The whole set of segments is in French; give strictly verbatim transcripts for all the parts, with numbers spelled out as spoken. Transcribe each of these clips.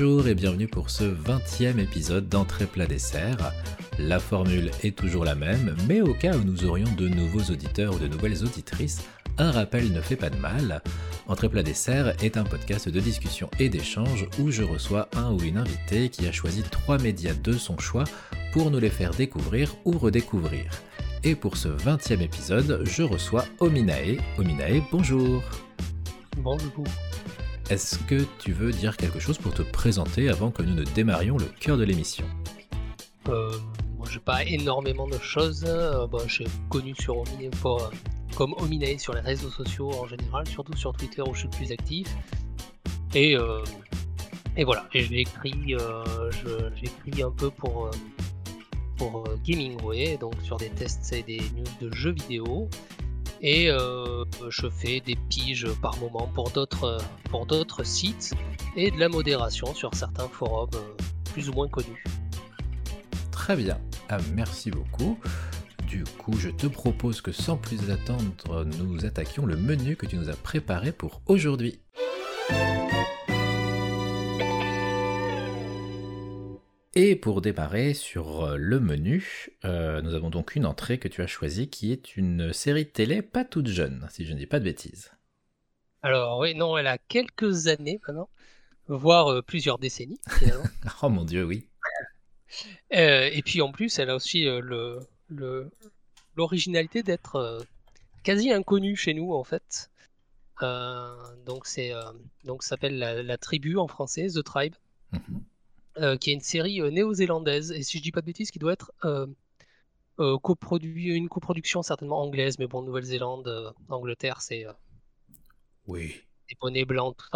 Bonjour et bienvenue pour ce vingtième épisode d'Entrée plat dessert. La formule est toujours la même, mais au cas où nous aurions de nouveaux auditeurs ou de nouvelles auditrices, un rappel ne fait pas de mal. Entrée plat dessert est un podcast de discussion et d'échange où je reçois un ou une invitée qui a choisi trois médias de son choix pour nous les faire découvrir ou redécouvrir. Et pour ce vingtième épisode, je reçois Ominae. Ominae, bonjour. Bonjour. Est-ce que tu veux dire quelque chose pour te présenter avant que nous ne démarrions le cœur de l'émission ? Euh, moi, j'ai pas énormément de choses. Euh, bah, je suis connu sur Ominae pour, euh, comme Ominae sur les réseaux sociaux en général, surtout sur Twitter où je suis le plus actif. Et, euh, et voilà. Et j'écris, euh, je, j'écris un peu pour, euh, pour euh, Gamingway, donc sur des tests et des news de jeux vidéo. Et euh, je fais des piges par moment pour d'autres, pour d'autres sites et de la modération sur certains forums euh, plus ou moins connus. Très bien, ah, merci beaucoup. Du coup, je te propose que sans plus attendre, nous attaquions le menu que tu nous as préparé pour aujourd'hui. Et pour démarrer sur le menu, euh, nous avons donc une entrée que tu as choisie qui est une série télé pas toute jeune, si je ne dis pas de bêtises. Alors oui, non, elle a quelques années maintenant, voire euh, plusieurs décennies finalement. Oh mon dieu, oui. Euh, et puis en plus, elle a aussi euh, le, le, l'originalité d'être euh, quasi inconnue chez nous en fait. Euh, donc c'est euh, donc ça s'appelle la, la Tribu en français, The Tribe. Mm-hmm. Euh, qui est une série euh, néo-zélandaise, et si je dis pas de bêtises, qui doit être euh, euh, coproduit, une coproduction certainement anglaise, mais bon, Nouvelle-Zélande, euh, Angleterre, c'est euh, Oui. des bonnets blancs, tout ça.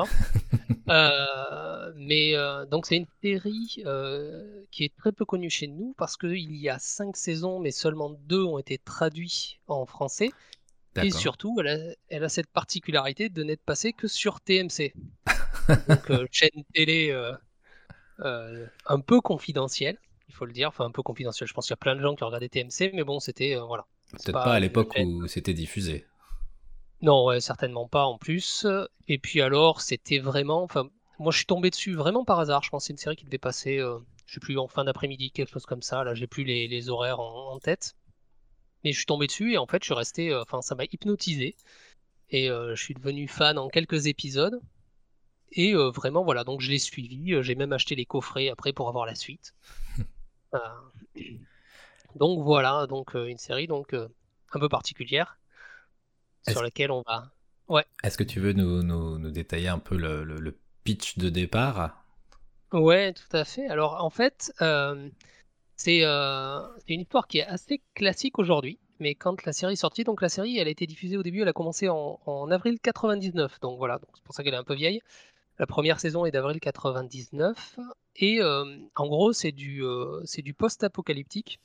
euh, mais euh, donc c'est une série euh, qui est très peu connue chez nous, parce qu'il y a cinq saisons, mais seulement deux ont été traduits en français. D'accord. Et surtout, elle a, elle a cette particularité de n'être passée que sur T M C. Donc euh, chaîne télé... Euh, Euh, un peu confidentiel, il faut le dire, enfin un peu confidentiel. Je pense qu'il y a plein de gens qui ont regardé T M C, mais bon, c'était euh, voilà. C'est Peut-être pas à pas une l'époque chaîne. où c'était diffusé. Non, ouais, certainement pas en plus. Et puis alors, c'était vraiment, enfin, moi je suis tombé dessus vraiment par hasard. Je pense que c'est une série qui devait passer, euh, je sais plus, en fin d'après-midi, quelque chose comme ça. Là, j'ai plus les, les horaires en, en tête. Mais je suis tombé dessus et en fait, je suis resté, euh, enfin, ça m'a hypnotisé. Et euh, je suis devenu fan en quelques épisodes. Et euh, vraiment, voilà, donc je l'ai suivi. Euh, J'ai même acheté les coffrets après pour avoir la suite. Euh, Donc voilà, donc euh, une série donc euh, un peu particulière Est-ce, sur laquelle on va. Ouais, est-ce que tu veux nous, nous, nous détailler un peu le, le, le pitch de départ ? ouais, tout à fait. Alors en fait, euh, c'est euh, c'est une histoire qui est assez classique aujourd'hui, mais quand la série est sortie, donc la série, elle a été diffusée au début, elle a commencé en, en avril quatre-vingt-dix-neuf, donc voilà, donc c'est pour ça qu'elle est un peu vieille. La première saison est d'avril quatre-vingt-dix-neuf et euh, en gros c'est du euh, c'est du post-apocalyptique.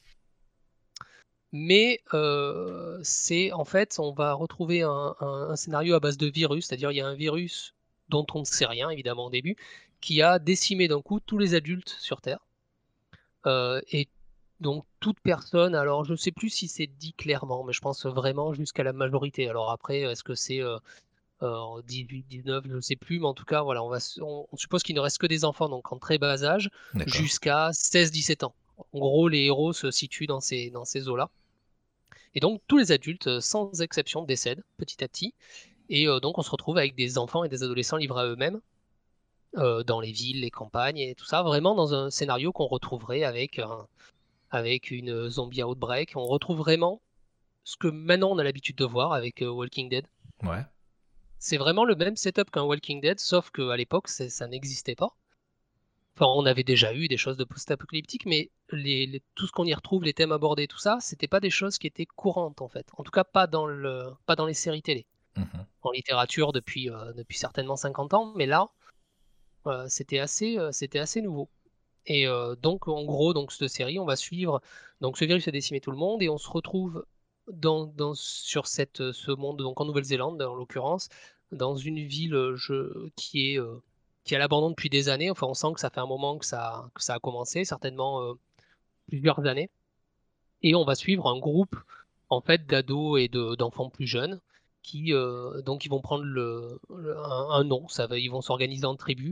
Mais euh, c'est en fait, on va retrouver un, un- un scénario à base de virus, c'est-à-dire il y a un virus dont on ne sait rien évidemment au début, qui a décimé d'un coup tous les adultes sur Terre. Euh, et donc toute personne, alors je ne sais plus si c'est dit clairement, mais je pense vraiment jusqu'à la majorité. Alors après, est-ce que c'est euh, euh, dix-huit, dix-neuf, je ne sais plus, mais en tout cas, voilà, on va, s- on, on suppose qu'il ne reste que des enfants, donc en très bas âge, D'accord. jusqu'à seize dix-sept ans. En gros, les héros se situent dans ces, dans ces eaux-là. Et donc tous les adultes, euh, sans exception, décèdent petit à petit. Et euh, donc on se retrouve avec des enfants et des adolescents livrés à eux-mêmes, euh, dans les villes, les campagnes et tout ça, vraiment dans un scénario qu'on retrouverait avec, un- avec une zombie outbreak. On retrouve vraiment ce que maintenant on a l'habitude de voir avec euh, Walking Dead. Ouais. C'est vraiment le même setup qu'un Walking Dead, sauf qu'à l'époque c'est- ça n'existait pas. Enfin, on avait déjà eu des choses de post-apocalyptique, mais les, les- tout ce qu'on y retrouve, les thèmes abordés, tout ça, c'était pas des choses qui étaient courantes en fait. En tout cas, pas dans le, pas dans les séries télé. Mhm. En littérature depuis, euh, depuis certainement cinquante ans, mais là, euh, c'était assez, euh, c'était assez nouveau. Et euh, donc, en gros, donc, cette série, on va suivre. Donc, ce virus a décimé tout le monde et on se retrouve dans, dans, sur cette, ce monde, donc en Nouvelle-Zélande en l'occurrence, dans une ville euh, je, qui est, euh, qui est à l'abandon depuis des années. Enfin, on sent que ça fait un moment que ça, que ça a commencé, certainement euh, plusieurs années. Et on va suivre un groupe en fait d'ados et de, d'enfants plus jeunes qui euh, donc ils vont prendre le, le- un, un nom, ça va, ils vont s'organiser en tribus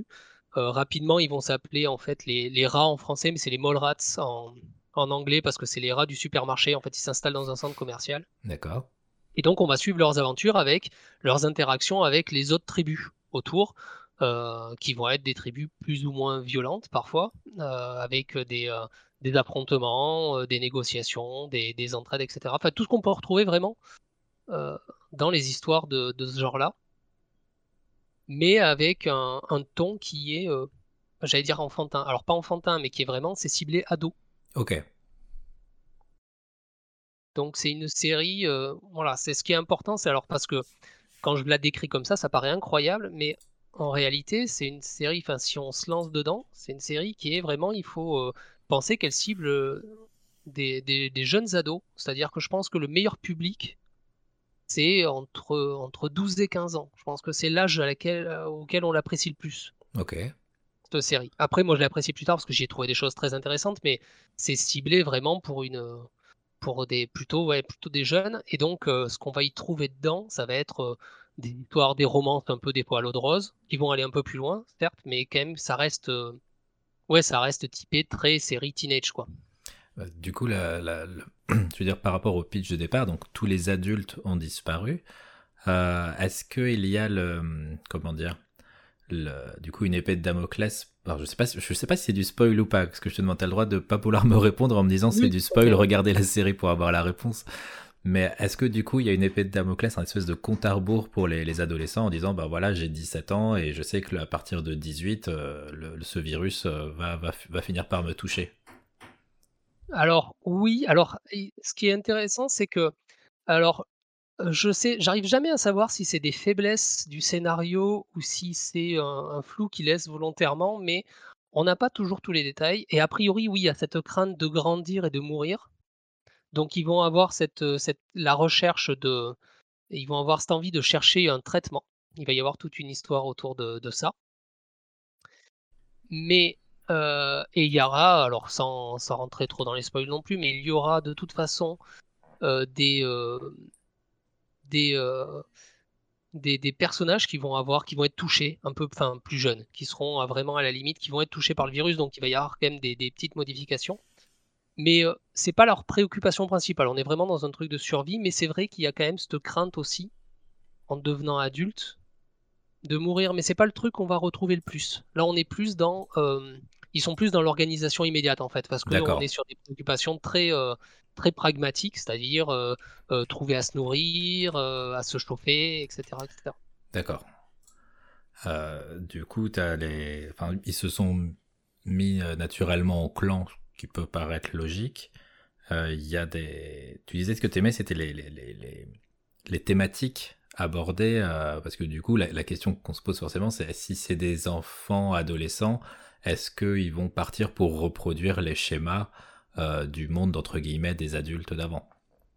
Heu, rapidement, ils vont s'appeler en fait les les rats en français, mais c'est les Mallrats en en anglais parce que c'est les rats du supermarché. En fait, ils s'installent dans un centre commercial D'accord. et donc on va suivre leurs aventures avec leurs interactions avec les autres tribus autour, heu, qui vont être des tribus plus ou moins violentes parfois, heu, avec, des, heu, des affrontements, heu, des négociations, des des entraides et cetera. Enfin tout ce qu'on peut retrouver vraiment, heu, dans les histoires de de ce genre-là, mais avec un un ton qui est, heu, j'allais dire enfantin. Alors pas enfantin, mais qui est vraiment c'est ciblé ado. OK. Donc c'est une série, heu, voilà, c'est ce qui est important, c'est alors parce que quand je la décris comme ça, ça paraît incroyable, mais en réalité, c'est une série, enfin si on se lance dedans, c'est une série qui est vraiment il faut, heu, penser qu'elle cible, heu, des des des jeunes ados. C'est-à-dire que je pense que le meilleur public, c'est entre, entre douze et quinze ans. Je pense que c'est l'âge à laquelle, heu, auquel on l'apprécie le plus. OK. Cette série. Après moi je l'ai appréciée plus tard parce que j'y ai trouvé des choses très intéressantes, mais c'est ciblé vraiment pour une, heu, pour des plutôt ouais, plutôt des jeunes et donc heu, ce qu'on va y trouver dedans, ça va être, heu, des histoires, des romances un peu des poils à l'eau de rose, qui vont aller un peu plus loin certes, mais quand même ça reste, heu, ouais ça reste typé très série teenage quoi. Heu, du coup, la la le je veux dire par rapport au pitch de départ, donc tous les adultes ont disparu. Heu, est-ce qu'il y a le, mmh, comment dire? Le du coup une épée de Damoclès. Alors je sais pas si je sais pas si c'est du spoil ou pas, parce que je te demande, tu le droit de pas vouloir me répondre en me disant c'est Oui, du tout à spoil, fait, ouais. regardez la série pour avoir la réponse. Mais est-ce que du coup il y a une épée de Damoclès, un espèce de compte à rebours pour les, les adolescents en disant bah voilà j'ai dix-sept ans et je sais que à partir de dix-huit euh, le, ce virus euh, va, va, va finir par me toucher. Alors oui, alors et ce qui est intéressant, c'est que alors, heu, je sais j'arrive jamais à savoir si c'est des faiblesses du scénario ou si c'est un un flou qu'ils laissent volontairement, mais on n'a pas toujours tous les détails et a priori, oui, il y a cette crainte de grandir et de mourir. Donc ils vont avoir cette, heu, cette la recherche de ils vont avoir cette envie de chercher un traitement. Il va y avoir toute une histoire autour de de ça. Mais, heu et il y aura alors sans sans rentrer trop dans les spoils non plus, mais il y aura de toute façon, heu, des, heu, des, heu, des des personnages qui vont avoir qui vont être touchés un peu enfin plus jeunes, qui seront, heu, vraiment à la limite, qui vont être touchés par le virus, donc il va y avoir quand même des des petites modifications. Mais, heu, c'est pas leur préoccupation principale. On est vraiment dans un truc de survie, mais c'est vrai qu'il y a quand même cette crainte aussi, en devenant adulte, de mourir, mais c'est pas le truc qu'on va retrouver le plus. Là, on est plus dans, hem, ils sont plus dans l'organisation immédiate, en fait, parce qu'on D'accord, est sur des préoccupations très, heu, très pragmatiques, c'est-à-dire, heu heu, trouver à se nourrir, heu, à se chauffer et cetera et cetera. d'accord. Euh, du coup, t'as les... enfin, ils se sont mis euh, naturellement en clan, ce qui peut paraître logique. Euh, Il y a des... Tu disais ce que t'aimais, c'était les, les, les, les, les thématiques abordées, euh, parce que du coup, la, la question qu'on se pose forcément, c'est si c'est des enfants, adolescents, est-ce qu'ils vont partir pour reproduire les schémas euh, du monde, entre guillemets, des adultes d'avant?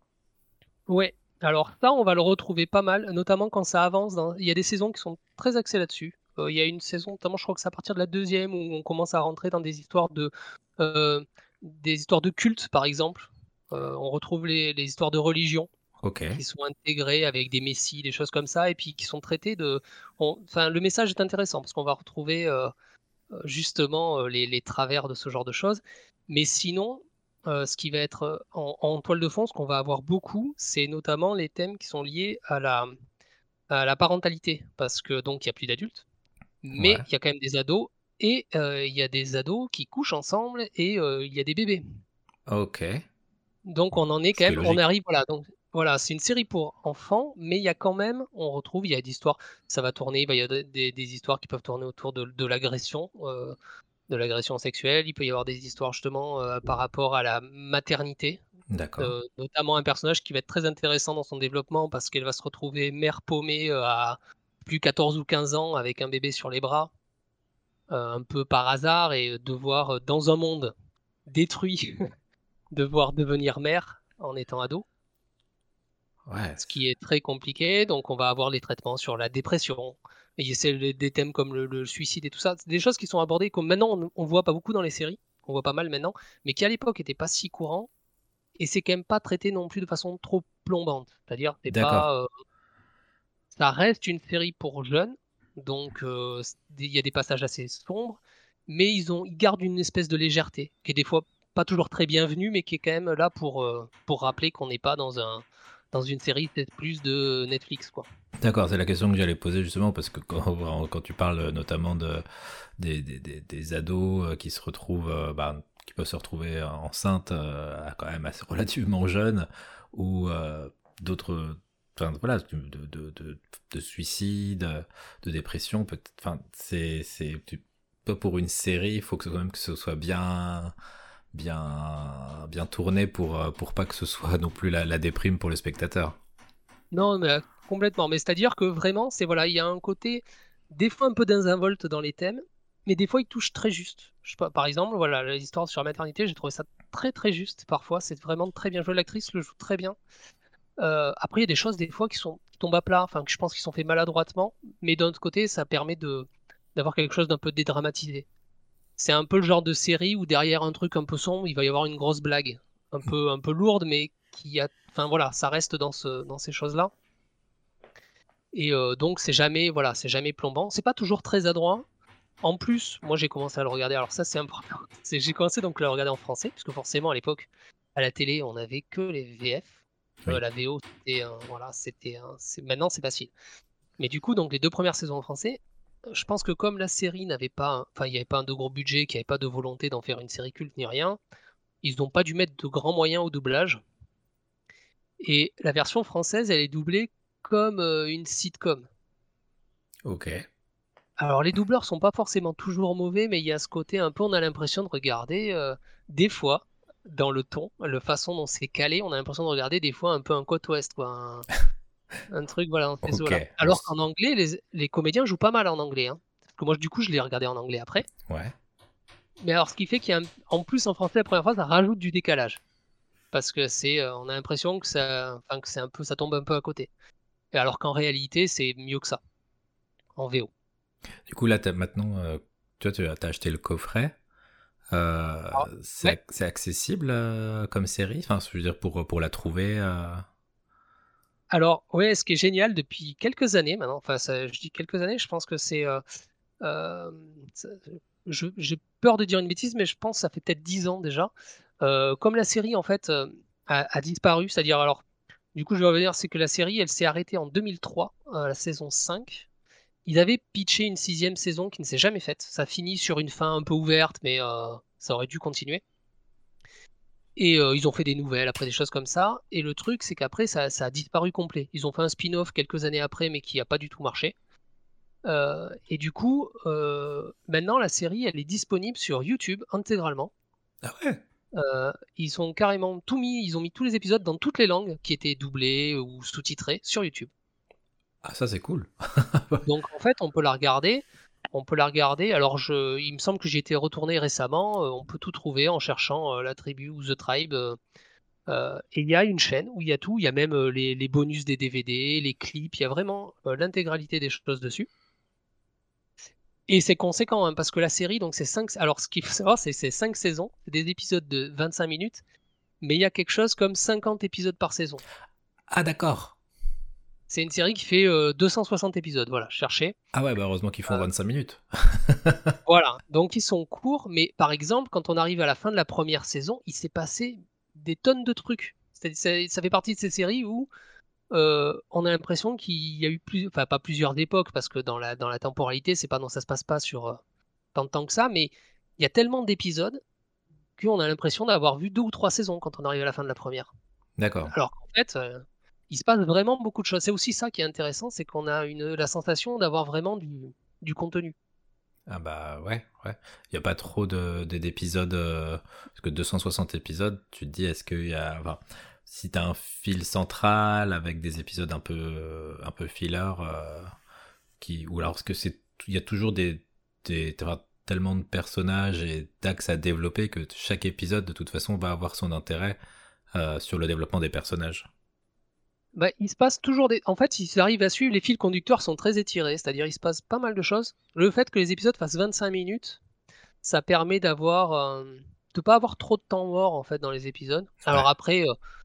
Ouais, alors ça, on va le retrouver pas mal, notamment quand ça avance dans il y a des saisons qui sont très axées là-dessus. Heu, il y a une saison, notamment, je crois que c'est à partir de la deuxième où on commence à rentrer dans des histoires de, heu, des histoires de culte, par exemple. Heu, on retrouve les les histoires de religion Ok, qui sont intégrées avec des messies, des choses comme ça et puis qui sont traitées de on enfin, le message est intéressant parce qu'on va retrouver, heu heu, justement, heu, les les travers de ce genre de choses. Mais sinon, heu, ce qui va être, heu, en en toile de fond, ce qu'on va avoir beaucoup, c'est notamment les thèmes qui sont liés à la à la parentalité. Parce que donc il y a plus d'adultes, mais ouais, il y a quand même des ados et heu, il y a des ados qui couchent ensemble et heu, il y a des bébés. ok, Donc on en est ce quand qui est même on logique. arrive voilà donc voilà, c'est une série pour enfants, mais il y a quand même on retrouve il y a des histoires ça va tourner, il va y avoir des des histoires qui peuvent tourner autour de de l'agression, heu de l'agression sexuelle. Il peut y avoir des histoires justement, heu, par rapport à la maternité, D'accord. heu, notamment un personnage qui va être très intéressant dans son développement parce qu'elle va se retrouver mère paumée, heu, à plus quatorze ou quinze ans avec un bébé sur les bras, heu, un peu par hasard et devoir, heu, dans un monde détruit, devoir devenir mère en étant ado, Ouais, ce qui est très compliqué. Donc on va avoir les traitements sur la dépression et c'est le des thèmes comme le le suicide et tout ça. C'est des choses qui sont abordées comme maintenant on on voit pas beaucoup dans les séries, on voit pas mal maintenant, mais qui à l'époque étaient pas si courants et c'est quand même pas traité non plus de façon trop plombante. C'est-à-dire c'est d'accord. pas, heu, ça reste une série pour jeunes, donc euh, c'est des- il y a des passages assez sombres, mais ils ont, ils gardent une espèce de légèreté qui est des fois pas toujours très bienvenue, mais qui est quand même là pour euh, pour rappeler qu'on n'est pas dans un dans une série peut-être plus de Netflix, quoi. D'accord, c'est la question que j'allais poser justement parce que quand, quand tu parles notamment de, des, des, des, des ados euh, qui se retrouvent, euh, bah, qui peuvent se retrouver enceintes euh, à quand même assez relativement jeunes ou euh, d'autres, enfin voilà, de, de, de, de suicide, de dépression, peut-être, enfin c'est, c'est, tu, pour une série, il faut que quand même que ce soit bien, bien, bien tourné pour, euh, pour pas que ce soit non plus la, la déprime pour le spectateur. Non, mais euh, complètement. Mais c'est-à-dire que vraiment, c'est voilà, il y a un côté des fois un peu désinvolte dans les thèmes, mais des fois il touche très juste. Je sais pas, par exemple, voilà, l'histoire sur la maternité, j'ai trouvé ça très très juste. Parfois, c'est vraiment très bien joué. L'actrice le joue très bien. Euh, après, il y a des choses des fois qui sont qui tombent à plat, enfin que je pense qu'ils sont faits maladroitement, mais d'un autre côté, ça permet de d'avoir quelque chose d'un peu dédramatisé. C'est un peu le genre de série où derrière un truc un peu sombre, il va y avoir une grosse blague, un peu un peu lourde, mais qui a, enfin voilà, ça reste dans ce dans ces choses-là. Et euh, donc c'est jamais, voilà, c'est jamais plombant. C'est pas toujours très adroit. En plus, moi j'ai commencé à le regarder. Alors ça c'est important. C'est j'ai commencé donc à le regarder en français, puisque forcément à l'époque à la télé on avait que les V F. Euh, Oui. la V O c'était un- voilà, c'était un- c'est maintenant c'est facile. Mais du coup donc les deux premières saisons en français, euh, je pense que comme la série n'avait pas, un- enfin il n'y avait pas un de gros budget, qu'il n'y avait pas de volonté d'en faire une série culte ni rien, ils n'ont pas dû mettre de grands moyens au doublage. Et la version française elle est doublée comme euh, une sitcom. Ok. Alors les doubleurs sont pas forcément toujours mauvais, mais il y a ce côté un peu, on a l'impression de regarder euh, des fois dans le ton, la façon dont c'est calé, on a l'impression de regarder des fois un peu un côte ouest, quoi, un, un truc voilà dans ces Ok. eaux-là. Bon, Alors qu'en anglais, les, les comédiens jouent pas mal en anglais, hein. Parce que moi du coup je l'ai regardé en anglais après. ouais. Mais alors ce qui fait qu'il y a un- en plus en français la première fois ça rajoute du décalage. Parce que c'est, euh, on a l'impression que ça, enfin que c'est un peu, ça tombe un peu à côté. Et alors qu'en réalité c'est mieux que ça en V O. Du coup, là, t'as, maintenant, euh, tu vois, tu as t'as acheté le coffret. Euh, Ah, c'est, ouais. ac- c'est accessible euh, comme série. Enfin, je veux dire, pour, pour la trouver. euh, Alors, ouais, ce qui est génial depuis quelques années maintenant, enfin, ça- je dis quelques années, je pense que c'est. euh, euh, ça- je- j'ai peur de dire une bêtise, mais je pense que ça fait peut-être dix ans déjà. Euh, comme la série, en fait, euh, a, a disparu, c'est-à-dire, alors, du coup, je vais revenir, c'est que la série, elle s'est arrêtée en deux mille trois, euh, la saison cinq. Ils avaient pitché une sixième saison qui ne s'est jamais faite. Ça finit sur une fin un peu ouverte, mais euh, ça aurait dû continuer. Et euh, ils ont fait des nouvelles après, des choses comme ça. Et le truc, c'est qu'après, ça, ça a disparu complet. Ils ont fait un spin-off quelques années après, mais qui n'a pas du tout marché. Euh, et du coup, euh, maintenant, la série, elle est disponible sur YouTube intégralement. Ah ouais. Euh, ils ont carrément tout mis, ils ont mis tous les épisodes dans toutes les langues qui étaient doublés ou sous-titrés sur YouTube. Ah, ça, c'est cool. Donc en fait, on peut la regarder. On peut la regarder. Alors, je, il me semble que j'y étais retourné récemment. Euh, on peut tout trouver en cherchant euh, la tribu ou The Tribe. euh, Euh, et il y a une chaîne où il y a tout, il y a même euh, les, les bonus des D V D, les clips, il y a vraiment euh, l'intégralité des choses dessus. Et c'est conséquent, hein, parce que la série, donc c'est cinq. Alors ce qu'il faut savoir, c'est c'est cinq saisons, c'est des épisodes de vingt-cinq minutes, mais il y a quelque chose comme cinquante épisodes par saison. Ah, d'accord. C'est une série qui fait euh, deux cent soixante épisodes, voilà, cherchez. Ah ouais, bah heureusement qu'ils font Euh, vingt-cinq minutes. voilà, donc ils sont courts, mais par exemple, quand on arrive à la fin de la première saison, il s'est passé des tonnes de trucs. C'est- c'est- Ça fait partie de ces séries où euh, on a l'impression qu'il y a eu plus, enfin pas plusieurs époques parce que dans la dans la temporalité, c'est pas non, ça se passe pas sur euh, tant de temps que ça, mais il y a tellement d'épisodes qu'on a l'impression d'avoir vu deux ou trois saisons quand on arrive à la fin de la première. D'accord. Alors qu'en fait, euh, il se passe vraiment beaucoup de choses. C'est aussi ça qui est intéressant, c'est qu'on a une la sensation d'avoir vraiment du du contenu. Ah bah ouais, ouais. Il n'y a pas trop de, de- d'épisodes, euh, parce que deux cent soixante épisodes, tu te dis, est-ce qu'il y a... Enfin, si t'as un fil central avec des épisodes un peu, euh, un peu filler, euh, qui, ou alors est-ce que c'est... Il y a toujours des, des, enfin, tellement de personnages et d'axes à développer que chaque épisode, de toute façon, va avoir son intérêt euh, sur le développement des personnages. Bah, il se passe toujours des. En fait, ils arrivent à suivre, les fils conducteurs sont très étirés, c'est-à-dire il se passe pas mal de choses. Le fait que les épisodes fassent vingt-cinq minutes, ça permet d'avoir euh, de pas avoir trop de temps mort en fait dans les épisodes. Alors Ouais. après, euh,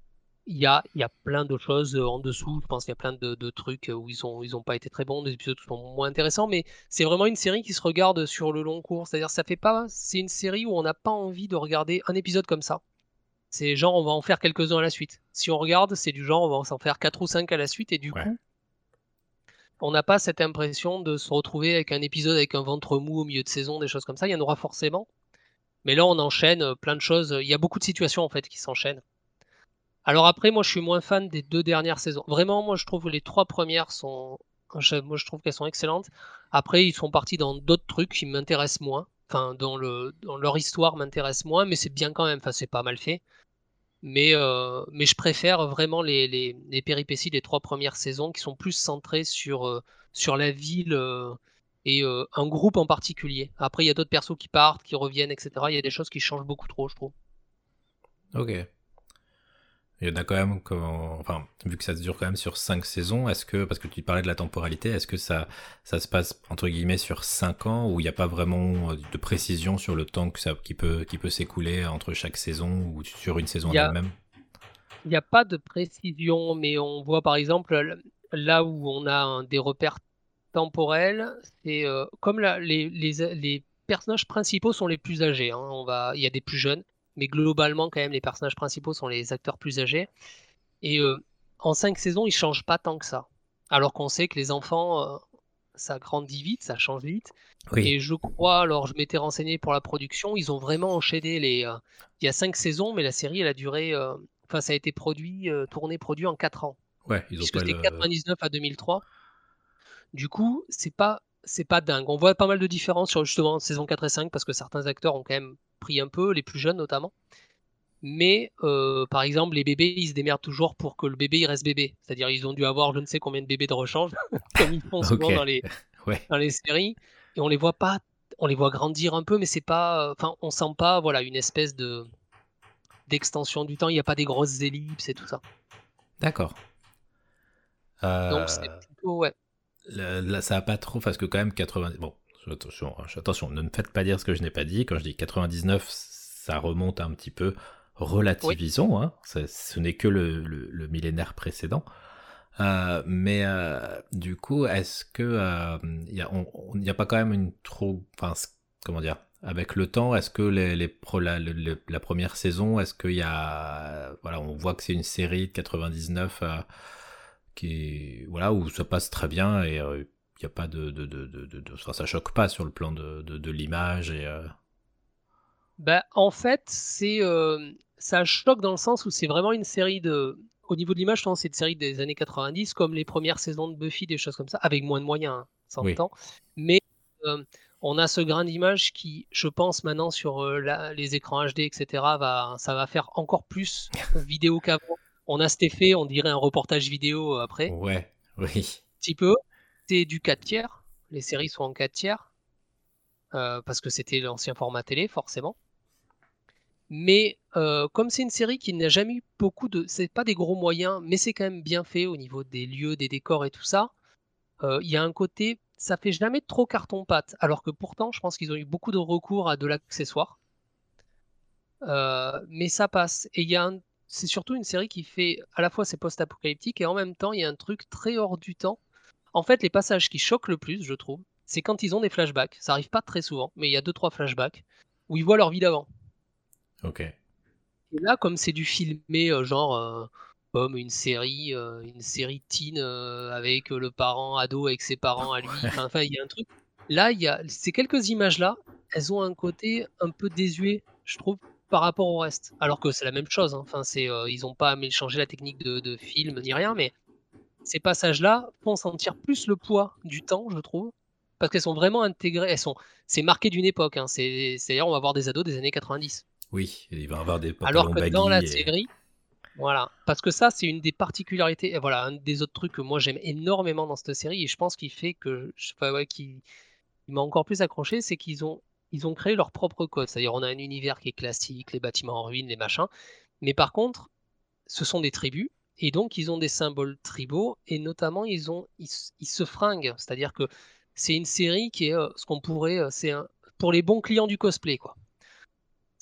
Il y a il y a plein de choses, heu, en dessous. Je pense qu'il y a plein de de trucs, heu, où ils ont ils ont pas été très bons, des épisodes qui sont moins intéressants, mais c'est vraiment une série qui se regarde sur le long cours. C'est-à-dire ça fait pas c'est une série où on n'a pas envie de regarder un épisode comme ça. C'est genre on va en faire quelques-uns à la suite. Si on regarde, c'est du genre on va s'en faire quatre ou cinq à la suite et du Ouais. coup, on n'a pas cette impression de se retrouver avec un épisode avec un ventre mou au milieu de saison, des choses comme ça. Il y en aura forcément, mais là on enchaîne, heu, plein de choses, il y a beaucoup de situations en fait qui s'enchaînent. Alors après, moi, je suis moins fan des deux dernières saisons. Vraiment, moi, je trouve que les trois premières sont je moi, je trouve qu'elles sont excellentes. Après, ils sont partis dans d'autres trucs qui m'intéressent moins, enfin, dans le dans leur histoire m'intéresse moins, mais c'est bien quand même, enfin, c'est pas mal fait. Mais heu, mais je préfère vraiment les les les péripéties des trois premières saisons qui sont plus centrées sur, heu, sur la ville, heu et heu, un groupe en particulier. Après, il y a d'autres persos qui partent, qui reviennent et cetera. Il y a des choses qui changent beaucoup trop, je trouve. Ok. Il y en a quand même, quand, enfin, vu que ça se dure quand même sur cinq saisons, est-ce que, parce que tu parlais de la temporalité, est-ce que ça, ça se passe entre guillemets sur cinq ans où il n'y a pas vraiment de précision sur le temps que ça, qui peut, qui peut s'écouler entre chaque saison ou sur une saison Il en y a elle-même? Il y a pas de précision, mais on voit par exemple l là où on a un des repères temporels, c'est, heu, comme la les les a les personnages principaux sont les plus âgés, hein, on va il y a des plus jeunes, mais globalement quand même les personnages principaux sont les acteurs plus âgés et heu, en cinq saisons, ils changent pas tant que ça. Alors qu'on sait que les enfants, heu, ça grandit vite, ça change vite Oui. et je crois alors je m'étais renseigné pour la production, ils ont vraiment enchaîné les, heu, il y a cinq saisons, mais la série elle a duré, heu, enfin ça a été produit, heu, tourné, produit en quatre ans. Ouais, ils ont Puisque pas c'est le. quatre-vingt-dix-neuf à deux mille trois. Du coup, c'est pas c'est pas dingue. On voit pas mal de différences sur justement saison quatre et cinq parce que certains acteurs ont quand même pris un peu, les plus jeunes notamment. Mais heu, par exemple, les bébés, ils se démerdent toujours pour que le bébé, il reste bébé. C'est-à-dire ils ont dû avoir je ne sais combien de bébés de rechange, comme ils font Ok. souvent dans les Ouais. dans les séries et on les voit pas on les voit grandir un peu, mais c'est pas, heu, enfin, on sent pas, voilà, une espèce de d'extension du temps. Il y a pas des grosses ellipses et tout ça. D'accord. Donc c'est Euh, plutôt ouais. là, là, ça a pas trop, parce que quand même quatre-vingts. Bon, attention, attention, ne me faites pas dire ce que je n'ai pas dit. Quand je dis quatre-vingt-dix-neuf, ça remonte un petit peu. Oui. Relativisons, hein. Ça- ce n'est que le, le- le millénaire précédent. Euh, mais euh, du coup, est-ce que euh, y a, on, on- y a pas quand même une trop, enfin, c- comment dire, avec le temps, est-ce que les, les pro- la, le- le- la première saison, est-ce qu'il y a, voilà, on voit que c'est une série de quatre-vingt-dix-neuf euh, qui, voilà, où ça passe très bien et euh, il y a pas de, de, de, de, de- de- enfin, ça choque pas sur le plan de, de, de l'image et euh, Bah, en fait, c'est, hem, ça choque dans le sens où c'est vraiment une série de au niveau de l'image, je pense, c'est une série des années quatre-vingt-dix comme les premières saisons de Buffy, des choses comme ça, avec moins de moyens, hein, ça oui, s'entend. Mais, hem, on a ce grain d'image qui, je pense maintenant sur, heu, la les écrans H D et cetera, va ça va faire encore plus vidéo qu'avant. On a cet effet, on dirait un reportage vidéo, heu, après, ouais, oui, petit peu. C'est du quatre tiers, les séries sont en quatre tiers, heu, parce que c'était l'ancien format télé, forcément. Mais heu, comme c'est une série qui n'a jamais eu beaucoup de c'est pas des gros moyens, mais c'est quand même bien fait au niveau des lieux, des décors et tout ça, heu, il y a un côté ça fait jamais trop carton-pâte. Alors que pourtant, je pense qu'ils ont eu beaucoup de recours à de l'accessoire, heu, mais ça passe et il y a un c'est surtout une série qui fait à la fois c'est post-apocalyptique et en même temps, il y a un truc très hors du temps. En fait, les passages qui choquent le plus, je trouve, c'est quand ils ont des flashbacks. Ça arrive pas très souvent, mais il y a deux trois flashbacks où ils voient leur vie d'avant. ok, Et là, comme c'est du filmé, heu, genre, heu, comme une série, heu, une série teen, heu, avec, heu, le parent ado avec ses parents à lui, enfin enfin, il y a un truc là, il y a ces quelques images-là, elles ont un côté un peu désuet, je trouve, par rapport au reste. Alors que c'est la même chose, hein, enfin c'est, heu, ils ont pas amé changé la technique de de film ni rien, mais ces passages-là font sentir plus le poids du temps, je trouve, parce qu'elles sont vraiment intégrées, elles sont c'est marqué d'une époque, hein, c'est c'est-à-dire on va voir des ados des années quatre-vingt-dix. oui, il va y avoir des Alors pantalons que dans la baggy et série voilà, parce que ça, c'est une des particularités et voilà, un des autres trucs que moi j'aime énormément dans cette série et je pense qu'il fait que je enfin ouais, qui qui m'a encore plus accroché, c'est qu'ils ont ils ont créé leur propre code. C'est-à-dire on a un univers qui est classique, les bâtiments en ruine, les machins, mais par contre, ce sont des tribus et donc ils ont des symboles tribaux et notamment ils ont ils s ils se fringuent. C'est-à-dire que c'est une série qui est, heu, ce qu'on pourrait, heu, c'est un pour les bons clients du cosplay, quoi.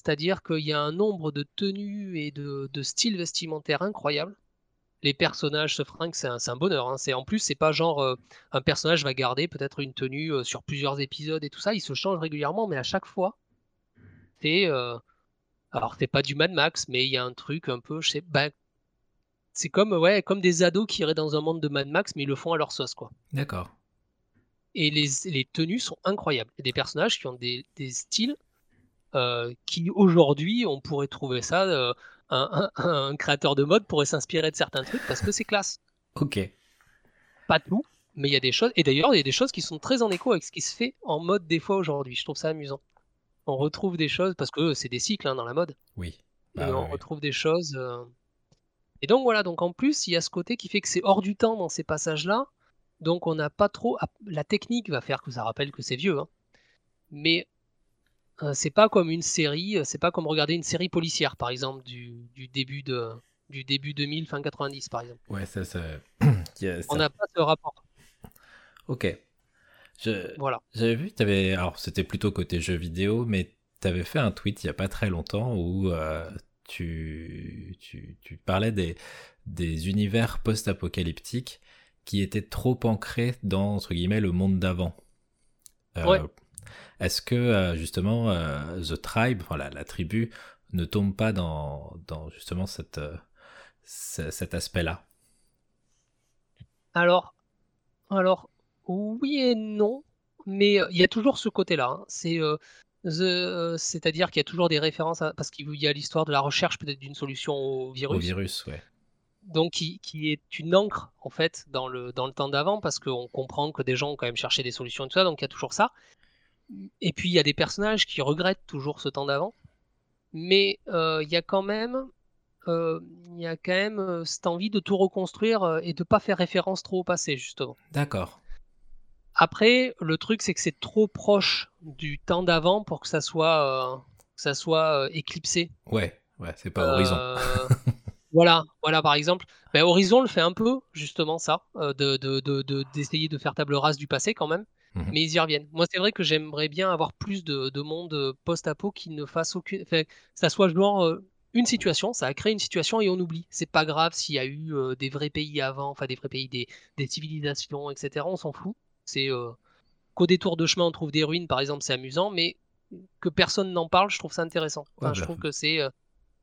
c'est-à-dire qu'il y a un nombre de tenues et de de styles vestimentaires incroyables. Les personnages se fringuent, c'est un c'est un bonheur, hein. C'est en plus, c'est pas genre, heu, un personnage va garder peut-être une tenue, heu, sur plusieurs épisodes et tout ça. Il se change régulièrement, mais à chaque fois, c'est, heu, alors c'est pas du Mad Max, mais il y a un truc un peu, je sais bah, c'est comme, ouais, comme des ados qui iraient dans un monde de Mad Max, mais ils le font à leur sauce, quoi. D'accord. Et les les tenues sont incroyables. Il y a des personnages qui ont des des styles, heu, qui aujourd'hui, on pourrait trouver ça, heu, un un un créateur de mode pourrait s'inspirer de certains trucs parce que c'est classe. Ok. Pas tout, mais il y a des choses et d'ailleurs, il y a des choses qui sont très en écho avec ce qui se fait en mode des fois aujourd'hui. Je trouve ça amusant. On retrouve des choses parce que c'est des cycles, hein, dans la mode Oui. et Bah on oui, oui. retrouve des choses, heu et donc voilà, donc en plus, il y a ce côté qui fait que c'est hors du temps dans ces passages-là, donc on n'a pas trop ap la technique va faire que ça rappelle que c'est vieux, hein, mais heu, c'est pas comme une série, heu, c'est pas comme regarder une série policière, par exemple, du du début de du début deux mille, fin quatre-vingt-dix, par exemple. Ouais, ça, ça, il y a On ça. n'a pas ce rapport. Ok. Je, Voilà. j'avais vu que t'avais, alors c'était plutôt côté jeux vidéo, mais t'avais fait un tweet il y a pas très longtemps où euh, tu, tu, tu parlais des, des univers post-apocalyptiques qui étaient trop ancrés dans, entre guillemets, le monde d'avant. Ouais. Euh, Est-ce que euh, justement euh, The Tribe, enfin la, la tribu, ne tombe pas dans, dans justement cette, euh, ce- cet aspect-là? Alors Alors, oui et non, mais heu, il y a toujours ce côté-là, hein. C'est, heu, the heu, c'est-à-dire qu'il y a toujours des références à parce qu'il y a l'histoire de la recherche peut-être d'une solution au Au virus, virus, ouais. donc qui qui est une encre, en fait, dans le dans le temps d'avant parce qu'on comprend que des gens ont quand même cherché des solutions et tout ça, donc il y a toujours ça. Mmh et puis il y a des personnages qui regrettent toujours ce temps d'avant, mais heu, il y a quand même, heu, il y a quand même, heu, cette envie de tout reconstruire, heu et de pas faire référence trop au passé, justement. D'accord. Après, le truc, c'est que c'est trop proche du temps d'avant pour que ça soit, heu, que ça soit, heu, éclipsé. Ouais, ouais, c'est pas Horizon. Heu, voilà, voilà, par exemple, bah, Horizon le fait un peu, justement ça, heu, de de de de d'essayer de faire table rase du passé quand même, Mhm. mais ils y reviennent. Moi, c'est vrai que j'aimerais bien avoir plus de de monde, heu, post-apo qui ne fasse aucune enfin, que ça soit genre, heu, une situation, ça a créé une situation et on oublie. C'est pas grave s'il y a eu, heu, des vrais pays avant, enfin des vrais pays, des des civilisations et cetera, on s'en fout. C'est, heu Qu'au détour de chemin, on trouve des ruines, par exemple, c'est amusant, mais que personne n'en parle, je trouve ça intéressant. Ouais, Enfin, je bah, trouve que c'est, heu,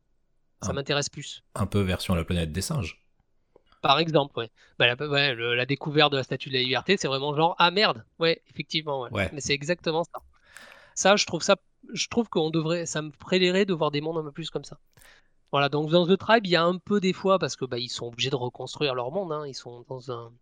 ça un, m'intéresse plus. un peu version la planète des singes. Par exemple, ouais. Bah, la ouais, le la découverte de la Statue de la Liberté, c'est vraiment genre: «Ah merde!» Ouais, effectivement, ouais. Ouais. Mais c'est exactement ça. Ça, je trouve ça je trouve qu'on devrait ça me plairait de voir des mondes un peu plus comme ça. Voilà, donc dans The Tribe, il y a un peu des fois parce que, bah, ils sont obligés de reconstruire leur monde, hein, ils sont dans un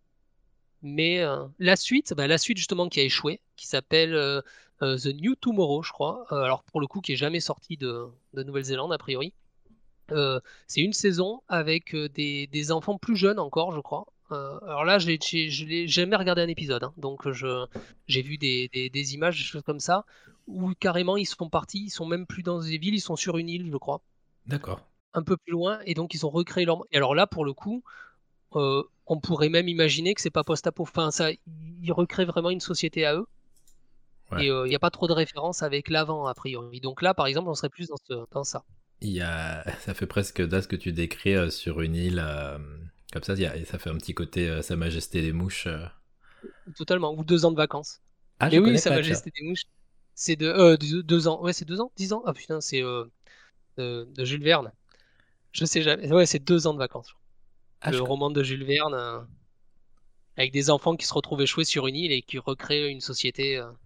mais heu, la suite, bah, la suite justement qui a échoué, qui s'appelle, heu heu, The New Tomorrow, je crois, heu, alors pour le coup qui est jamais sorti de de Nouvelle-Zélande a priori. Heu, c'est une saison avec, heu, des des enfants plus jeunes encore, je crois. Heu, alors là, j'ai j'ai je l'ai jamais regardé un épisode, hein, donc heu, je j'ai vu des des des images, des choses comme ça, où carrément ils se font partie, ils sont même plus dans des villes, ils sont sur une île, je crois, D'accord. un peu plus loin et donc ils ont recréé leur et alors là, pour le coup, Heu, on pourrait même imaginer que c'est pas post-apo. Enfin ça ils recréent vraiment une société à eux Ouais. et heu, il y a pas trop de références avec l'avant a priori. Donc là, par exemple, on serait plus dans ce dans ça. Il y a, ça fait presque là ce que tu décris euh, sur une île, euh, comme ça, il y a, ça fait un petit côté euh, Sa Majesté des Mouches. euh. Totalement ou deux ans de vacances. Ah, Mais je oui, connais Sa pas, tiens. Majesté des mouches, c'est de heu, de deux ans. Ouais, c'est deux ans? Dix ans? Ah putain, c'est, heu, de de Jules Verne. Je sais jamais. Ouais, c'est deux ans de vacances, je crois. Ah, je... Le roman de Jules Verne, heu, avec des enfants qui se retrouvent échoués sur une île et qui recréent une société, heu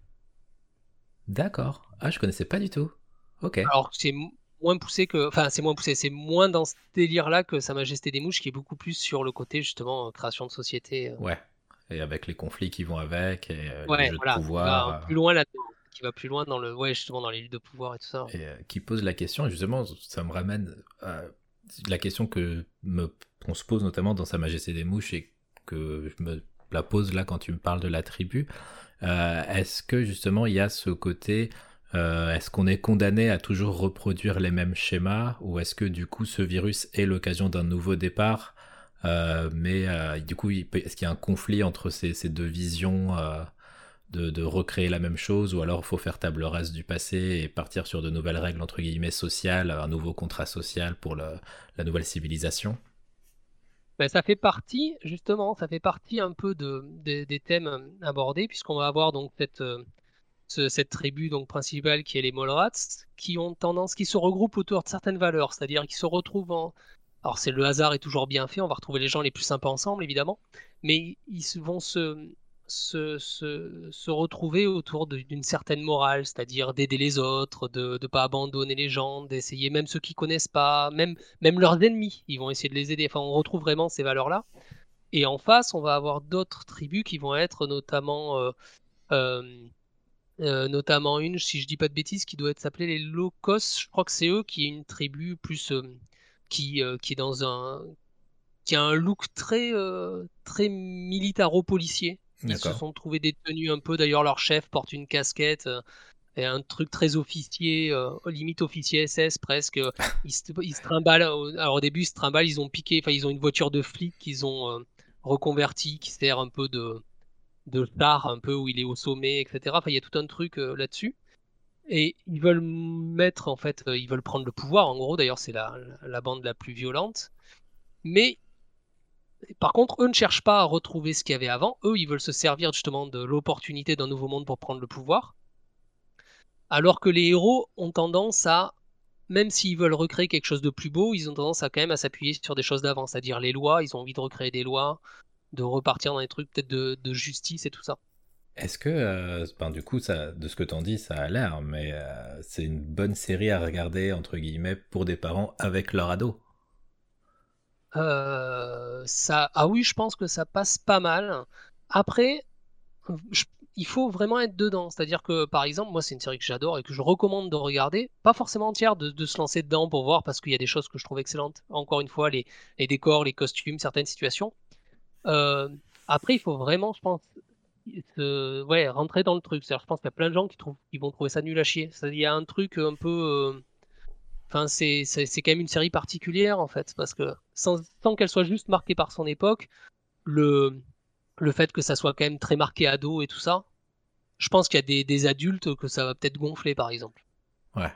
D'accord. Ah, je connaissais pas du tout. Ok. Alors c'est m moins poussé que enfin c'est moins poussé, c'est moins dans ce délire-là que Sa Majesté des Mouches qui est beaucoup plus sur le côté justement, heu, création de société, heu Ouais. Et avec les conflits qui vont avec, et euh, les ouais jeux de voilà, qui va, pouvoir, hein, euh, plus loin là-dedans, qui va plus loin dans le ouais justement dans les luttes de pouvoir et tout ça. et euh, qui pose la question, et justement, ça me ramène à la question que me, qu'on se pose notamment dans Sa Majesté des Mouches, et que je me la pose là quand tu me parles de la tribu. Euh, est-ce que justement il y a ce côté, euh, est-ce qu'on est condamné à toujours reproduire les mêmes schémas, ou est-ce que du coup ce virus est l'occasion d'un nouveau départ, euh, mais euh, du coup il peut- est-ce qu'il y a un conflit entre ces, ces deux visions euh, de, de recréer la même chose, ou alors il faut faire table rase du passé et partir sur de nouvelles règles entre guillemets sociales, un nouveau contrat social pour le, la nouvelle civilisation. Ben, ça fait partie, justement, ça fait partie un peu de, des des thèmes euh, abordés, puisqu'on va avoir donc cette, euh, ce- cette tribu donc principale qui est les Mallrats, qui ont tendance, qui se regroupent autour de certaines valeurs, c'est-à-dire qu'ils se retrouvent en... Alors c'est le hasard est toujours bien fait, on va retrouver les gens les plus sympas ensemble, évidemment, mais ils se- vont se, se, se, se retrouver autour de- d'une certaine morale, c'est-à-dire d'aider les autres, de ne pas abandonner les gens, d'essayer, même ceux qui connaissent pas, même, même leurs ennemis, ils vont essayer de les aider. Enfin, on retrouve vraiment ces valeurs-là. Et en face, on va avoir d'autres tribus qui vont être notamment... euh, euh, euh, notamment une, si je dis pas de bêtises, qui doit être s'appeler les Locos. Je crois que c'est eux qui est une tribu plus euh, qui euh, qui est dans un qui a un look très euh, très militaro-policier. Ils se D'accord. sont trouvés des tenues un peu. D'ailleurs, leur chef porte une casquette euh, et un truc très officier, euh, limite officier S S presque. Ils se, ils se trimballent. au- Alors au début, ils se trimballent. Ils ont piqué. Enfin, ils ont une voiture de flic qu'ils ont euh, reconvertie, qui sert un peu de de char, un peu où il est au sommet, et cetera. Enfin, il y a tout un truc euh, là-dessus. Et ils veulent mettre, en fait, euh, ils veulent prendre le pouvoir, en gros, d'ailleurs, c'est la, la bande la plus violente. Mais par contre, eux ne cherchent pas à retrouver ce qu'il y avait avant. Eux, ils veulent se servir justement de l'opportunité d'un nouveau monde pour prendre le pouvoir. Alors que les héros ont tendance à, même s'ils veulent recréer quelque chose de plus beau, ils ont tendance à quand même à s'appuyer sur des choses d'avant, c'est-à-dire les lois. Ils ont envie de recréer des lois, de repartir dans des trucs peut-être de, de justice et tout ça. Est-ce que, euh, ben, du coup, ça, de ce que t'en dis, ça a l'air, mais euh, c'est une bonne série à regarder, entre guillemets, pour des parents avec leur ado. Euh, ça, ah oui, je pense que ça passe pas mal. Après, je- il faut vraiment être dedans. C'est-à-dire que, par exemple, moi, c'est une série que j'adore et que je recommande de regarder. Pas forcément entière, de, de se lancer dedans pour voir, parce qu'il y a des choses que je trouve excellentes. Encore une fois, les, les décors, les costumes, certaines situations. Euh, Après, il faut vraiment, je pense, se- ouais, rentrer dans le truc. C'est-à-dire, je pense qu'il y a plein de gens qui trouvent, qui vont trouver ça nul à chier. Ça- Il y a un truc un peu. euh, Enfin, c'est c'est c'est quand même une série particulière en fait, parce que sans, sans qu'elle soit juste marquée par son époque, le, le fait que ça soit quand même très marqué ado et tout ça, je pense qu'il y a des, des adultes que ça va peut-être gonfler par exemple. Ouais.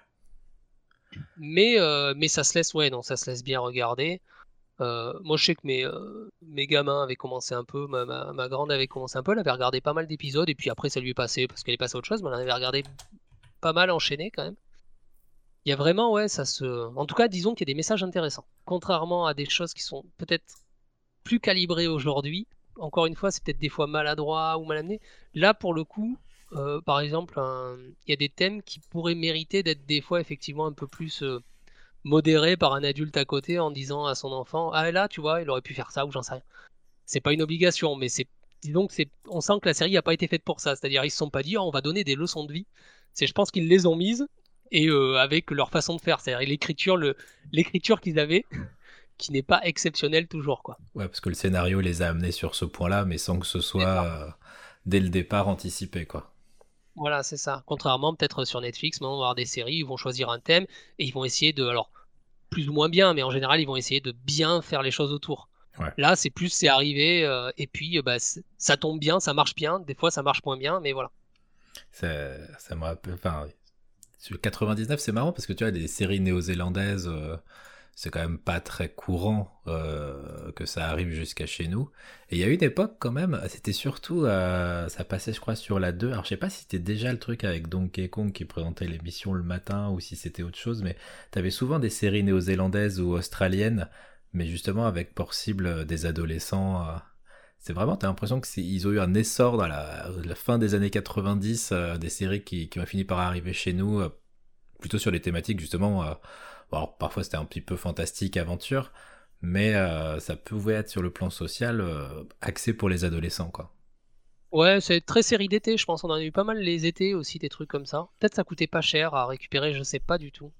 Mais, euh, mais ça se laisse, ouais, non, ça se laisse bien regarder. Euh, moi, je sais que mes, euh, mes gamins avaient commencé un peu, ma, ma, ma grande avait commencé un peu, elle avait regardé pas mal d'épisodes, et puis après ça lui est passé parce qu'elle est passée à autre chose, mais elle en avait regardé pas mal enchaîné quand même. Il y a vraiment, ouais, ça se. En tout cas, disons qu'il y a des messages intéressants. Contrairement à des choses qui sont peut-être plus calibrées aujourd'hui. Encore une fois, c'est peut-être des fois maladroit ou mal amené. Là, pour le coup, euh, par exemple, un- il y a des thèmes qui pourraient mériter d'être des fois effectivement un peu plus euh, modérés par un adulte à côté en disant à son enfant, ah là, tu vois, il aurait pu faire ça ou j'en sais rien. C'est pas une obligation, mais c'est, disons que c'est, on sent que la série n'a pas été faite pour ça. C'est-à-dire, ils se sont pas dit, oh, on va donner des leçons de vie. C'est, je pense qu'ils les ont mises et euh, avec leur façon de faire, c'est-à-dire l'écriture, le, l'écriture qu'ils avaient, qui n'est pas exceptionnelle toujours, quoi. Ouais, parce que le scénario les a amenés sur ce point-là, mais sans que ce C'est soit ça. euh, dès le départ anticipé, quoi. Voilà, c'est ça. Contrairement peut-être sur Netflix, maintenant on va avoir des séries, ils vont choisir un thème et ils vont essayer de, alors plus ou moins bien, mais en général ils vont essayer de bien faire les choses autour. Ouais. Là, c'est plus c'est arrivé euh, et puis euh, bah, c'est- ça tombe bien, ça marche bien. Des fois, ça marche moins bien, mais voilà. Ça, ça me rappelle. Enfin, sur quatre-vingt-dix-neuf, c'est marrant parce que tu vois, des séries néo-zélandaises, euh, c'est quand même pas très courant euh, que ça arrive jusqu'à chez nous. Et il y a eu une époque quand même, c'était surtout, euh, ça passait je crois sur la deux. Alors je sais pas si c'était déjà le truc avec Donkey Kong qui présentait l'émission le matin ou si c'était autre chose, mais t'avais souvent des séries néo-zélandaises ou australiennes, mais justement avec pour cible euh, des adolescents. euh, c'est vraiment, t'as l'impression qu'ils ont eu un essor dans la, la fin des années quatre-vingt-dix, euh, des séries qui, qui ont fini par arriver chez nous, euh, plutôt sur les thématiques justement. Euh, bon, alors, parfois c'était un petit peu fantastique, aventure, mais euh, ça pouvait être sur le plan social euh, axé pour les adolescents, quoi. Ouais, c'est très série d'été, je pense. On en a eu pas mal les étés aussi, des trucs comme ça. Peut-être ça coûtait pas cher à récupérer, je sais pas du tout.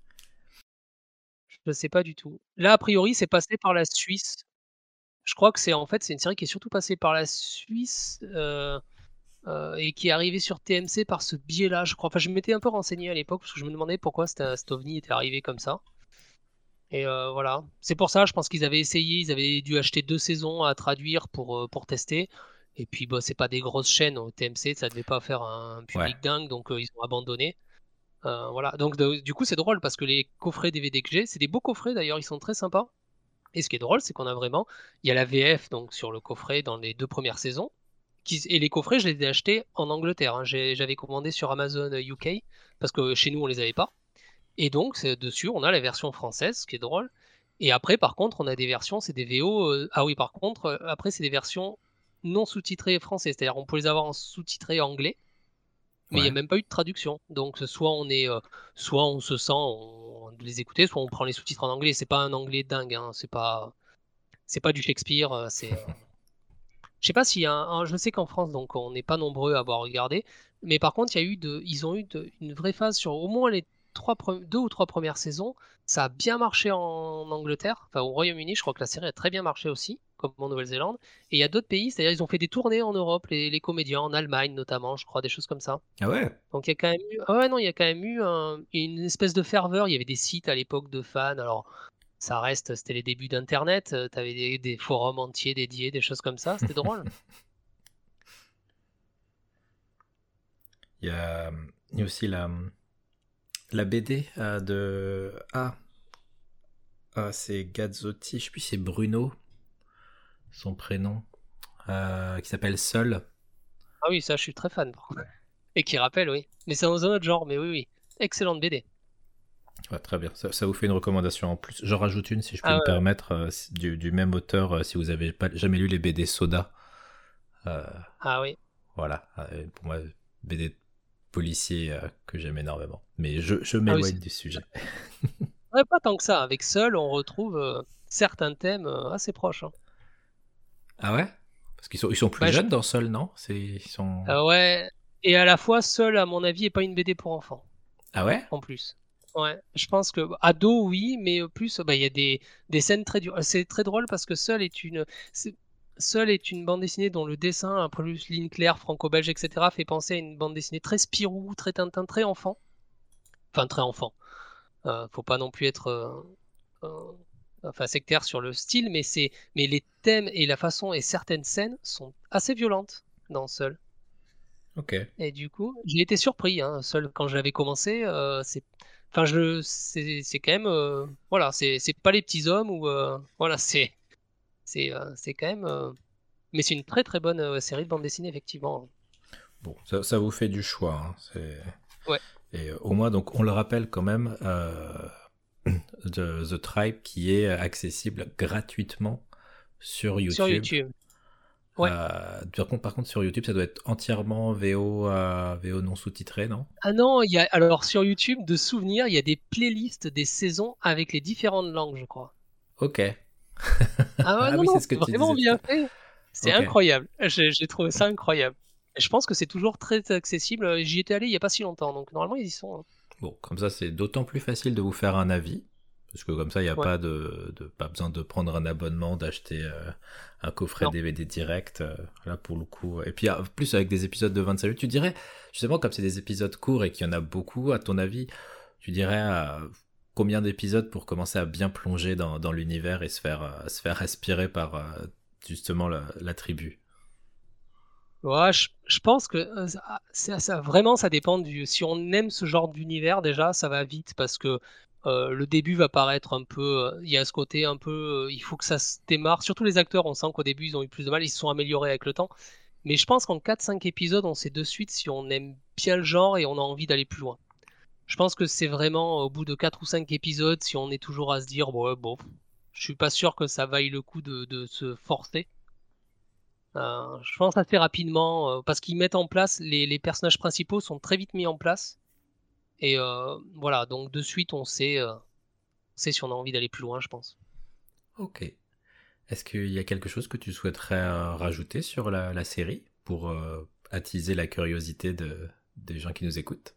Je sais pas du tout. Là, a priori, c'est passé par la Suisse. Je crois que c'est en fait, c'est une série qui est surtout passée par la Suisse euh, euh, et qui est arrivée sur T M C par ce biais-là, je crois. Enfin, je m'étais un peu renseigné à l'époque parce que je me demandais pourquoi cet, cet ovni était arrivé comme ça. Et euh, voilà. C'est pour ça, je pense qu'ils avaient essayé, ils avaient dû acheter deux saisons à traduire pour, euh, pour tester. Et puis, bah, c'est pas des grosses chaînes. Au T M C, ça devait pas faire un Ouais. public dingue, donc euh, ils ont abandonné. Euh, voilà. Donc, de- du coup, c'est drôle parce que les coffrets D V D que j'ai, c'est des beaux coffrets d'ailleurs, ils sont très sympas. Et ce qui est drôle, c'est qu'on a vraiment, il y a la V F donc sur le coffret dans les deux premières saisons. Qui, et les coffrets, je les ai achetés en Angleterre, hein. J'ai- J'avais commandé sur Amazon U K parce que chez nous, on les avait pas. Et donc, c'est- dessus, on a la version française, ce qui est drôle. Et après, par contre, on a des versions, c'est des V O. euh, ah oui, par contre, euh, après, c'est des versions non sous-titrées français. C'est-à-dire, on peut les avoir en sous-titré anglais, mais il n'y a Ouais. même pas eu de traduction. Donc, soit on est, euh, soit on se sent on- de les écouter, soit on prend les sous-titres en anglais. C'est pas un anglais dingue, hein. C'est pas, c'est pas du Shakespeare. euh, C'est, euh, je sais pas s'il y a un, un- je sais qu'en France, donc on n'est pas nombreux à avoir regardé, mais par contre, il y a eu de, ils ont eu de- une vraie phase sur au moins les trois, pre- deux ou trois premières saisons. Ça a bien marché en Angleterre, enfin au Royaume-Uni, je crois que la série a très bien marché aussi, comme en Nouvelle-Zélande. Et il y a d'autres pays, c'est-à-dire ils ont fait des tournées en Europe, les, les comédiens, en Allemagne notamment, je crois, des choses comme ça. Ah ouais? Donc il y a quand même eu, ah ouais, non, il y a quand même eu un- une espèce de ferveur. Il y avait des sites à l'époque de fans. Alors ça reste, c'était les débuts d'Internet. euh, T'avais des, des forums entiers dédiés, des choses comme ça. C'était drôle. Il y a, il y a aussi la, la B D euh, de... Ah, ah, c'est Gazzotti, je sais plus si c'est Bruno, son prénom, euh, qui s'appelle Seul. Ah oui, ça, je suis très fan, par contre. Et qui rappelle, oui. Mais c'est dans un autre genre, mais oui, oui. Excellente B D. Ouais, très bien, ça, ça vous fait une recommandation en plus. J'en rajoute une si je puis Ah me ouais, ouais. permettre, euh, du, du même auteur, euh, si vous avez pas, jamais lu les B D Soda. Euh, Ah oui. voilà, euh, pour moi, B D policier euh, que j'aime énormément. Mais je, je Ah oui, c'est... m'éloigne du sujet. Ouais, pas tant que ça. Avec Seul, on retrouve euh, certains thèmes euh, assez proches, hein. Ah ouais? Parce qu'ils sont, ils sont plus Bah, je- jeunes dans Seul, non? C'est, ils sont... euh, ouais. Et à la fois, Seul, à mon avis, est pas une B D pour enfants, Ah ouais? en plus. Ouais. Je pense que ado, oui, mais euh, plus, bah, il y a des, des scènes très dures. C'est très drôle parce que Seul est une... c'est- Seul est une bande dessinée dont le dessin, un peu plus ligne claire, franco-belge, et cetera, fait penser à une bande dessinée très Spirou, très Tintin, très enfant. Enfin, très enfant. Euh, faut pas non plus être euh, euh, enfin sectaire sur le style, mais c'est mais les thèmes et la façon et certaines scènes sont assez violentes dans Seul. Ok. Et du coup, j'ai été surpris, hein, Seul quand j'avais commencé. Euh, c'est enfin je c'est c'est quand même euh, voilà, c'est c'est pas les petits hommes ou euh, voilà, c'est c'est euh, c'est quand même euh, mais c'est une très très bonne euh, série de bande dessinée effectivement. Bon, ça, ça vous fait du choix, hein. C'est... Ouais, Et euh, au moins, donc, on le rappelle quand même, euh, de The Tribe qui est accessible gratuitement sur sur YouTube. YouTube. Ouais. Euh, par contre, par contre, sur YouTube, ça doit être entièrement V O, euh, V O non sous-titré, non? Ah non, il y a alors sur YouTube de souvenirs, il y a des playlists des saisons avec les différentes langues, je crois. Ok. Ah ouais, Ah non, oui, c'est non, ce que c'est tu vraiment disais tout à bien l'heure. fait. C'est Ok. incroyable. J'ai j'ai trouvé ça incroyable. Et je pense que c'est toujours très accessible. J'y étais allé il y a pas si longtemps, donc normalement ils y sont, hein. Bon, comme ça, c'est d'autant plus facile de vous faire un avis. Parce que comme ça, il n'y a Ouais. pas de, de- pas besoin de prendre un abonnement, d'acheter euh, un coffret Non. D V D direct. euh, là, pour le coup. Et puis, en plus, avec des épisodes de vingt-cinq minutes, tu dirais, justement, comme c'est des épisodes courts et qu'il y en a beaucoup, à ton avis, tu dirais euh, combien d'épisodes pour commencer à bien plonger dans, dans l'univers et se faire, euh, se faire aspirer par euh, justement la, la tribu? Ouais, je, je pense que euh, ça, ça- ça- vraiment ça dépend du. Si on aime ce genre d'univers déjà, ça va vite parce que euh, le début va paraître un peu. euh, Il y a ce côté un peu. euh, il faut que ça se démarre. Surtout les acteurs, on sent qu'au début ils ont eu plus de mal, ils se sont améliorés avec le temps. Mais je pense qu'en quatre cinq épisodes, on sait de suite si on aime bien le genre et on a envie d'aller plus loin. Je pense que c'est vraiment au bout de quatre ou cinq épisodes, si on est toujours à se dire, ouais, bon, je suis pas sûr que ça vaille le coup de, de se forcer. Euh, je pense assez rapidement, euh, parce qu'ils mettent en place, les, les personnages principaux sont très vite mis en place. Et euh, voilà, donc de suite, on sait, euh, on sait si on a envie d'aller plus loin, je pense. Ok. Est-ce qu'il y a quelque chose que tu souhaiterais euh, rajouter sur la, la série pour euh, attiser la curiosité de, des gens qui nous écoutent?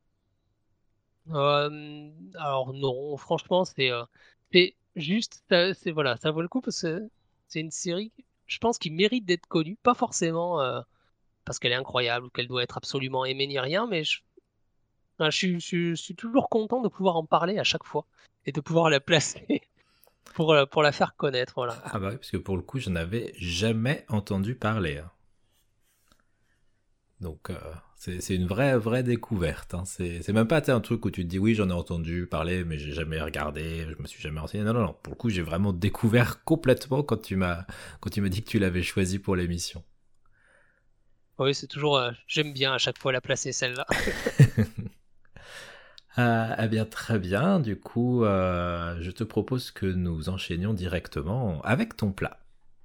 Euh, alors non, franchement, c'est euh, c'est juste, ça- c'est voilà, ça vaut le coup parce que c'est une série, je pense, qui mérite d'être connue, pas forcément euh, parce qu'elle est incroyable ou qu'elle doit être absolument aimée ni rien, mais je, enfin, je, suis, je suis- je suis toujours content de pouvoir en parler à chaque fois et de pouvoir la placer pour, euh, pour la faire connaître, voilà. Ah bah oui, parce que pour le coup, je n'avais jamais entendu parler, hein. Donc euh, c'est c'est une vraie vraie découverte. Hein. C'est c'est même pas tu sais, un truc où tu te dis oui j'en ai entendu parler mais j'ai jamais regardé, je me suis jamais renseigné. Non non non. Pour le coup j'ai vraiment découvert complètement quand tu m'as quand tu m'as dit que tu l'avais choisi pour l'émission. Oui, c'est toujours. euh, J'aime bien à chaque fois la placer celle-là. Ah, eh bien très bien. Du coup euh, je te propose que nous enchaînions directement avec ton plat.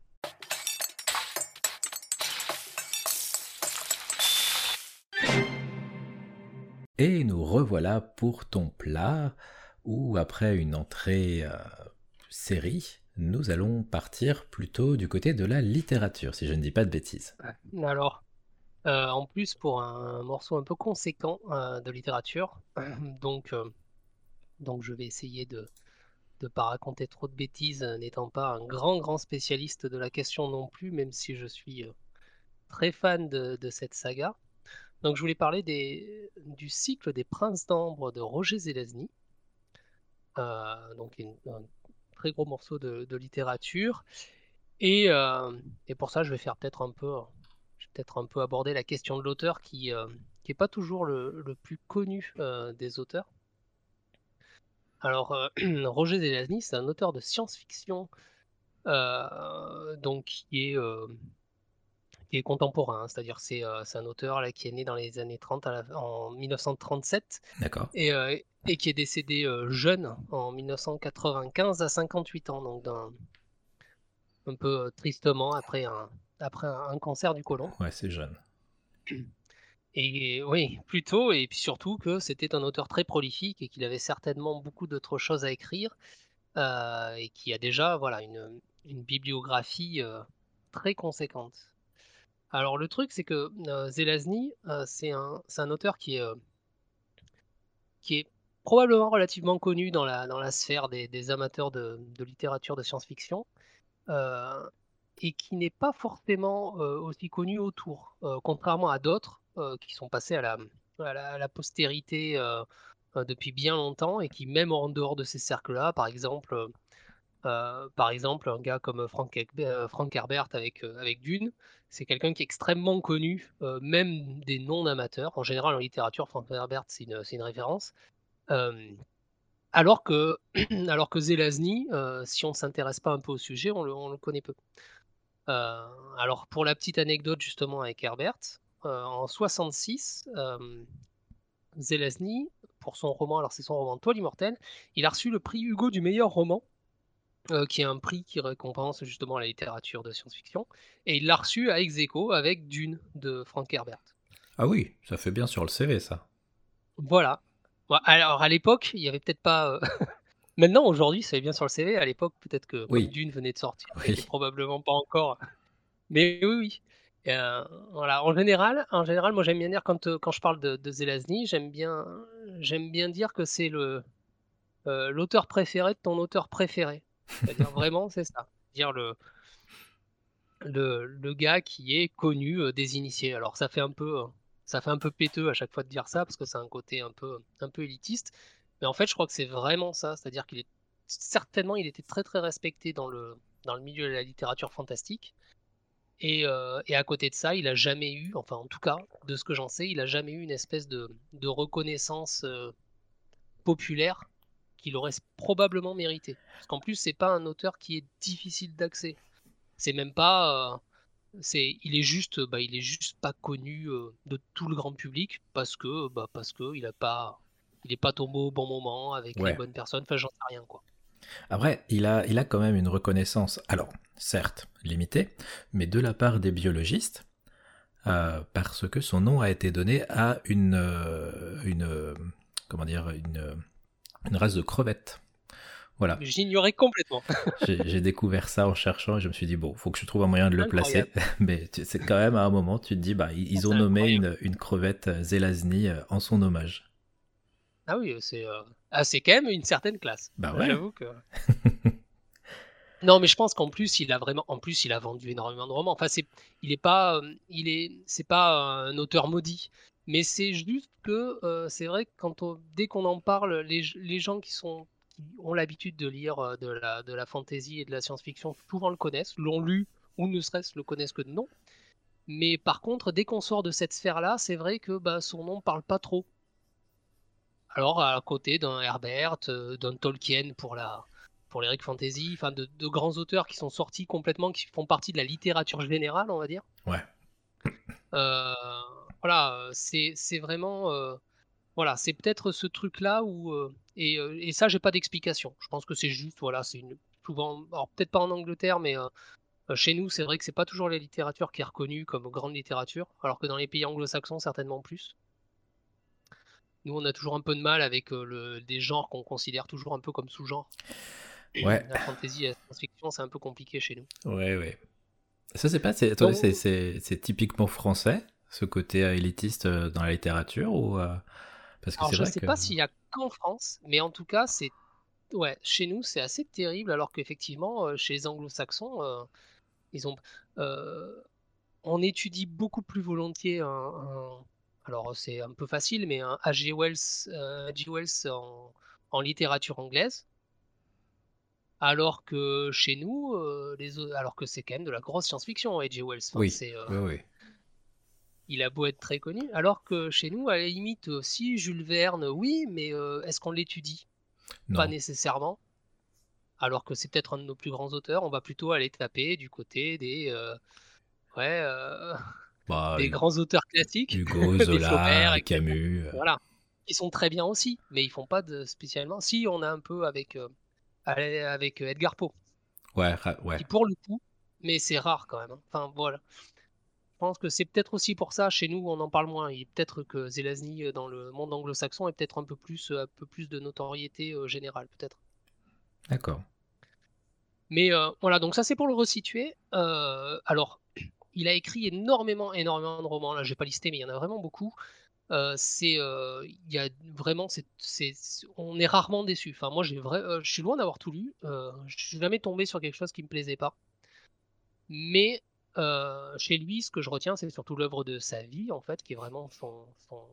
Et nous revoilà pour ton plat, où après une entrée euh, série, nous allons partir plutôt du côté de la littérature, si je ne dis pas de bêtises. Alors, euh, en plus pour un morceau un peu conséquent euh, de littérature, donc euh, donc je vais essayer de de pas raconter trop de bêtises, euh, n'étant pas un grand grand spécialiste de la question non plus, même si je suis euh, très fan de, de cette saga. Donc je voulais parler des, du cycle des Princes d'Ambre de Roger Zelazny, euh, donc une- un très gros morceau de, de littérature. Et, euh, et pour ça, je vais faire peut-être un peu, je vais peut-être un peu aborder la question de l'auteur qui euh, qui est pas toujours le, le plus connu euh, des auteurs. Alors, euh, Roger Zelazny, c'est un auteur de science-fiction, euh, donc qui est euh, qui est contemporain, hein, c'est-à-dire c'est euh, c'est un auteur là qui est né dans les années trente à la- en mille neuf cent trente-sept D'accord. et, euh, et qui est décédé euh, jeune en mille neuf cent quatre-vingt-quinze à cinquante-huit ans, donc d'un- un peu euh, tristement après un après un, un cancer du côlon. Ouais, c'est jeune. Et oui, plutôt, et puis surtout que c'était un auteur très prolifique et qu'il avait certainement beaucoup d'autres choses à écrire, euh, et qui a déjà voilà une, une bibliographie euh, très conséquente. Alors le truc, c'est que euh, Zelazny, euh, c'est un, c'est un auteur qui est, euh, qui est probablement relativement connu dans la, dans la sphère des, des amateurs de, de littérature de science-fiction, euh, et qui n'est pas forcément euh, aussi connu autour, euh, contrairement à d'autres euh, qui sont passés à la, à la, à la postérité euh, euh, depuis bien longtemps et qui, même en dehors de ces cercles-là, par exemple, euh, par exemple, un gars comme Frank, Ek- euh, Frank Herbert avec, euh, avec Dune, c'est quelqu'un qui est extrêmement connu, euh, même des non-amateurs. En général, en littérature, Frank Herbert, c'est une, c'est une référence. Euh, alors que, alors que Zelazny, euh, si on ne s'intéresse pas un peu au sujet, on le, on le connaît peu. Euh, alors, pour la petite anecdote justement avec Herbert, euh, en soixante-six, euh, Zelazny, pour son roman, alors c'est son roman Toile immortelle, il a reçu le prix Hugo du meilleur roman, euh, qui est un prix qui récompense justement la littérature de science-fiction, et il l'a reçu à ex aequo avec Dune de Frank Herbert. Ah oui, ça fait bien sur le C V ça. Voilà. Bon, alors à l'époque, il y avait peut-être pas. euh, Maintenant, aujourd'hui, ça est bien sur le C V. À l'époque, peut-être que comme Oui, Dune venait de sortir, ça était oui. probablement pas encore. Mais oui, oui. Et, euh, voilà. En général, en général, moi j'aime bien dire quand, euh, quand je parle de, de Zelazny, j'aime bien, j'aime bien dire que c'est le euh, l'auteur préféré de ton auteur préféré. C'est-à-dire vraiment, c'est ça. Dire le, le, le gars qui est connu euh, des initiés. Alors ça fait un peu, euh, ça fait un peu péteux à chaque fois de dire ça parce que c'est un côté un peu, un peu élitiste. Mais en fait, je crois que c'est vraiment ça. C'est-à-dire qu'il est certainement, il était très très respecté dans le, dans le milieu de la littérature fantastique. Et, euh, et à côté de ça, il a jamais eu, enfin en tout cas, de ce que j'en sais, il a jamais eu une espèce de, de reconnaissance euh, populaire qu'il aurait probablement mérité. Parce qu'en plus, c'est pas un auteur qui est difficile d'accès. C'est même pas, euh, c'est, il est juste, bah, il est juste pas connu euh, de tout le grand public parce que, bah, parce que il a pas, il est pas tombé au bon moment avec les Ouais. bonnes personnes. Enfin, j'en sais rien quoi. Après, il a, il a quand même une reconnaissance, alors, certes, limitée, mais de la part des biologistes, euh, parce que son nom a été donné à une, euh, une euh, comment dire, une, une race de crevettes. Voilà. J'ignorais complètement. J'ai j'ai découvert ça en cherchant et je me suis dit, bon, faut que je trouve un moyen de le placer. Incroyable. Mais tu- c'est quand même à un moment, tu te dis, bah, ils Ah, ils ont c'est nommé incroyable. une, une crevette euh, Zelazny euh, en son hommage. Ah oui, c'est, euh, ah, c'est quand même une certaine classe. Bah ouais. J'avoue que. Non, mais je pense qu'en plus, il a vraiment, en plus, il a vendu énormément de romans. Enfin, c'est, il est pas, euh, il est, c'est pas un auteur maudit, mais c'est juste que euh, c'est vrai que quand on- dès qu'on en parle, les, les gens qui sont, qui ont l'habitude de lire euh, de la, de la fantasy et de la science-fiction, souvent le connaissent, l'ont lu ou ne serait-ce le connaissent que de nom. Mais par contre, dès qu'on sort de cette sphère-là, c'est vrai que bah, son nom parle pas trop. Alors à côté d'un Herbert, euh, d'un Tolkien pour la pour l'Eric Fantasy, enfin de, de grands auteurs qui sont sortis complètement, qui font partie de la littérature générale, on va dire. Ouais. Euh, voilà, euh, c'est c'est vraiment euh, voilà, c'est peut-être ce truc-là où euh, et, euh, et ça j'ai pas d'explication. Je pense que c'est juste voilà, c'est une souvent, alors peut-être pas en Angleterre, mais euh, euh, chez nous c'est vrai que c'est pas toujours la littérature qui est reconnue comme grande littérature, alors que dans les pays anglo-saxons certainement plus. Nous on a toujours un peu de mal avec euh, le, des genres qu'on considère toujours un peu comme sous-genres. Ouais, La fantasy et la science-fiction c'est un peu compliqué chez nous. ouais, ouais. Ça, c'est pas. C'est, attendez, c'est, Donc c'est, c'est typiquement français, ce côté euh, élitiste euh, dans la littérature, ou. euh, Parce que alors c'est je vrai sais que. pas s'il y a qu'en France, mais en tout cas c'est ouais, chez nous c'est assez terrible alors qu'effectivement euh, chez les anglo-saxons euh, ils ont euh, on étudie beaucoup plus volontiers un, un- alors c'est un peu facile, mais un H G. Wells, euh, H G. Wells en, en littérature anglaise, alors que chez nous, euh, les, au- alors que c'est quand même de la grosse science-fiction, H G. Wells. Enfin, Oui, c'est, euh, oui, oui. il a beau être très connu, alors que chez nous, à la limite, euh, si Jules Verne, oui, mais euh, est-ce qu'on l'étudie? Pas Non. nécessairement. Alors que c'est peut-être un de nos plus grands auteurs, on va plutôt aller taper du côté des, euh, ouais, euh, Bah, des Hu- grands auteurs classiques, Hugo, des Flaubert, Zola, et cetera. Camus. euh, Voilà, qui sont très bien aussi, mais ils font pas de spécialement. Si, on a un peu avec euh, allez, avec euh, Edgar Poe, Ouais, ra- ouais. qui pour le coup, mais c'est rare quand même, hein. Enfin voilà, je pense que c'est peut-être aussi pour ça chez nous on en parle moins. Et peut-être que Zelazny euh, dans le monde anglo-saxon est peut-être un peu plus euh, un peu plus de notoriété euh, générale peut-être. D'accord. Mais euh, voilà, donc ça c'est pour le resituer. Euh, alors, il a écrit énormément, énormément de romans. Là, j'ai pas listé, mais il y en a vraiment beaucoup. Euh, c'est, euh, il y a vraiment, c'est, c'est, c'est- on est rarement déçu. Enfin, moi, j'ai vrai, euh, je suis loin d'avoir tout lu. Euh, je suis jamais tombé sur quelque chose qui me plaisait pas. Mais euh, chez lui, ce que je retiens, c'est surtout l'œuvre de sa vie, en fait, qui est vraiment son, son,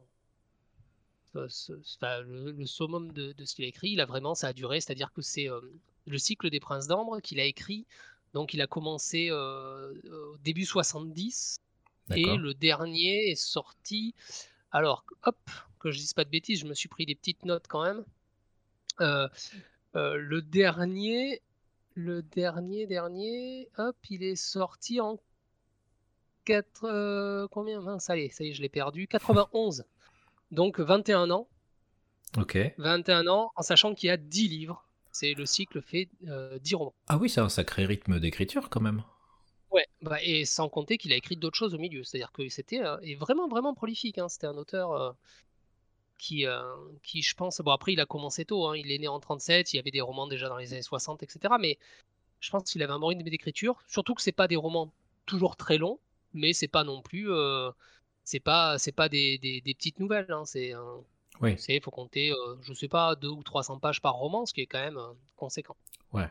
ce- ce- enfin, le, le summum de, de ce qu'il a écrit. Il a vraiment, ça a duré, c'est-à-dire que c'est euh, le cycle des Princes d'Ambre qu'il a écrit. Donc, il a commencé euh, au début soixante-dix et D'accord. le dernier est sorti. Alors, hop, que je dise pas de bêtises, je me suis pris des petites notes quand même. Euh, euh, le dernier, le dernier, dernier, hop, il est sorti en quatre, euh, combien? Mince, ça y est, ça y est, je l'ai perdu. quatre-vingt-onze. Donc vingt et un ans. Ok. vingt et un ans, en sachant qu'il y a dix livres. C'est le cycle fait euh, dix romans. Ah oui, c'est un sacré rythme d'écriture quand même. Ouais, bah, et sans compter qu'il a écrit d'autres choses au milieu. C'est-à-dire que c'était euh, et vraiment, vraiment prolifique, hein. C'était un auteur. euh, qui, euh, qui, je pense, bon après il a commencé tôt, hein, il est né en trente-sept, il y avait des romans déjà dans les années soixante, et cetera. Mais je pense qu'il avait un bon rythme d'écriture, surtout que c'est pas des romans toujours très longs, mais c'est pas non plus, euh, c'est pas, c'est pas des, des, des petites nouvelles, hein, c'est, euh, Oui. c'est, faut compter, euh, je sais pas, deux ou trois cents pages par roman, ce qui est quand même euh, conséquent. Ouais.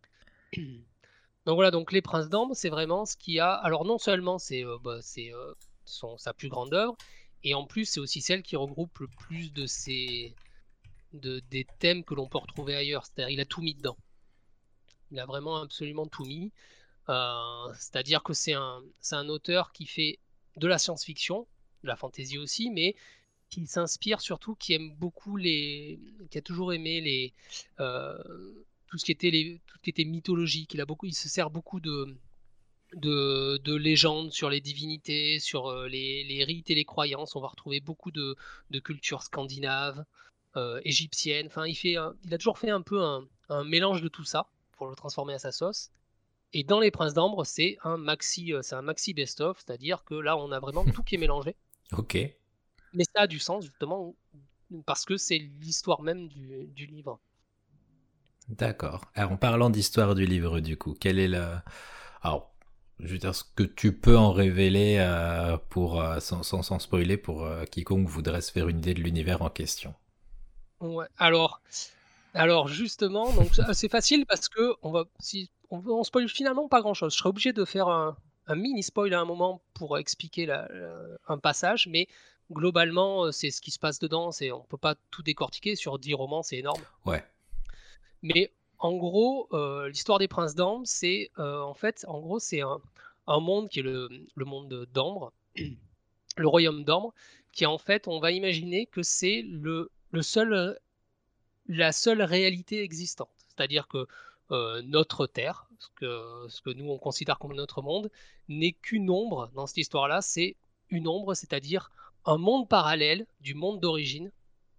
Donc voilà, donc Les Princes d'Ambre, c'est vraiment ce qui a, alors non seulement c'est, euh, bah, c'est euh, son, sa plus grande œuvre, et en plus c'est aussi celle qui regroupe le plus de ses de, des thèmes que l'on peut retrouver ailleurs. C'est-à-dire, il a tout mis dedans. Il a vraiment absolument tout mis. Euh, c'est-à-dire que c'est un, c'est un auteur qui fait de la science-fiction, de la fantasy aussi, mais qui s'inspire surtout, qui aime beaucoup les, qui a toujours aimé les, euh, tout ce qui était les, tout ce qui était mythologique. Il a beaucoup, il se sert beaucoup de, de, de légendes sur les divinités, sur euh, les, les rites et les croyances. On va retrouver beaucoup de, de cultures scandinaves, euh, égyptiennes. Enfin, il fait, un- il a toujours fait un peu un, un mélange de tout ça pour le transformer à sa sauce. Et dans Les Princes d'Ambre, c'est un maxi, euh, c'est un maxi best-of, c'est-à-dire que là, on a vraiment tout qui est mélangé. Ok. Mais ça a du sens justement parce que c'est l'histoire même du, du livre. D'accord. Alors, en parlant d'histoire du livre, du coup, quel est le. Alors, je veux dire, ce que tu peux en révéler euh, pour, euh, sans, sans, sans spoiler pour euh, quiconque voudrait se faire une idée de l'univers en question. Ouais. Alors, alors justement, donc ça, c'est facile parce que on va, si on, on spoil finalement pas grand-chose. Je serais obligé de faire un, un mini spoil à un moment pour expliquer la- la- un passage, mais globalement, euh, c'est ce qui se passe dedans. C'est, on peut pas tout décortiquer sur dix romans, c'est énorme. Ouais. Mais en gros, euh, l'histoire des Princes d'Ambre, c'est euh, en fait, en gros, c'est un, un monde qui est le, le monde d'Ambre, le royaume d'Ambre, qui en fait, on va imaginer que c'est le, le seul, euh, la seule réalité existante. C'est-à-dire que euh, notre Terre, ce que, ce que nous on considère comme notre monde, n'est qu'une ombre dans cette histoire-là. C'est une ombre, c'est-à-dire un monde parallèle du monde d'origine,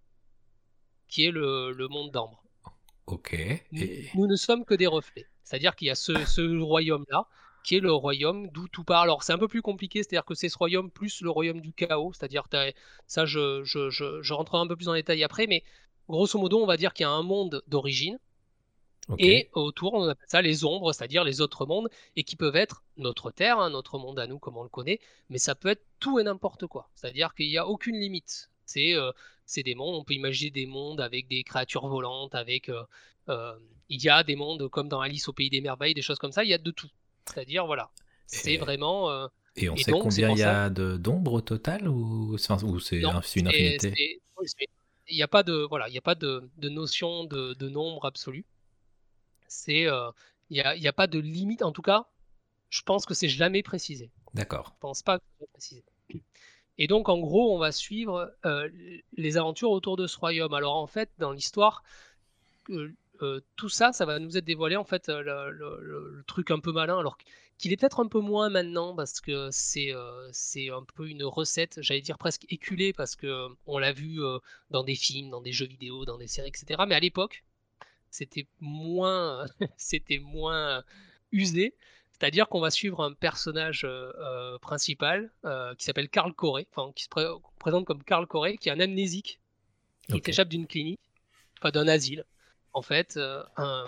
qui est le, le monde d'Ambre. Ok. Nous, Et... nous ne sommes que des reflets. C'est-à-dire qu'il y a ce, ce royaume-là, qui est le royaume d'où tout part. Alors c'est un peu plus compliqué, c'est-à-dire que c'est ce royaume plus le royaume du chaos, c'est-à-dire t'as- ça je, je, je, je rentrerai un peu plus en détail après, mais grosso modo on va dire qu'il y a un monde d'origine, Ok. et autour on appelle ça les ombres, c'est-à-dire les autres mondes, et qui peuvent être notre Terre, hein, notre monde à nous comme on le connaît, mais ça peut être tout et n'importe quoi. C'est-à-dire qu'il n'y a aucune limite. C'est euh, c'est des mondes, on peut imaginer des mondes avec des créatures volantes, avec... euh, euh, il y a des mondes comme dans Alice au Pays des Merveilles, des choses comme ça, il y a de tout. C'est-à-dire, voilà, c'est Et, vraiment... euh, et on et sait donc, c'est combien il pour y ça... a de d'ombres au total ou c'est ou c'est Non, un- c'est une c'est... infinité? c'est- oui, c'est- il n'y a pas de, voilà, il y a pas de, de notion de, de nombre absolu. C'est, euh, il y a, il y a pas de limite, en tout cas, je pense que c'est jamais précisé. D'accord. Je pense pas que ce soit précisé. Et donc, en gros, on va suivre euh, les aventures autour de ce royaume. Alors, en fait, dans l'histoire, euh, euh, tout ça, ça va nous être dévoilé, en fait, euh, le, le- le- le truc un peu malin, alors qu'il est peut-être un peu moins maintenant, parce que c'est euh, c'est un peu une recette, j'allais dire presque éculée, parce que euh, on l'a vu euh, dans des films, dans des jeux vidéo, dans des séries, et cetera. Mais à l'époque, c'était moins, c'était moins usé. C'est-à-dire qu'on va suivre un personnage euh, euh, principal euh, qui s'appelle Karl Corey, enfin qui se pré- présente comme Karl Corey, qui est un amnésique qui Ok. s'échappe d'une clinique, enfin d'un asile, en fait, euh, un-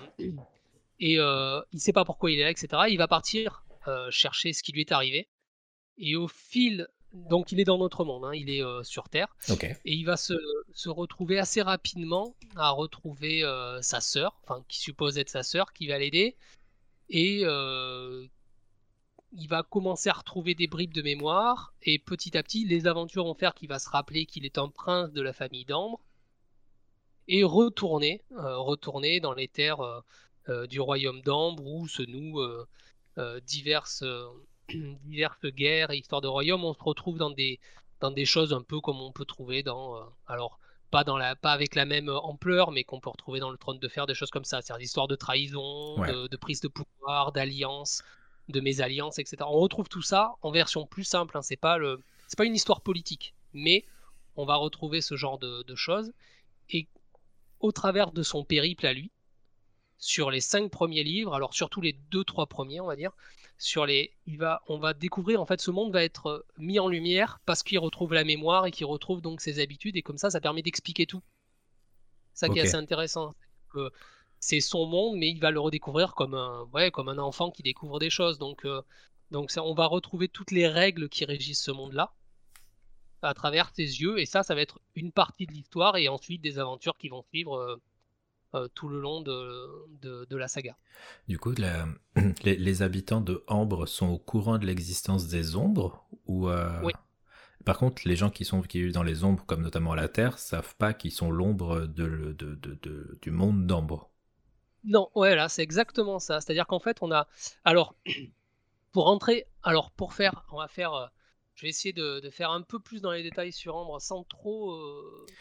et euh, il sait pas pourquoi il est là, et cetera. Il va partir euh, chercher ce qui lui est arrivé, et au fil, donc il est dans notre monde, hein, il est euh, sur Terre, Ok. et il va se, se retrouver assez rapidement à retrouver euh, sa sœur, enfin qui suppose être sa sœur, qui va l'aider, et euh, il va commencer à retrouver des bribes de mémoire, et petit à petit, les aventures vont faire qu'il va se rappeler qu'il est un prince de la famille d'Ambre, et retourner, euh, retourner dans les terres euh, euh, du royaume d'Ambre où se nouent euh, euh, diverses, euh, diverses guerres et histoires de royaumes. On se retrouve dans des, dans des choses un peu comme on peut trouver dans, euh, alors pas dans la, pas avec la même ampleur, mais qu'on peut retrouver dans le Trône de Fer, des choses comme ça. C'est-à-dire des histoires de trahison, Ouais. de, de prise de pouvoir, d'alliance, de mésalliance, et cetera. On retrouve tout ça en version plus simple, hein. C'est pas le, c'est pas une histoire politique, mais on va retrouver ce genre de, de choses. Et au travers de son périple à lui, sur les cinq premiers livres, alors surtout les deux trois premiers, on va dire, sur les, il va, on va découvrir en fait ce monde va être euh, mis en lumière parce qu'il retrouve la mémoire et qu'il retrouve donc ses habitudes et comme ça, ça permet d'expliquer tout. C'est ça qui est Ok. assez intéressant, que c'est son monde, mais il va le redécouvrir comme un, ouais, comme un enfant qui découvre des choses. Donc, euh, donc ça, on va retrouver toutes les règles qui régissent ce monde-là à travers ses yeux, et ça, ça va être une partie de l'histoire et ensuite des aventures qui vont suivre euh, euh, tout le long de, de, de la saga. Du coup, la- les, les habitants de Ambre sont au courant de l'existence des ombres ou euh, Oui. par contre, les gens qui sont qui vivent dans les ombres, comme notamment la Terre, savent pas qu'ils sont l'ombre de, de, de, de- du monde d'Ambre. Non, ouais, là, c'est exactement ça. C'est-à-dire qu'en fait, on a. Alors, pour rentrer. Alors, pour faire. On va faire. euh, Je vais essayer de, de faire un peu plus dans les détails sur Ambre sans trop. euh,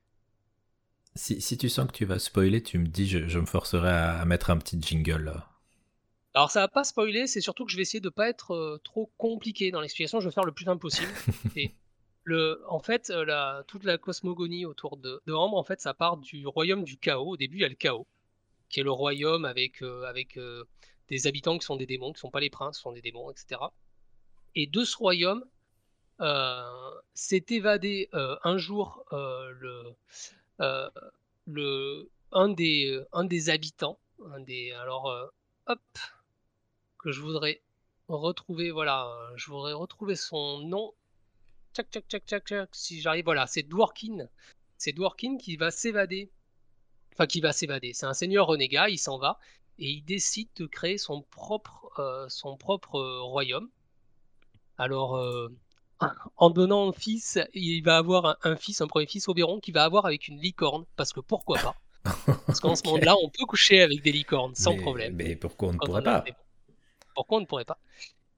Si, si tu sens que tu vas spoiler, tu me dis, je, je me forcerai à, à mettre un petit jingle là. Alors, ça va pas spoiler, c'est surtout que je vais essayer de pas être euh, trop compliqué dans l'explication. Je vais faire le plus simple possible. Et le, en fait, euh, la, toute la cosmogonie autour de, de Ambre, en fait, ça part du royaume du chaos. Au début, il y a le chaos, qui est le royaume avec, euh, avec euh, des habitants qui sont des démons, qui sont pas les princes, qui sont des démons, et cetera. Et de ce royaume euh, s'est évadé euh, un jour euh, le, euh, le, un, des, un des habitants, un des, alors euh, hop, que je voudrais retrouver, voilà, euh, je voudrais retrouver son nom, tchac, tchac, tchac, tchac, tchac, si j'arrive, voilà, c'est Dworkin, c'est Dworkin qui va s'évader, enfin qui va s'évader, c'est un seigneur renégat, il s'en va, et il décide de créer son propre, euh, son propre euh, royaume. Alors, euh, en donnant un fils, il va avoir un, un fils, un premier fils, Oberon, qui va avoir avec une licorne, parce que pourquoi pas? Parce qu'en ce Ok. monde-là, on peut coucher avec des licornes sans Mais, problème, mais pourquoi on ne quand pourrait on a un pas? démon. Pourquoi on ne pourrait pas?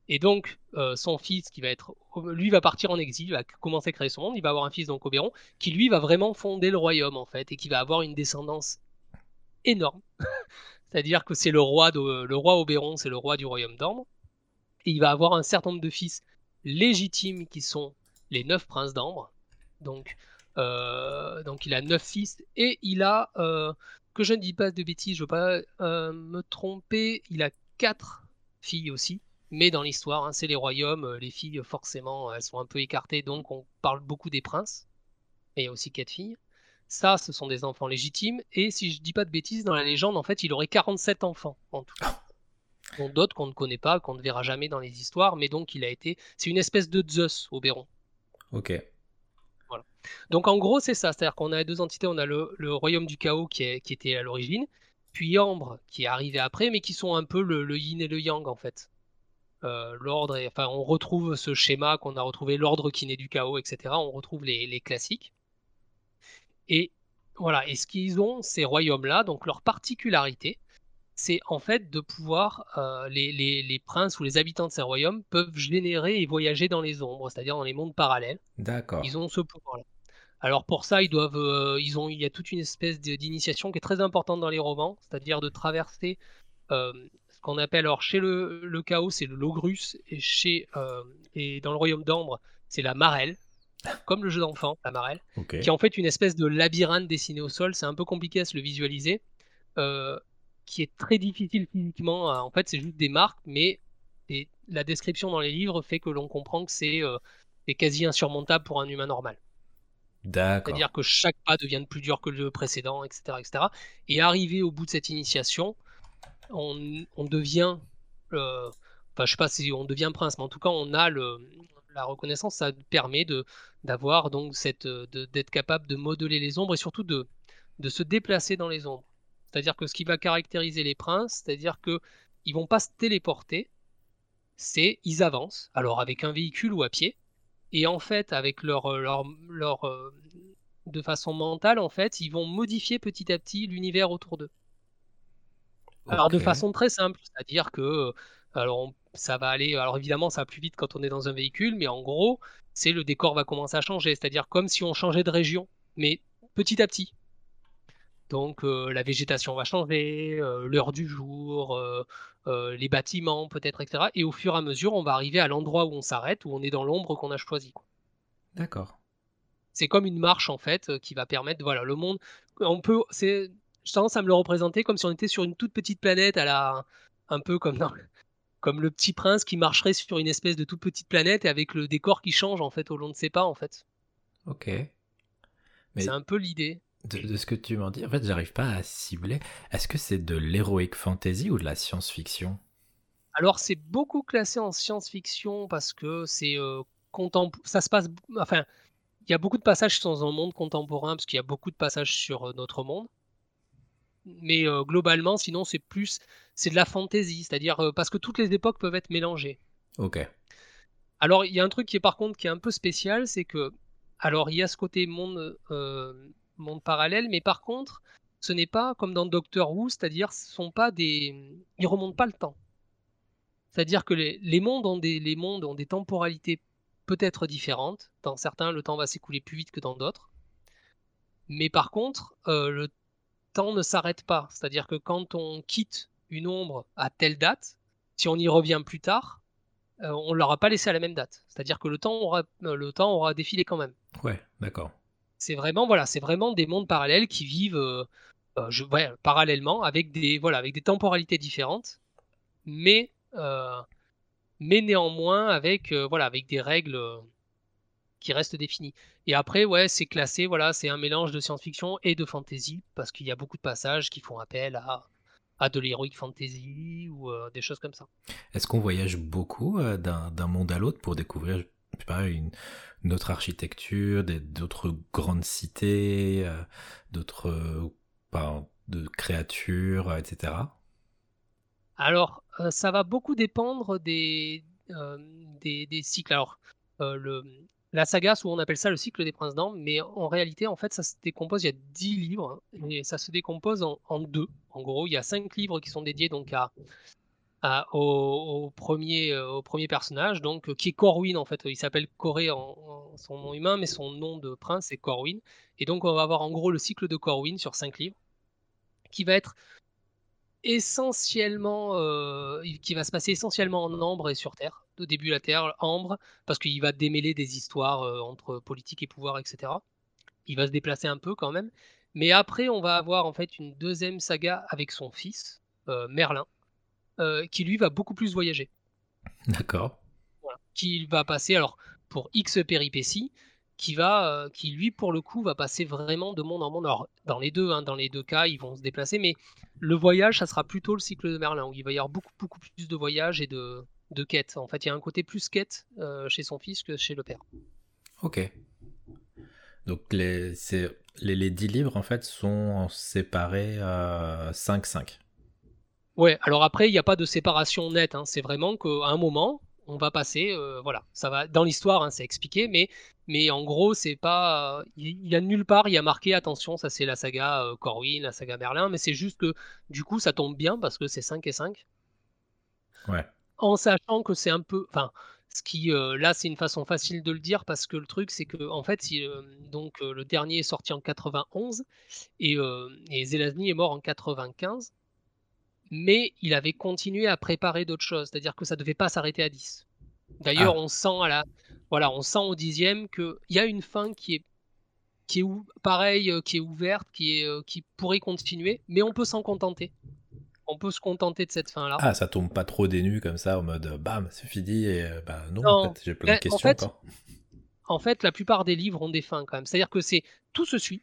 Et donc, euh, son fils, qui va être, lui, va partir en exil, il va commencer à créer son monde. Il va avoir un fils, donc Oberon, qui lui va vraiment fonder le royaume en fait, et qui va avoir une descendance énorme. C'est-à-dire que c'est le roi de, le roi Oberon, c'est le roi du royaume d'Ambre. Et il va avoir un certain nombre de fils légitimes qui sont les neuf princes d'Ambre. Donc, euh, donc il a neuf fils et il a, euh, que je ne dis pas de bêtises, je ne veux pas euh, me tromper, il a quatre filles aussi. Mais dans l'histoire, hein, c'est les royaumes, euh, les filles forcément elles sont un peu écartées, donc on parle beaucoup des princes. Et il y a aussi quatre filles. Ça, ce sont des enfants légitimes. Et si je dis pas de bêtises, dans la légende, en fait, il aurait quarante-sept enfants en tout, dont d'autres qu'on ne connaît pas, qu'on ne verra jamais dans les histoires, mais donc il a été. C'est une espèce de Zeus, Oberon. Ok. Voilà. Donc en gros, c'est ça. C'est-à-dire qu'on a deux entités. On a le, le royaume du chaos qui, est, qui était à l'origine, puis Ambre qui est arrivé après, mais qui sont un peu le, le yin et le yang en fait. Euh, l'ordre, est- enfin, on retrouve ce schéma qu'on a retrouvé, l'ordre qui naît du chaos, et cetera. On retrouve les, les classiques. Et voilà. Et ce qu'ils ont, ces royaumes-là, donc leur particularité, c'est en fait de pouvoir, euh, les, les, les princes ou les habitants de ces royaumes peuvent générer et voyager dans les ombres, c'est-à-dire dans les mondes parallèles. D'accord. Ils ont ce pouvoir-là. Alors pour ça, ils doivent, euh, ils ont, il y a toute une espèce de- d'initiation qui est très importante dans les romans, c'est-à-dire de traverser euh, ce qu'on appelle, alors chez le, le chaos, c'est le Logrus, et chez euh, et dans le royaume d'Ambre, c'est la Marelle, comme le jeu d'enfant, la Marelle, Ok. qui est en fait une espèce de labyrinthe dessiné au sol. C'est un peu compliqué à se le visualiser, euh, qui est très difficile physiquement. à- En fait, c'est juste des marques, mais et la description dans les livres fait que l'on comprend que c'est euh, c'est quasi insurmontable pour un humain normal. D'accord. C'est-à-dire que chaque pas devient plus dur que le précédent, et cetera, et cetera. Et arrivé au bout de cette initiation, on, on devient, euh, enfin, je sais pas si on devient prince, mais en tout cas, on a le, la reconnaissance. Ça permet de d'avoir donc cette, euh, de- d'être capable de modeler les ombres et surtout de de se déplacer dans les ombres. C'est-à-dire que ce qui va caractériser les princes, c'est-à-dire que ils vont pas se téléporter, c'est ils avancent, alors avec un véhicule ou à pied, et en fait, avec leur, euh, leur, leur, euh, de façon mentale, en fait, ils vont modifier petit à petit l'univers autour d'eux. Alors de Ok. façon très simple, c'est-à-dire que, euh, alors on- ça va aller, alors évidemment ça va plus vite quand on est dans un véhicule, mais en gros, c'est le décor va commencer à changer, c'est-à-dire comme si on changeait de région, mais petit à petit. Donc euh, la végétation va changer, euh, l'heure du jour, euh, euh, les bâtiments peut-être, et cetera. Et au fur et à mesure, on va arriver à l'endroit où on s'arrête, où on est dans l'ombre qu'on a choisi, quoi. D'accord. C'est comme une marche en fait, euh, qui va permettre, voilà, le monde. On peut, c'est, j'ai tendance à me le représenter comme si on était sur une toute petite planète, à la, un peu comme dans, comme le Petit Prince qui marcherait sur une espèce de toute petite planète et avec le décor qui change en fait au long de ses pas en fait. Ok. C'est Mais un peu l'idée. de, de ce que tu m'en dis, en fait, j'arrive pas à cibler. Est-ce que c'est de l'heroic fantasy ou de la science-fiction? Alors c'est beaucoup classé en science-fiction parce que c'est euh, contempo- ça se passe, enfin, il y a beaucoup de passages dans un monde contemporain parce qu'il y a beaucoup de passages sur euh, notre monde. Mais euh, globalement, sinon, c'est plus, c'est de la fantaisie, c'est-à-dire euh, parce que toutes les époques peuvent être mélangées. Ok. Alors, il y a un truc qui est par contre qui est un peu spécial, c'est que, alors, il y a ce côté monde, euh, monde parallèle, mais par contre, ce n'est pas comme dans Doctor Who, c'est-à-dire, ce sont pas des, ils remontent pas le temps. C'est-à-dire que les, les mondes ont des, les mondes ont des temporalités peut-être différentes. Dans certains, le temps va s'écouler plus vite que dans d'autres. Mais par contre, euh, le temps ne s'arrête pas. C'est-à-dire que quand on quitte une ombre à telle date, si on y revient plus tard, euh, on ne l'aura pas laissé à la même date. C'est-à-dire que le temps aura, euh, le temps aura défilé quand même. Ouais, d'accord. C'est vraiment, voilà, c'est vraiment des mondes parallèles qui vivent euh, euh, je, ouais, parallèlement avec des, voilà, avec des temporalités différentes, mais, euh, mais néanmoins avec, euh, voilà, avec des règles euh, qui restent définies. Et après, ouais, c'est classé, voilà, c'est un mélange de science-fiction et de fantasy, parce qu'il y a beaucoup de passages qui font appel à, à de l'heroic fantasy ou euh, des choses comme ça. Est-ce qu'on voyage beaucoup euh, d'un d'un monde à l'autre pour découvrir, je sais pas, une, une autre architecture, des- d'autres grandes cités, euh, d'autres euh, pas, de créatures, euh, et cetera. Alors, euh, ça va beaucoup dépendre des, euh, des, des cycles. Alors, euh, le, la saga, souvent on appelle ça le cycle des princes d'Ambre, mais en réalité, en fait, ça se décompose, il y a dix livres, hein, et ça se décompose en, en deux. En gros, il y a cinq livres qui sont dédiés donc à, à au au premier, heu, au premier personnage donc, heu, qui est Corwin en fait. Il s'appelle Coré en en son nom humain, mais son nom de prince c'est Corwin et donc on va avoir en gros le cycle de Corwin sur cinq livres, qui va être essentiellement, heu, il qui va se passer essentiellement en Ambre et sur Terre. Au début la Terre, Ambre, parce qu'il va démêler des histoires, heu, entre politique et pouvoir et cetera. Il va se déplacer un peu quand même, mais après on va avoir en fait une deuxième saga avec son fils, heu, Merlin, heu, qui lui va beaucoup plus voyager. D'accord. Voilà. Qui va passer alors pour X péripéties, qui va, heu, qui lui pour le coup va passer vraiment de monde en monde. Alors dans les deux, hein, dans les deux cas, ils vont se déplacer, mais le voyage, ça sera plutôt le cycle de Merlin, où il va y avoir beaucoup, beaucoup plus de voyages et de de quêtes. En fait, il y a un côté plus quête, heu, chez son fils que chez le père. Ok. Donc les, c'est, les, les dix livres en fait sont séparés à cinq cinq. Ouais, alors après, il y a pas de séparation nette, hein. C'est vraiment qu'à un moment, on va passer, heu, voilà, ça va dans l'histoire, hein, c'est expliqué, mais mais en gros, c'est pas, il il y a nulle part, il y a marqué: «Attention, ça c'est la saga, heu, Corwin, la saga Merlin», mais c'est juste que, du coup, ça tombe bien parce que c'est cinq et cinq. Ouais. En sachant que c'est un peu enfin, ce qui, heu, là, c'est une façon facile de le dire parce que le truc, c'est qu'en fait, si, hem, donc heu, le dernier est sorti en quatre-vingt-onze et heu et Zelazny est mort en quatre-vingt-quinze. Mais il avait continué à préparer d'autres choses, c'est-à-dire que ça devait pas s'arrêter à dix. D'ailleurs, Ah, on sent à la voilà, on sent au dixième qu'il y a une fin qui est qui est ou pareil, heu, qui est ouverte, qui est, heu, qui pourrait continuer, mais on peut s'en contenter. On peut se contenter de cette fin-là. ah, ça tombe pas trop des nues comme ça en mode euh, bam, c'est fini et euh, bah non, en Non, fait, j'ai plein de beh, en questions fait encore. en fait, la plupart des livres ont des fins quand même. C'est-à-dire que c'est tout se suit,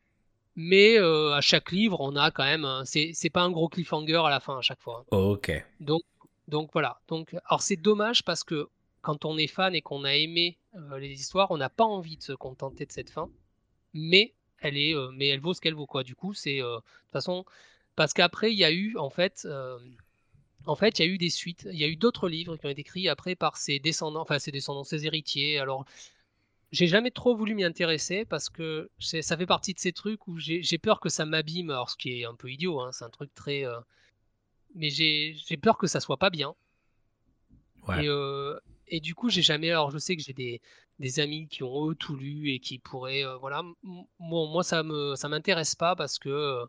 mais heu, à chaque livre, on a quand même un c'est c'est pas un gros cliffhanger à la fin à chaque fois, hein. Ok. Donc donc voilà, donc alors c'est dommage parce que quand on est fan et qu'on a aimé, heu, les histoires, on n'a pas envie de se contenter de cette fin, mais elle est, heu, mais elle vaut ce qu'elle vaut quoi. Du coup, c'est, heu, de toute façon parce qu'après il y a eu en fait, hem, en fait, il y a eu des suites. Il y a eu d'autres livres qui ont été écrits après par ses descendants, enfin ses descendants, ses héritiers. Alors, j'ai jamais trop voulu m'y intéresser parce que c'est ça fait partie de ces trucs où j'ai j'ai peur que ça m'abîme, alors ce qui est un peu idiot, hein, c'est un truc très, heu mais j'ai j'ai peur que ça soit pas bien. Ouais. Et heu et du coup, j'ai jamais alors je sais que j'ai des des amis qui ont eux tout lu et qui pourraient, heu, voilà. M m moi moi ça me ça m'intéresse pas parce que, heu,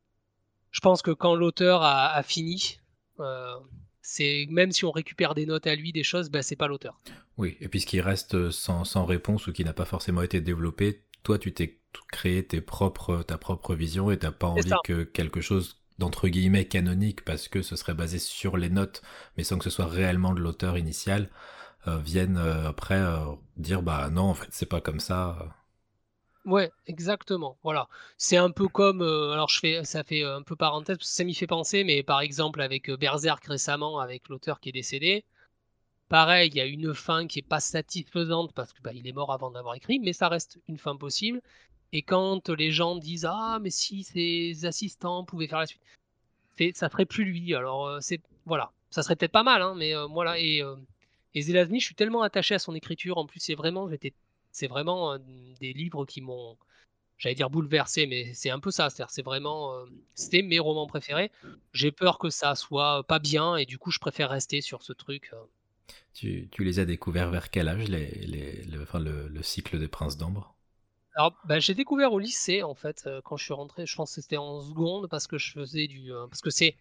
je pense que quand l'auteur a a fini, heu, c'est même si on récupère des notes à lui, des choses, bah, c'est pas l'auteur. Oui, et puis ce qui reste sans, sans réponse ou qui n'a pas forcément été développé, toi tu t'es créé tes propres, ta propre vision et t'as pas C'est ça. envie que quelque chose d'entre guillemets canonique, parce que ce serait basé sur les notes, mais sans que ce soit réellement de l'auteur initial, euh, vienne euh, après euh, dire bah non en fait c'est pas comme ça. euh. Ouais, exactement, voilà. C'est un peu comme, heu, alors je fais ça fait, heu, un peu parenthèse parce que ça m'y fait penser, mais par exemple avec, heu, Berserk récemment, avec l'auteur qui est décédé. Pareil, il y a une fin qui est pas satisfaisante parce que, bah, il est mort avant d'avoir écrit, mais ça reste une fin possible et quand les gens disent: «Ah mais si ses assistants pouvaient faire la suite», c'est ça ferait plus lui. Alors, heu, c'est voilà, ça serait peut-être pas mal, hein, mais, heu, voilà et hem et Zelazny, je suis tellement attaché à son écriture. En plus, c'est vraiment j'étais c'est vraiment, heu, des livres qui m'ont, j'allais dire bouleversé, mais c'est un peu ça. C'est-à-dire, c'est vraiment, hem, c'était mes romans préférés. J'ai peur que ça soit pas bien et du coup, je préfère rester sur ce truc, heu Tu, tu les as découverts vers quel âge les, les, le, enfin, le, le cycle des Princes d'Ambre? Alors, bah, j'ai découvert au lycée en fait, heu, quand je suis rentré, je pense que c'était en seconde parce que je faisais du, heu parce que c'est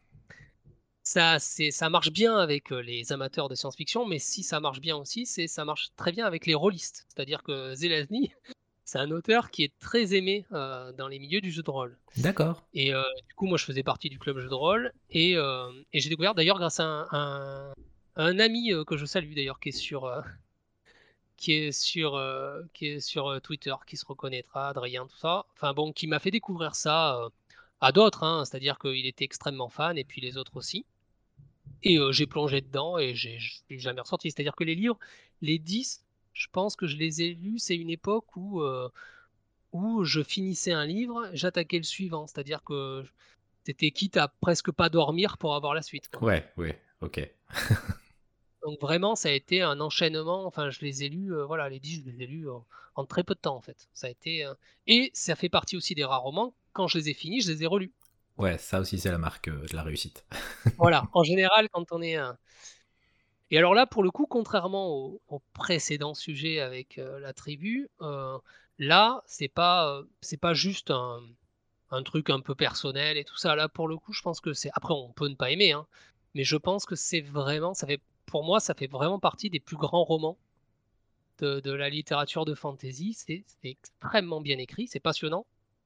ça c'est ça marche bien avec, heu, les amateurs de science-fiction, mais si ça marche bien aussi, c'est ça marche très bien avec les rôlistes. C'est-à-dire que Zelazny, c'est un auteur qui est très aimé, heu, dans les milieux du jeu de rôle D'accord. et heu, du coup, moi, je faisais partie du club jeu de rôle et hem et j'ai découvert d'ailleurs grâce à un un un ami, heu, que je salue d'ailleurs qui est sur, heu qui est sur, heu, qui est sur, heu, Twitter, qui se reconnaîtra, Adrien, tout ça. Enfin bon, qui m'a fait découvrir ça, heu, à d'autres, hein. C'est-à-dire qu'il était extrêmement fan et puis les autres aussi et heu, j'ai plongé dedans et j'ai je suis jamais ressorti. C'est-à-dire que les livres, les dix, je pense que je les ai lus, c'est une époque où, heu, où je finissais un livre, j'attaquais le suivant. C'est-à-dire que c'était quitte à presque pas dormir pour avoir la suite, quoi. Ouais, ouais, ok. Donc vraiment, ça a été un enchaînement, enfin je les ai lus, heu, voilà, les dix je les ai lus en en très peu de temps, en fait. Ça a été, heu et ça fait partie aussi des rares romans, quand je les ai finis, je les ai relus. Ouais, ça aussi, c'est la marque euh, de la réussite. Voilà, en général, quand on est un et alors là, pour le coup, contrairement au au précédent sujet avec, heu, la tribu, heu, là, c'est pas, heu, c'est pas juste un un truc un peu personnel et tout ça. Là, pour le coup, je pense que c'est après on peut ne pas aimer, hein, mais je pense que c'est vraiment ça fait pour moi, ça fait vraiment partie des plus grands romans de de la littérature de fantasy. C'est c'est extrêmement bien écrit, c'est passionnant.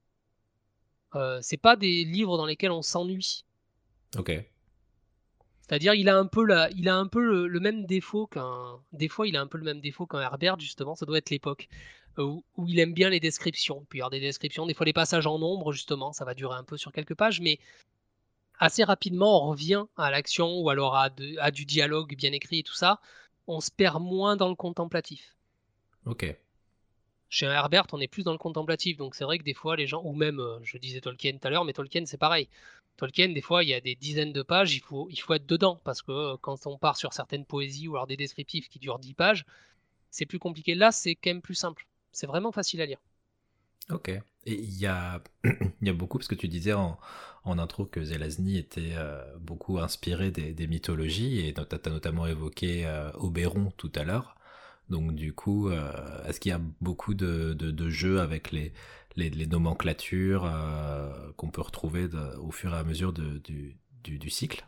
Heu, c'est pas des livres dans lesquels on s'ennuie. Ok, C'est-à-dire, il a un peu la il a un peu le le même défaut qu'un des fois, il a un peu le même défaut qu'un Herbert justement, ça doit être l'époque, heu, où où il aime bien les descriptions. Il peut y avoir des descriptions, des fois les passages en ombre justement, ça va durer un peu sur quelques pages, mais assez rapidement, on revient à l'action ou alors à de à du dialogue bien écrit et tout ça. On se perd moins dans le contemplatif. ok. Chez un Herbert, on est plus dans le contemplatif, donc c'est vrai que des fois les gens ou même, heu, je disais Tolkien tout à l'heure, mais Tolkien c'est pareil. Tolkien, des fois, il y a des dizaines de pages, il faut il faut être dedans parce que, heu, quand on part sur certaines poésies ou alors des descriptifs qui durent dix pages, c'est plus compliqué. Là, c'est quand même plus simple. C'est vraiment facile à lire. Ok. Et il y a, il y a beaucoup, parce que tu disais en, en intro que Zelazny était euh, beaucoup inspiré des, des mythologies, et tu as notamment évoqué euh, Oberon tout à l'heure. Donc du coup, euh, est-ce qu'il y a beaucoup de, de, de jeux avec les, les, les nomenclatures euh, qu'on peut retrouver de- au fur et à mesure de, du, du, du cycle?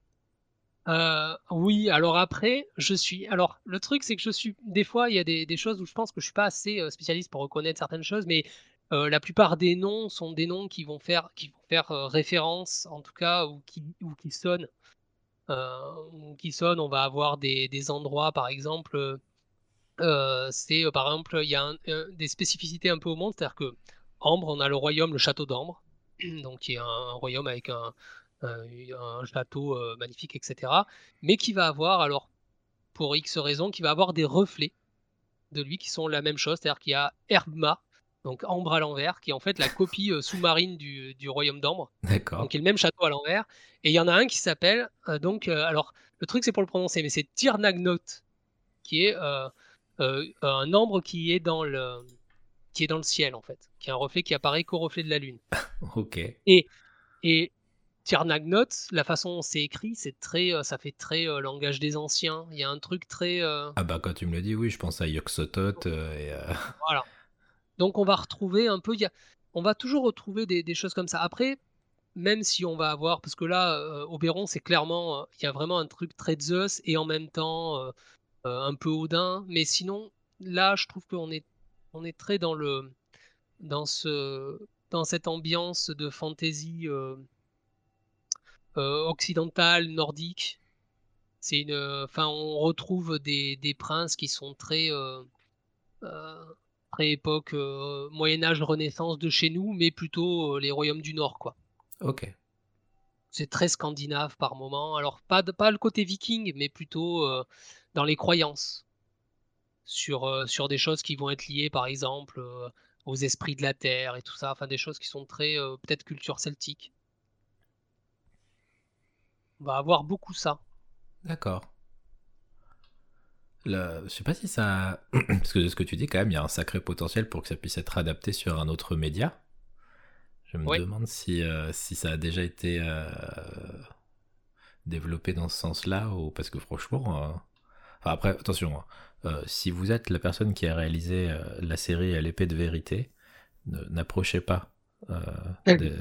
Heu, oui, alors après, je suis alors le truc, c'est que je suis des fois, il y a des des choses où je pense que je suis pas assez, heu, spécialiste pour reconnaître certaines choses, mais, heu, la plupart des noms sont des noms qui vont faire qui vont faire, heu, référence en tout cas ou qui ou qui sonnent, heu, ou qui sonnent. On va avoir des des endroits par exemple, heu heu, c'est, heu, par exemple, il y a un, heu, des spécificités un peu au monde, c'est-à-dire que Ambre, on a le royaume, le château d'Ambre, donc qui est un un royaume avec un, heu, un château, heu, magnifique et cetera, mais qui va avoir alors, pour X raisons, qui va avoir des reflets de lui qui sont la même chose. C'est-à-dire qu'il y a Herbma, donc Ambre à l'envers, qui est en fait la copie, heu, sous-marine du du royaume d'Ambre, donc D'accord. qui est le même château à l'envers et il y en a un qui s'appelle, heu, donc, heu, alors le truc c'est pour le prononcer, mais c'est Tir Nagnot qui est, heu heu, un ambre qui est dans le qui est dans le ciel en fait, qui est un reflet qui apparaît qu'au reflet de la lune Ok. et et Tirnagnot, la façon dont c'est écrit, c'est très, heu, ça fait très, heu, langage des anciens. Il y a un truc très, heu, Ah bah quand tu me le dis, oui, je pense à Yog-Sothoth euh, et... euh, voilà. Donc on va retrouver un peu il y a on va toujours retrouver des des choses comme ça. Après, même si on va avoir parce que là, heu, Oberon, c'est clairement, heu, il y a vraiment un truc très Zeus et en même temps, heu heu, un peu Odin. Mais sinon, là, je trouve qu'on est on est très dans le dans ce dans cette ambiance de fantasy, heu heu, occidentale, nordique. C'est une, heu, enfin, on retrouve des des princes qui sont très, heu heu, très époque, heu, Moyen Âge, Renaissance de chez nous, mais plutôt, heu, les royaumes du Nord, quoi. Ok. C'est très scandinave par moment. Alors pas de pas le côté viking, mais plutôt, heu, dans les croyances sur, heu, sur des choses qui vont être liées, par exemple, heu, aux esprits de la terre et tout ça, enfin des choses qui sont très, heu, peut-être culture celtique. On va avoir beaucoup ça. D'accord. Le- je sais pas si ça... Parce que de ce que tu dis, quand même, il y a un sacré potentiel pour que ça puisse être adapté sur un autre média. Je me Ouais. demande si, euh, si ça a déjà été euh, développé dans ce sens-là, ou... parce que franchement... euh, Enfin après, attention, hein. Euh, si vous êtes la personne qui a réalisé euh, la série à l'épée de vérité, ne- n'approchez pas. Euh, de...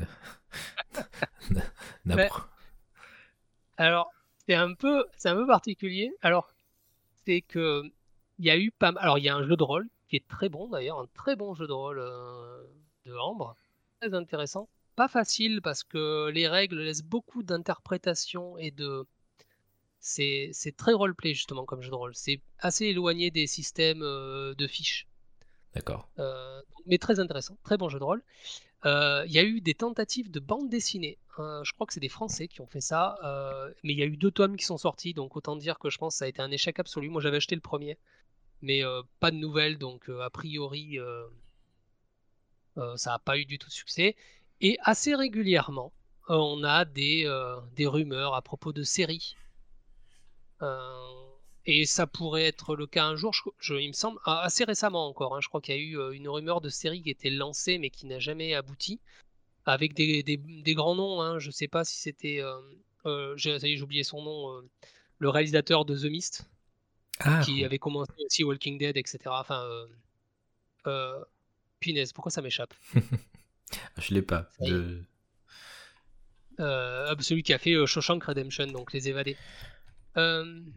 Beh, n'appro- alors, c'est un peu c'est un peu particulier. Alors, c'est que il y a eu pas m alors il y a un jeu de rôle qui est très bon d'ailleurs, un très bon jeu de rôle, heu, de Ambre, très intéressant. Pas facile parce que les règles laissent beaucoup d'interprétation et de c'est c'est très roleplay justement comme jeu de rôle. C'est assez éloigné des systèmes, heu, de fiches, D'accord. heu, mais très intéressant, très bon jeu de rôle. Heu, il y a eu des tentatives de bande dessinée, heu, je crois que c'est des Français qui ont fait ça, heu, mais il y a eu deux tomes qui sont sortis, donc autant dire que je pense que ça a été un échec absolu. Moi, j'avais acheté le premier, mais heu, pas de nouvelles, donc heu, a priori, heu heu, ça a pas eu du tout de succès et assez régulièrement, heu, on a des, heu, des rumeurs à propos de séries, heu et ça pourrait être le cas un jour. Je je il me semble a assez récemment encore, hein, je crois qu'il y a eu, heu, une rumeur de série qui était lancée, mais qui n'a jamais abouti. avec des des des grands noms, hein. Je sais pas si c'était, hem, heu, j'ai ça y est, j'ai oublié son nom, heu, le réalisateur de The Mist, Ah! qui avait commencé aussi Walking Dead et cetera. Enfin, hem, heu, punaise, pourquoi ça m'échappe? Je l'ai pas. Ça y est. Je Heu, ah bah, celui qui a fait, heu, Shawshank Redemption, donc Les Évadés. Hem,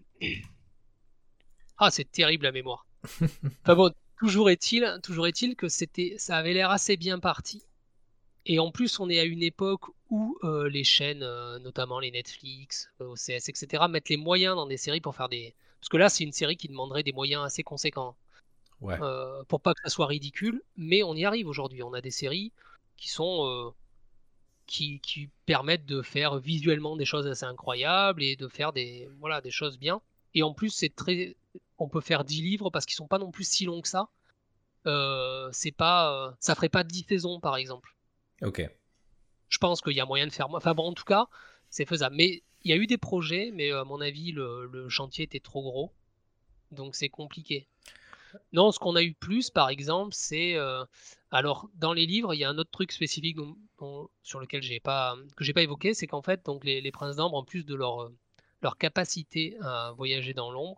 ah, c'est terrible la mémoire. Enfin bon, toujours est-il toujours est-il que c'était ça avait l'air assez bien parti et en plus, on est à une époque où, heu, les chaînes, heu, notamment les Netflix, heu, O C S et cetera, mettent les moyens dans des séries pour faire des parce que là, c'est une série qui demanderait des moyens assez conséquents, Ouais. heu, pour pas que ça soit ridicule, mais on y arrive aujourd'hui. On a des séries qui sont, heu, qui qui permettent de faire visuellement des choses assez incroyables et de faire des voilà, des choses bien et en plus, c'est très on peut faire dix livres parce qu'ils sont pas non plus si longs que ça. Heu, c'est pas, heu, ça ferait pas dix saisons, par exemple. OK. Je pense qu'il y a moyen de faire moins enfin bon, en tout cas, c'est faisable. Mais il y a eu des projets, mais à mon avis, le le chantier était trop gros, donc c'est compliqué. Non, ce qu'on a eu plus, par exemple, c'est, heu, alors dans les livres, il y a un autre truc spécifique dont dont sur lequel j'ai pas que j'ai pas évoqué, c'est qu'en fait, donc les les princes d'Ambre, en plus de leur, heu, leur capacité à voyager dans l'ombre,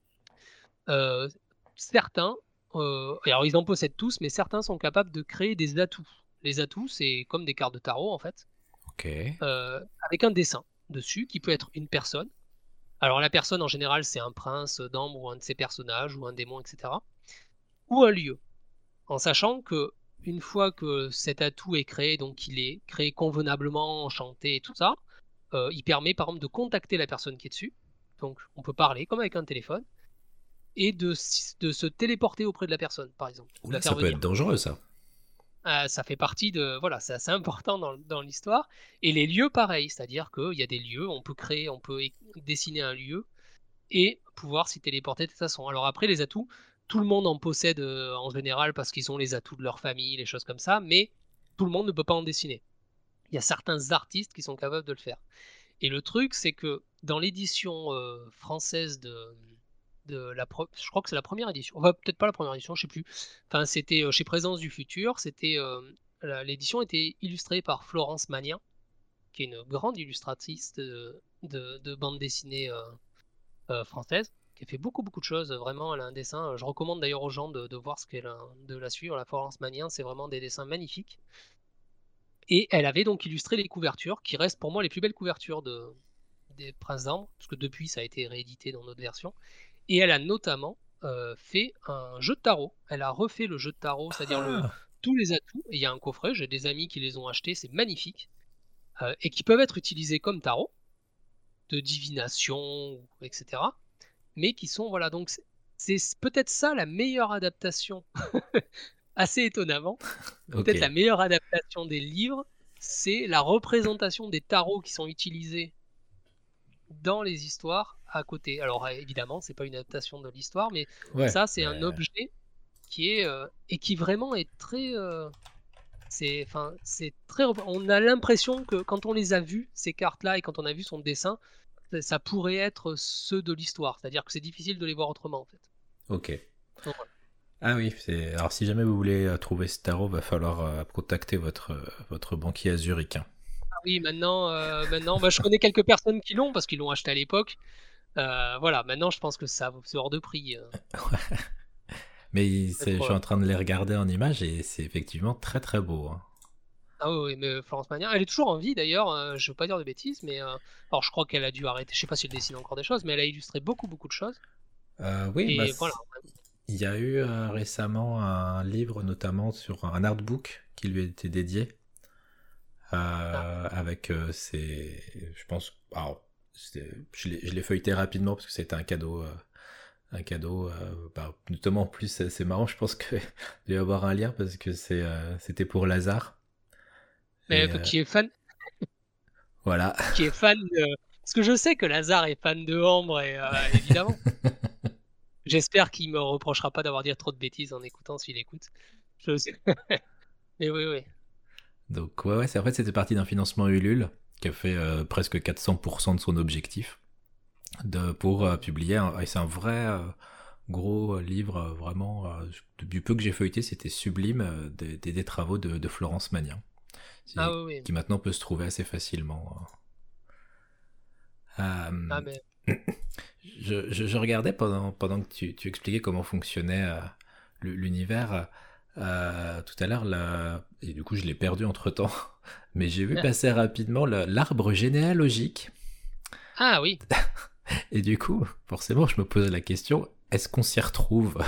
heu, certains, heu, et alors ils en possèdent tous, mais certains sont capables de créer des atouts. Les atouts, c'est comme des cartes de tarot, en fait, OK. heu, avec un dessin dessus qui peut être une personne. Alors la personne, en général, c'est un prince d'ambre ou un de ses personnages ou un démon et cetera, ou un lieu. En sachant que une fois que cet atout est créé, donc qu'il est créé convenablement, enchanté et tout ça, heu, il permet par exemple de contacter la personne qui est dessus. Donc on peut parler comme avec un téléphone et de s de se téléporter auprès de la personne, par exemple, Ouh de la là, ça faire peut être venir. dangereux ça. Heu, ça fait partie de voilà, c'est assez important dans dans l'histoire et les lieux pareil, c'est-à-dire qu'il y a des lieux, on peut créer, on peut é dessiner un lieu et pouvoir s'y téléporter de toute façon. Alors après les atouts, tout le monde en possède, heu, en général parce qu'ils ont les atouts de leur famille, les choses comme ça, mais tout le monde ne peut pas en dessiner. Il y a certains artistes qui sont capables de le faire et le truc, c'est que dans l'édition, heu, française de de la pre je crois que c'est la première édition, enfin peut-être pas la première édition, je sais plus. Enfin c'était, heu, chez Présence du Futur, c'était, hem, la l'édition était illustrée par Florence Magnin, qui est une grande illustratrice de de de bande dessinée, heu heu, française, qui a fait beaucoup, beaucoup de choses, vraiment elle a un dessin, heu, je recommande d'ailleurs aux gens de de voir ce qu'elle a de la suivre, la Florence Magnin, c'est vraiment des dessins magnifiques et elle avait donc illustré les couvertures qui restent pour moi les plus belles couvertures de des Princes d'Ambre, parce que depuis ça a été réédité dans d'autres versions et elle a notamment, heu, fait un jeu de tarot. Elle a refait le jeu de tarot, c'est-à-dire le Ah! tous les atouts et il y a un coffret, j'ai des amis qui les ont achetés, c'est magnifique, heu et qui peuvent être utilisés comme tarot, de divination et cetera, mais qui sont voilà donc c'est c'est s peut-être ça la meilleure adaptation, assez étonnamment, peut-être la OK. meilleure adaptation des livres, c'est la représentation des tarots qui sont utilisés dans les histoires à côté. Alors, heu, évidemment, c'est pas une adaptation de l'histoire, mais Ouais, ça, c'est un mais objet qui est, heu et qui vraiment est très, heu, c'est enfin, c'est très repr on a l'impression que quand on les a vus, ces cartes-là et quand on a vu son dessin, ça ça pourrait être ceux de l'histoire. C'est-à-dire que c'est difficile de les voir autrement, en fait. OK. Donc voilà. Ah oui, c'est alors si jamais vous voulez, heu, trouver ce tarot, va falloir, heu, contacter votre, heu, votre banquier à Zurich, hein. Ah oui, maintenant, heu, maintenant, bah, je connais quelques personnes qui l'ont parce qu'ils l'ont acheté à l'époque. Heu, voilà, maintenant je pense que ça vaut c'est hors de prix, heu, Mais faut c'est je être, suis heu en train de les regarder en images et c'est effectivement très, très beau, hein. ah oui, oui, mais Florence Magnin, elle est toujours en vie d'ailleurs, heu, je veux pas dire de bêtises, mais, heu, alors je crois qu'elle a dû arrêter, je sais pas si elle dessine encore des choses, mais elle a illustré beaucoup, beaucoup de choses Heu, oui, bah, et voilà. c il y a eu, heu, récemment un livre notamment sur un artbook qui lui a été dédié, heu, Ah, avec, heu, ses je pense alors c'était je l'ai je l'ai feuilleté rapidement parce que c'était un cadeau, heu, un cadeau, heu, bah, notamment en plus c'est c'est marrant, je pense que il doit y avoir un lien parce que c'est, heu, c'était pour Lazare mais et heu, heu, qui est fan voilà. qui est fan de parce que je sais que Lazare est fan de Ambre et heu, évidemment. J'espère qu'il me reprochera pas d'avoir dit trop de bêtises en écoutant s'il écoute. Je sais mais oui, oui. Donc ouais, ouais, c'est en fait, c'était parti d'un financement Ulule qui a fait, heu, presque quatre cents pour cent de son objectif de pour, heu, publier un et c'est un vrai, heu, gros, heu, livre, heu, vraiment, heu, du peu que j'ai feuilleté, c'était sublime, heu, des des des travaux de de Florence Magnin. Ah qui, oui, oui. qui maintenant peut se trouver assez facilement. Euh, Ah, mais... je, je, je regardais pendant, pendant que tu, tu expliquais comment fonctionnait euh, l'univers euh, tout à l'heure, là, et du coup je l'ai perdu entre temps, mais j'ai vu passer rapidement le- l'arbre généalogique. Ah oui. Et du coup, forcément, je me posais la question, est-ce qu'on s'y retrouve?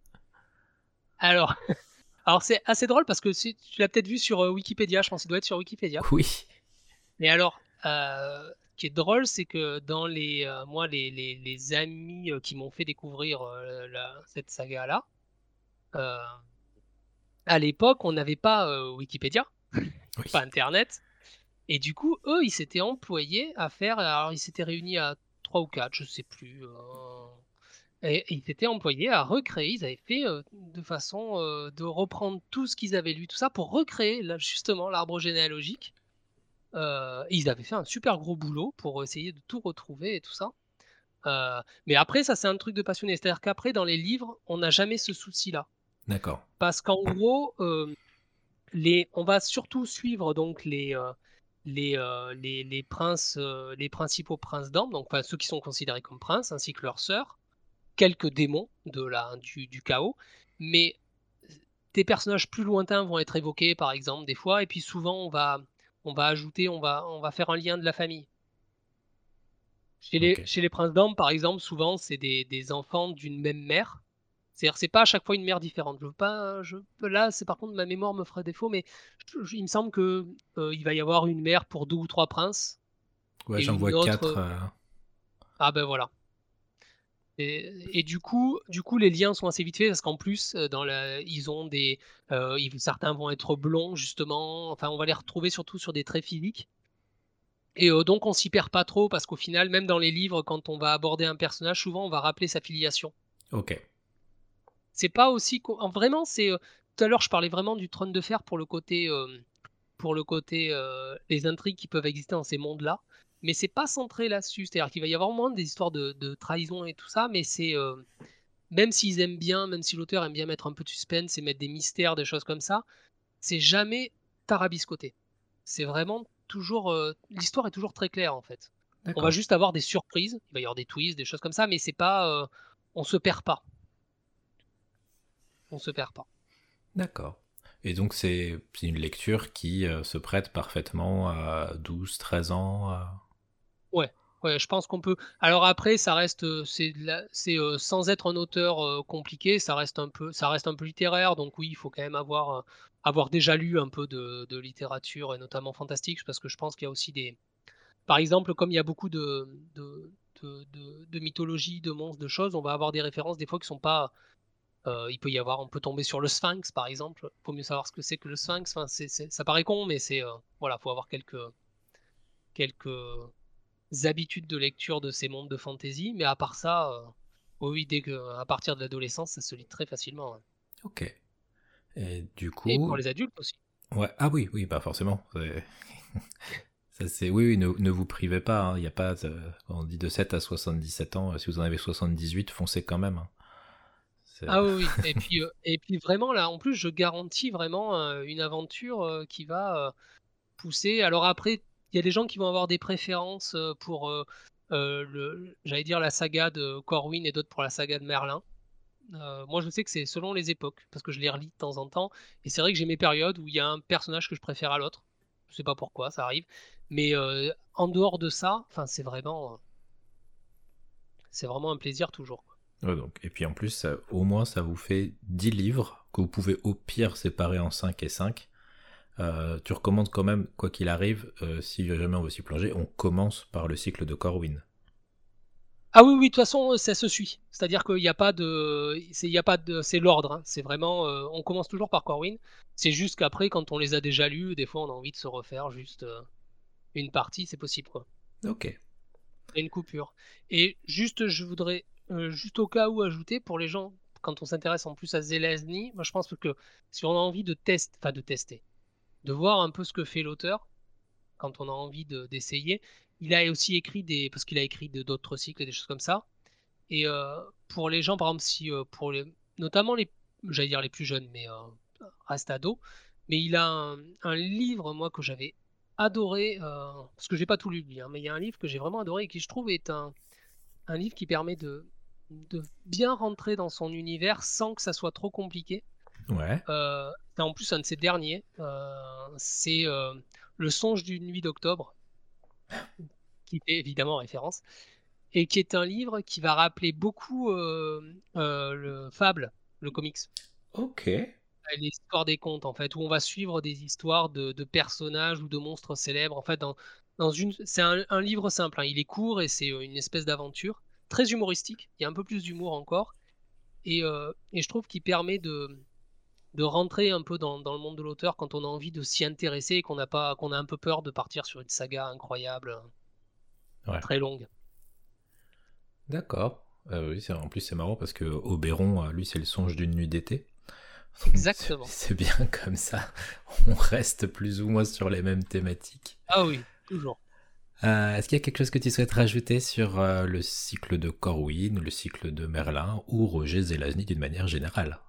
Alors, alors c'est assez drôle parce que si, tu l'as peut-être vu sur euh, Wikipédia, je pense qu'il doit être sur Wikipédia. Oui. Mais alors, euh, ce qui est drôle, c'est que dans les, euh, moi, les, les, les amis euh, qui m'ont fait découvrir euh, la- cette saga-là, euh, à l'époque, on n'avait pas euh, Wikipédia, pas Oui. Internet. Et du coup, eux, ils s'étaient employés à faire. Alors, ils s'étaient réunis à trois ou quatre, je sais plus. euh, et, et ils s'étaient employés à recréer. Ils avaient fait euh, de façon euh, de reprendre tout ce qu'ils avaient lu, tout ça, pour recréer là, justement l'arbre généalogique. Euh, et ils avaient fait un super gros boulot pour essayer de tout retrouver et tout ça. Euh, mais après, ça, c'est un truc de passionné. C'est-à-dire qu'après, dans les livres, on n'a jamais ce souci-là. D'accord. Parce qu'en gros, euh, les, on va surtout suivre donc les, euh, les, euh, les, les princes, euh, les principaux princes d'Ambre, donc enfin, ceux qui sont considérés comme princes, ainsi que leurs sœurs, quelques démons de la, du, du chaos, mais des personnages plus lointains vont être évoqués, par exemple, des fois, et puis souvent on va, on va ajouter, on va, on va faire un lien de la famille. Chez les, Ok. chez les princes d'Ambre, par exemple, souvent c'est des, des enfants d'une même mère. C'est-à-dire, c'est pas à chaque fois une mère différente. Je veux pas, je, là, c'est par contre ma mémoire me ferait défaut, mais je- je- il me semble que euh, il va y avoir une mère pour deux ou trois princes Ouais, et j'en vois une autre. quatre. euh, Ah ben voilà. Et, et du coup, du coup, les liens sont assez vite faits parce qu'en plus, euh, dans la, ils ont des, euh, ils- certains vont être blonds justement. Enfin, on va les retrouver surtout sur des traits physiques. Et euh, donc, on s'y perd pas trop parce qu'au final, même dans les livres, quand on va aborder un personnage, souvent, on va rappeler sa filiation. Ok. C'est pas aussi co- en- vraiment. C'est euh, tout à l'heure, je parlais vraiment du trône de fer pour le côté, euh, pour le côté, euh, les intrigues qui peuvent exister dans ces mondes-là. Mais c'est pas centré là-dessus. C'est-à-dire qu'il va y avoir moins des histoires de, de trahison et tout ça, mais c'est euh, même s'ils aiment bien, même si l'auteur aime bien mettre un peu de suspense et mettre des mystères, des choses comme ça, c'est jamais tarabiscoté. C'est vraiment toujours, euh, l'histoire est toujours très claire en fait. On va D'accord. juste avoir des surprises, il va y avoir des twists, des choses comme ça, mais c'est pas, euh, on se perd pas, on se perd pas. D'accord. Et donc c'est c'est une lecture qui euh, se prête parfaitement à douze, treize ans. euh, Ouais, ouais, je pense qu'on peut. Alors après, ça reste, euh, c'est, de la- c'est euh, sans être un auteur euh, compliqué, ça reste un peu, ça reste un peu littéraire. Donc oui, il faut quand même avoir, euh, avoir déjà lu un peu de, de littérature et notamment fantastique, parce que je pense qu'il y a aussi des, par exemple, comme il y a beaucoup de, de, de, de- de mythologie, de monstres, de choses, on va avoir des références des fois qui sont pas. Euh, il peut y avoir, on peut tomber sur le Sphinx par exemple. Faut mieux savoir ce que c'est que le Sphinx. Enfin, c'est, c'est- ça paraît con, mais c'est, euh, voilà, faut avoir quelques quelques habitudes de lecture de ces mondes de fantasy, mais à part ça, euh, oui, dès que, à partir de l'adolescence, ça se lit très facilement, ouais. Ok. Et du Et pour coup, les adultes aussi. ouais. Ah oui, oui, pas forcément. C'est- Ça c'est oui, oui, ne, ne vous privez pas. hein, Il y a pas. de- On dit de sept à soixante-dix-sept ans. euh, Si vous en avez soixante-dix-huit, foncez quand même. hein. C'est- Ah oui, oui. Et puis, euh, et puis vraiment, là, en plus, je garantis vraiment euh, une aventure euh, qui va euh, pousser. Alors après, il y a des gens qui vont avoir des préférences euh, pour, euh, euh, le, j'allais dire, la saga de Corwin et d'autres pour la saga de Merlin. Euh, moi, je sais que c'est selon les époques, parce que je les relis de temps en temps. Et c'est vrai que j'ai mes périodes où il y a un personnage que je préfère à l'autre. Je sais pas pourquoi, ça arrive. Mais euh, en dehors de ça, enfin, c'est vraiment, euh, c'est vraiment un plaisir toujours, quoi. Ouais, donc. Et puis en plus, ça- au moins, ça vous fait dix livres que vous pouvez au pire séparer en cinq et cinq. Euh, tu recommandes quand même, quoi qu'il arrive, euh, si jamais on veut s'y plonger, on commence par le cycle de Corwin. Ah oui, oui, de toute façon, euh, ça se suit. C'est-à-dire qu'il n'y a pas de, c'est, il y a pas de, c'est l'ordre, hein. C'est vraiment, euh, on commence toujours par Corwin. C'est juste qu'après, quand on les a déjà lus, des fois, on a envie de se refaire juste euh, une partie, c'est possible, quoi. Ok. Il y a une coupure. Et juste, je voudrais, euh, juste au cas où ajouter, pour les gens, quand on s'intéresse en plus à Zelazny, moi je pense que si on a envie de tester, enfin de tester, de voir un peu ce que fait l'auteur, quand on a envie de- d'essayer, il a aussi écrit des, parce qu'il a écrit de- d'autres cycles et des choses comme ça. Et euh, pour les gens, par exemple, si euh, pour les, notamment les, j'allais dire les plus jeunes, mais euh, reste ado, mais il a un un livre, moi, que j'avais adoré, heu, parce que j'ai pas tout lu de lui, hein, mais il y a un livre que j'ai vraiment adoré et qui, je trouve, est un un livre qui permet de de bien rentrer dans son univers sans que ça soit trop compliqué. Ouais. Heu, c'est en plus un de ses derniers, heu, c'est, heu, Le Songe d'une nuit d'octobre, qui fait évidemment référence et qui est un livre qui va rappeler beaucoup, hem, heu, le Fable, le comics. OK. Heu, l'histoire des contes, en fait, où on va suivre des histoires de de personnages ou de monstres célèbres, en fait, dans dans une c'est un un livre simple, hein, il est court et c'est, heu, une espèce d'aventure, très humoristique. Il y a un peu plus d'humour encore et heu et je trouve qu'il permet de de rentrer un peu dans dans le monde de l'auteur quand on a envie de s'y intéresser et qu'on n'a pas qu'on a un peu peur de partir sur une saga incroyable, heu, Ouais. très longue. D'accord. Euh, oui, c'est- en plus c'est marrant parce que Oberon, euh, lui, c'est le songe d'une nuit d'été. Donc c'est Exactement. c'est bien comme ça. On reste plus ou moins sur les mêmes thématiques. Ah oui, toujours. Euh, est-ce qu'il y a quelque chose que tu souhaites rajouter sur euh, le cycle de Corwin, le cycle de Merlin ou Roger Zelazny d'une manière générale?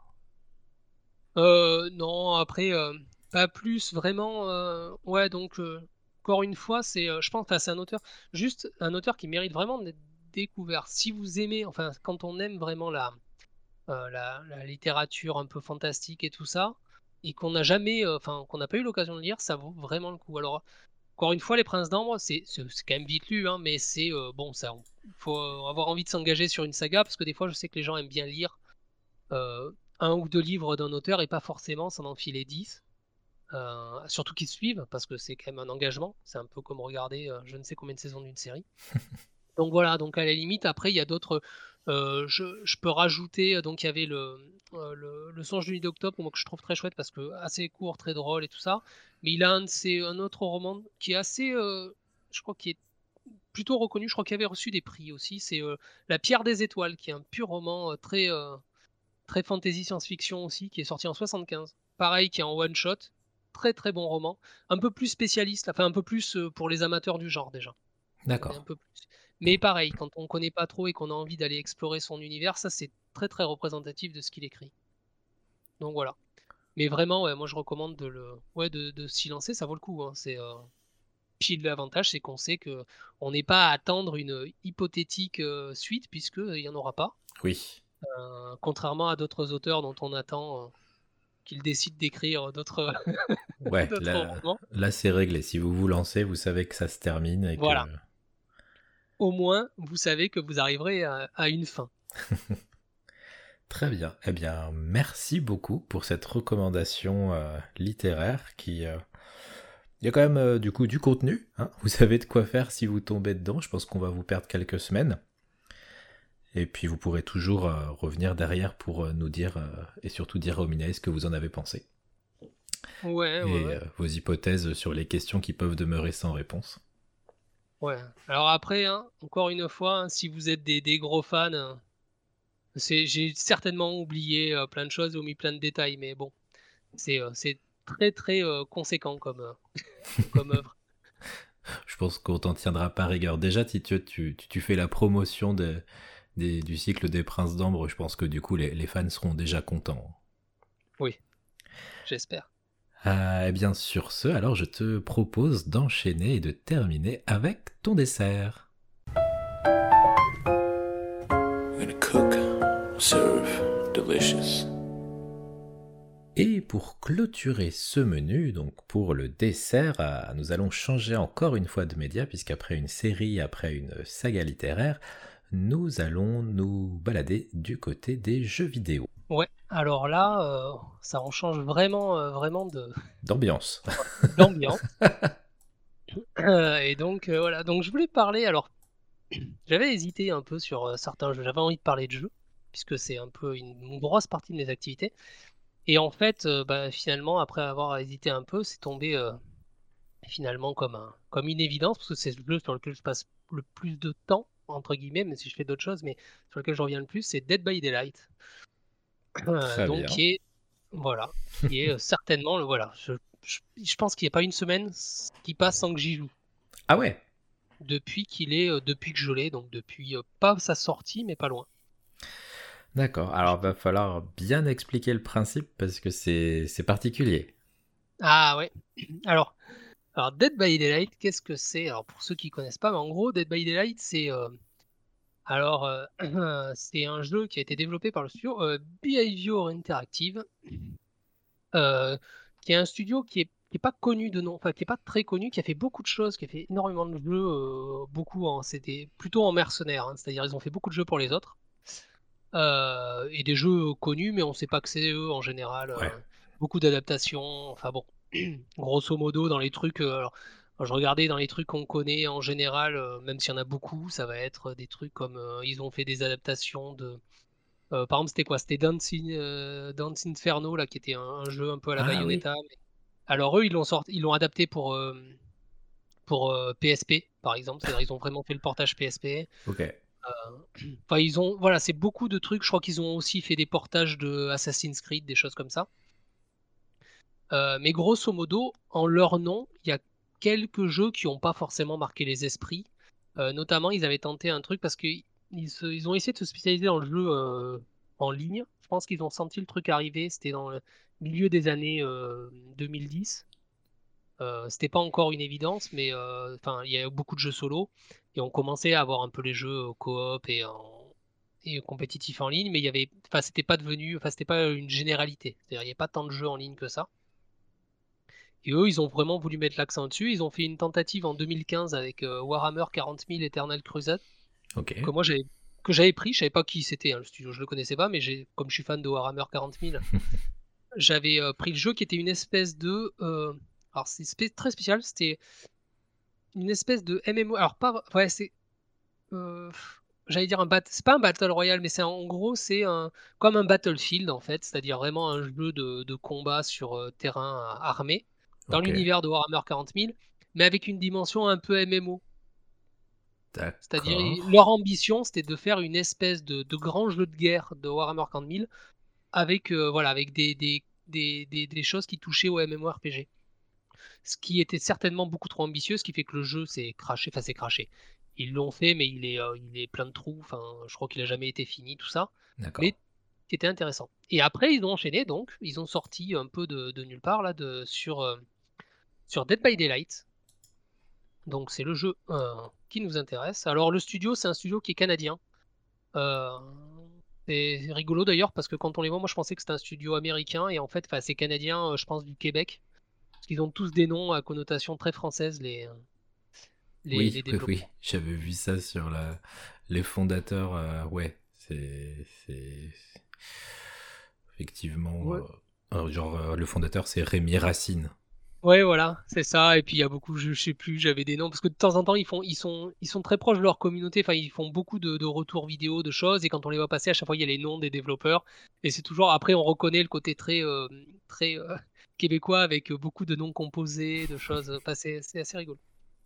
Heu, non, après, heu, pas plus vraiment, heu, ouais, donc heu, encore une fois, c'est, heu, je pense, enfin, c'est un auteur juste un auteur qui mérite vraiment d'être découvert. Si vous aimez, enfin, quand on aime vraiment la, heu, la la littérature un peu fantastique et tout ça et qu'on n'a jamais, heu, enfin, qu'on n'a pas eu l'occasion de lire, ça vaut vraiment le coup. Alors, encore une fois, Les Princes d'Ambre, c'est c'est c'est quand même vite lu, hein, mais c'est, heu, bon, ça il faut, heu, avoir envie de s'engager sur une saga parce que des fois, je sais que les gens aiment bien lire, heu, un ou deux livres d'un auteur et pas forcément s'en enfiler dix. Heu, surtout qu'ils suivent parce que c'est quand même un engagement. C'est un peu comme regarder, heu, je ne sais combien de saisons d'une série. Donc voilà, donc à la limite après il y a d'autres, heu, je je peux rajouter, heu, donc il y avait le, heu, le le Songe d'une nuit d'octobre, moi que je trouve très chouette parce que assez court, très drôle et tout ça. Mais il a un de ses un autre roman qui est assez, heu, je crois qui est plutôt reconnu, je crois qu'il avait reçu des prix aussi, c'est, heu, La Pierre des étoiles qui est un pur roman, heu, très, heu, très fantasy science-fiction aussi, qui est sorti en soixante-quinze. Pareil, qui est en one shot, très, très bon roman. Un peu plus spécialiste, enfin un peu plus, heu, pour les amateurs du genre déjà. On est D'accord. un peu plus mais pareil, quand on connaît pas trop et qu'on a envie d'aller explorer son univers, ça c'est très, très représentatif de ce qu'il écrit. Donc voilà. Mais vraiment, ouais, moi je recommande de le ouais, de de s'y lancer, ça vaut le coup, hein. C'est, heu puis l'avantage, c'est qu'on sait que on n'est pas à attendre une, hypothétique, heu, suite puisqu'il y en aura pas. Oui. Heu, contrairement à d'autres auteurs dont on attend, heu, qu'ils décident d'écrire d'autres Ouais, d'autres là, romans. là c'est réglé. Si vous vous lancez, vous savez que ça se termine et que... Voilà. Au moins, vous savez que vous arriverez à à une fin. Très bien. Eh bien, merci beaucoup pour cette recommandation euh, littéraire qui... euh, Il y a quand même euh, du coup du contenu, hein. Vous savez de quoi faire si vous tombez dedans. Je pense qu'on va vous perdre quelques semaines. Et puis vous pourrez toujours euh, revenir derrière pour euh, nous dire, euh, et surtout dire à Ominae ce que vous en avez pensé. Ouais, ouais, Et ouais. euh, vos hypothèses sur les questions qui peuvent demeurer sans réponse. Ouais. Alors après, hein, encore une fois, hein, si vous êtes des des gros fans, heu, c'est j'ai certainement oublié, heu, plein de choses, ou omis plein de détails, mais bon, c'est, heu, c'est très, très, heu, conséquent comme, heu, comme œuvre. Je pense qu'on t'en tiendra pas rigueur. Déjà, si tu, tu, tu fais la promotion de, des- du cycle des Princes d'Ambre, je pense que du coup les, les fans seront déjà contents. Oui, j'espère. Euh, et bien sur ce, alors je te propose d'enchaîner et de terminer avec ton dessert. Gonna cook, serve, delicious. Et pour clôturer ce menu, donc pour le dessert, euh, nous allons changer encore une fois de média, puisqu'après une série, après une saga littéraire, nous allons nous balader du côté des jeux vidéo. Ouais, alors là, heu, ça en change vraiment, heu, vraiment de D'ambiance. d'ambiance. Heu et donc heu, voilà, donc je voulais parler alors j'avais hésité un peu sur, heu, certains jeux. J'avais envie de parler de jeux, puisque c'est un peu une une grosse partie de mes activités et en fait, heu, bah, finalement, après avoir hésité un peu, c'est tombé, heu, finalement comme un comme une évidence, parce que c'est le jeu sur lequel je passe le plus de temps, entre guillemets, même si je fais d'autres choses, mais sur lequel je reviens le plus, c'est Dead by Daylight. Heu, Très donc bien. qui est voilà, qui est, heu, certainement le voilà, je je je pense qu'il y a pas une semaine s qui passe sans que j'y joue. Ah ouais. Depuis qu'il est, heu, depuis que je l'ai, donc depuis, heu, pas sa sortie, mais pas loin. D'accord, Je alors va falloir bien expliquer le principe parce que c'est c'est particulier. Ah ouais. Alors, alors Dead by Daylight, qu'est-ce que c'est? Alors pour ceux qui connaissent pas, mais en gros, Dead by Daylight, c'est euh, alors euh, c'est un jeu qui a été développé par le studio euh, Behavior Interactive, euh, qui est un studio qui est, qui est pas connu de nom, enfin qui est pas très connu, qui a fait beaucoup de choses, qui a fait énormément de jeux, euh, beaucoup en, c'était plutôt en mercenaire, hein, c'est-à-dire ils ont fait beaucoup de jeux pour les autres. Euh, et des jeux connus, mais on sait pas que c'est eux en général. Ouais. euh, beaucoup d'adaptations. Enfin bon, grosso modo, dans les trucs. euh, alors, quand je regardais dans les trucs qu'on connaît en général, euh, même s'il y en a beaucoup, ça va être des trucs comme euh, ils ont fait des adaptations de. euh, par exemple, c'était quoi? C'était Dancing, euh, Dance Inferno, là, qui était un, un jeu un peu à la Ah oui. Bayonetta. mais- Alors eux, ils l'ont sorti, ils l'ont adapté pour, euh, pour euh, P S P, par exemple. C'est-à-dire ils ont vraiment fait le portage P S P. Ok. Enfin, ils ont, voilà, c'est beaucoup de trucs. Je crois qu'ils ont aussi fait des portages de Assassin's Creed, des choses comme ça. Euh, mais grosso modo, en leur nom, il y a quelques jeux qui n'ont pas forcément marqué les esprits. Euh, notamment, ils avaient tenté un truc parce qu'ils se- ils ont essayé de se spécialiser dans le jeu euh, en ligne. Je pense qu'ils ont senti le truc arriver. C'était dans le milieu des années euh, deux mille dix. Euh, c'était pas encore une évidence, mais euh, enfin, il y a eu beaucoup de jeux solo et on commençait à avoir un peu les jeux euh, coop et, en, et compétitifs en ligne, mais il y avait, enfin, c'était pas devenu, enfin, c'était pas une généralité. C'est-à-dire, il n'y a pas tant de jeux en ligne que ça. Et eux, ils ont vraiment voulu mettre l'accent dessus. Ils ont fait une tentative en deux mille quinze avec euh, Warhammer quarante mille Eternal Crusade Ok. que moi j'avais que j'avais pris. Je savais pas qui c'était, hein, le studio, je le connaissais pas, mais j'ai, comme je suis fan de Warhammer quarante mille, j'avais euh, pris le jeu qui était une espèce de, euh, alors c'est spé- très spécial. C'était une espèce de M M O. Alors pas, ouais, c'est, euh, j'allais dire un bat, c'est pas un battle royale, mais c'est en gros c'est un comme un Battlefield en fait, c'est-à-dire vraiment un jeu de, de combat sur euh, terrain euh, armé dans Ok. l'univers de Warhammer quarante mille, mais avec une dimension un peu M M O. C'est-à-dire D'accord. ils- leur ambition c'était de faire une espèce de, de grand jeu de guerre de Warhammer quarante mille avec euh, voilà avec des, des, des, des, des choses qui touchaient au MMORPG. Ce qui était certainement beaucoup trop ambitieux, ce qui fait que le jeu s'est craché, enfin s'est craché. Ils l'ont fait, mais il est, euh, il est plein de trous, enfin, je crois qu'il a jamais été fini, tout ça. D'accord. Mais qui était intéressant. Et après, ils ont enchaîné, donc, ils ont sorti un peu de, de nulle part, là, de, sur, euh, sur Dead by Daylight. Donc, c'est le jeu euh, qui nous intéresse. Alors, le studio, c'est un studio qui est canadien. Euh, c'est rigolo d'ailleurs, parce que quand on les voit, moi, je pensais que c'était un studio américain, et en fait, enfin, c'est canadien, euh, je pense, du Québec. Parce qu'ils ont tous des noms à connotation très française, les, les, Oui, les oui, oui. développeurs. J'avais vu ça sur la... les fondateurs. euh, ouais, c'est... c'est... Effectivement... Ouais, euh, alors, genre, euh, le fondateur, c'est Rémi Racine. ouais, voilà, c'est ça. Et puis il y a beaucoup, je, je sais plus, j'avais des noms parce que de temps en temps ils font, ils sont, ils sont très proches de leur communauté. Enfin, ils font beaucoup de, de retours vidéo, de choses. Et quand on les voit passer, à chaque fois il y a les noms des développeurs. Et c'est toujours après on reconnaît le côté très, euh, très euh, québécois avec beaucoup de noms composés, de choses. Enfin, c'est c'est assez rigolo.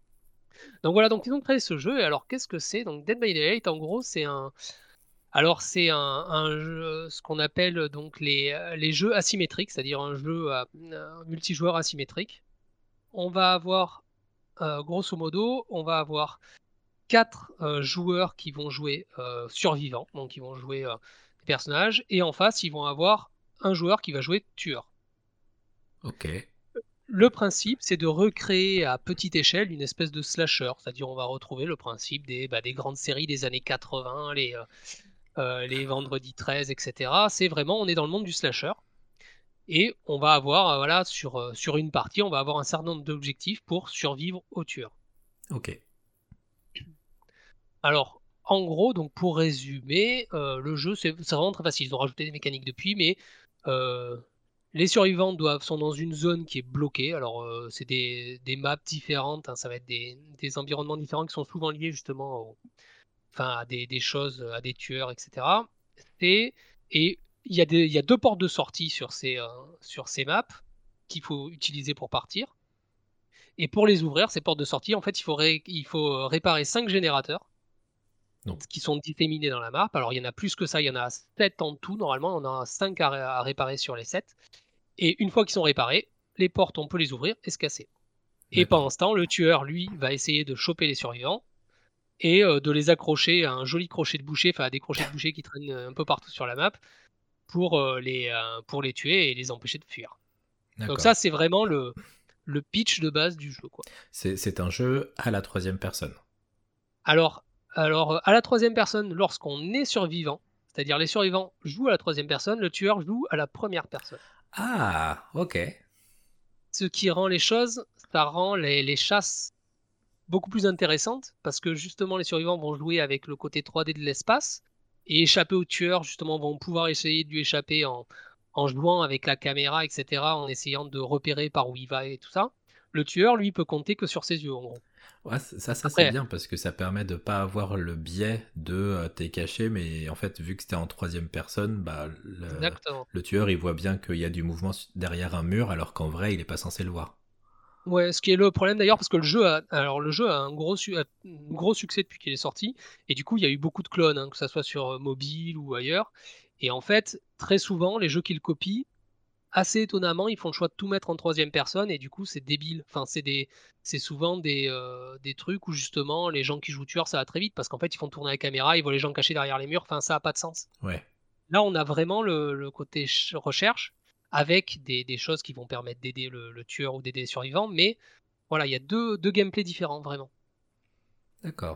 Donc voilà, donc ils ont créé ce jeu. Et alors qu'est-ce que c'est? Donc Dead by Daylight, en gros, c'est un, alors c'est un, un jeu, ce qu'on appelle donc les, euh, les jeux asymétriques, c'est-à-dire un jeu à, un multijoueur asymétrique. On va avoir, euh, grosso modo, on va avoir quatre euh, joueurs qui vont jouer euh, survivants, donc ils vont jouer euh, des personnages, et en face, ils vont avoir un joueur qui va jouer tueur. Ok. Le principe, c'est de recréer à petite échelle une espèce de slasher, c'est-à-dire on va retrouver le principe des, bah, des grandes séries des années quatre-vingts, les, euh, euh, les Vendredi treize, et cetera. C'est vraiment, on est dans le monde du slasher. Et on va avoir, euh, voilà, sur, euh, sur une partie, on va avoir un certain nombre d'objectifs pour survivre au tueur. Ok. Alors, en gros, donc pour résumer, euh, le jeu, c'est c'est vraiment très facile. Ils ont rajouté des mécaniques depuis, mais euh, les survivants doivent, sont dans une zone qui est bloquée. Alors, euh, c'est des, des maps différentes, hein, ça va être des, des environnements différents qui sont souvent liés justement au- enfin, à des, des choses, à des tueurs, et cetera. Et, et il y a des, il y a deux portes de sortie sur ces, euh, sur ces maps qu'il faut utiliser pour partir. Et pour les ouvrir, ces portes de sortie, en fait, il faut, ré- il faut réparer cinq générateurs Non. qui sont disséminés dans la map. Alors, il y en a plus que ça, il y en a sept en tout, normalement, on en a cinq à, ré- à réparer sur les sept. Et une fois qu'ils sont réparés, les portes, on peut les ouvrir et se casser. Et D'accord. pendant ce temps, le tueur, lui, va essayer de choper les survivants et euh, de les accrocher à un joli crochet de boucher, enfin à des crochets de boucher qui traînent euh, un peu partout sur la map pour, euh, les, euh, pour les tuer et les empêcher de fuir. Donc D'accord. ça, c'est vraiment le, le pitch de base du jeu, quoi. C'est c'est un jeu à la troisième personne. Alors, alors, euh, à la troisième personne, lorsqu'on est survivant, c'est-à-dire les survivants jouent à la troisième personne, le tueur joue à la première personne. Ah, ok. Ce qui rend les choses, ça rend les, les chasses beaucoup plus intéressantes, parce que justement les survivants vont jouer avec le côté trois D de l'espace, et échapper au tueur, justement, vont pouvoir essayer de lui échapper en, en jouant avec la caméra, et cetera, en essayant de repérer par où il va et tout ça. Le tueur, lui, peut compter que sur ses yeux, en gros. Ouais, c- ça, ça c'est Après, bien parce que ça permet de pas avoir le biais de euh, t'es caché, mais en fait, vu que c'était en troisième personne, bah, le, exactement. le tueur il voit bien qu'il y a du mouvement s- derrière un mur, alors qu'en vrai, il est pas censé le voir. Ouais, ce qui est le problème d'ailleurs, parce que le jeu a, alors le jeu a un gros, su- a un gros succès depuis qu'il est sorti, et du coup il y a eu beaucoup de clones, hein, que ça soit sur euh, mobile ou ailleurs. Et en fait, très souvent, les jeux qui le copient, assez étonnamment, ils font le choix de tout mettre en troisième personne, et du coup c'est débile. Enfin, c'est des, c'est souvent des, euh, des trucs où justement les gens qui jouent tueur, ça va très vite, parce qu'en fait ils font tourner la caméra, ils voient les gens cachés derrière les murs. Enfin, ça a pas de sens. Ouais, Là, on a vraiment le, le côté ch- recherche, avec des, des choses qui vont permettre d'aider le, le tueur ou d'aider les survivants, mais voilà, il y a deux, deux gameplays différents, vraiment. d'accord.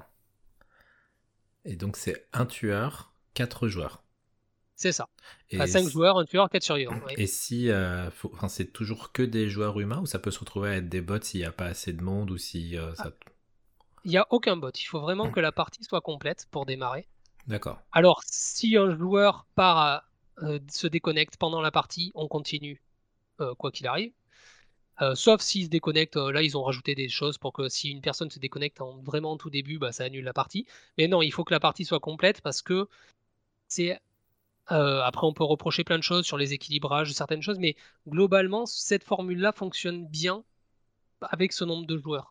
Et donc c'est un tueur, quatre joueurs. C'est ça. À Et, cinq s- joueurs, un tueur, quatre survivants. Oui. et si, euh, faut- enfin, c'est toujours que des joueurs humains ou ça peut se retrouver à être des bots s'il n'y a pas assez de monde ou si euh, Ah, ça. il n'y a aucun bot. Il faut vraiment que la partie soit complète pour démarrer. D'accord. Alors, si un joueur part à, euh, se déconnecte pendant la partie, on continue, euh, quoi qu'il arrive. Euh, sauf s'il se déconnecte, euh, là ils ont rajouté des choses pour que si une personne se déconnecte en, vraiment en tout début, bah, ça annule la partie. Mais non, il faut que la partie soit complète, parce que c'est Euh, après, on peut reprocher plein de choses sur les équilibrages de certaines choses, mais globalement, cette formule-là fonctionne bien avec ce nombre de joueurs.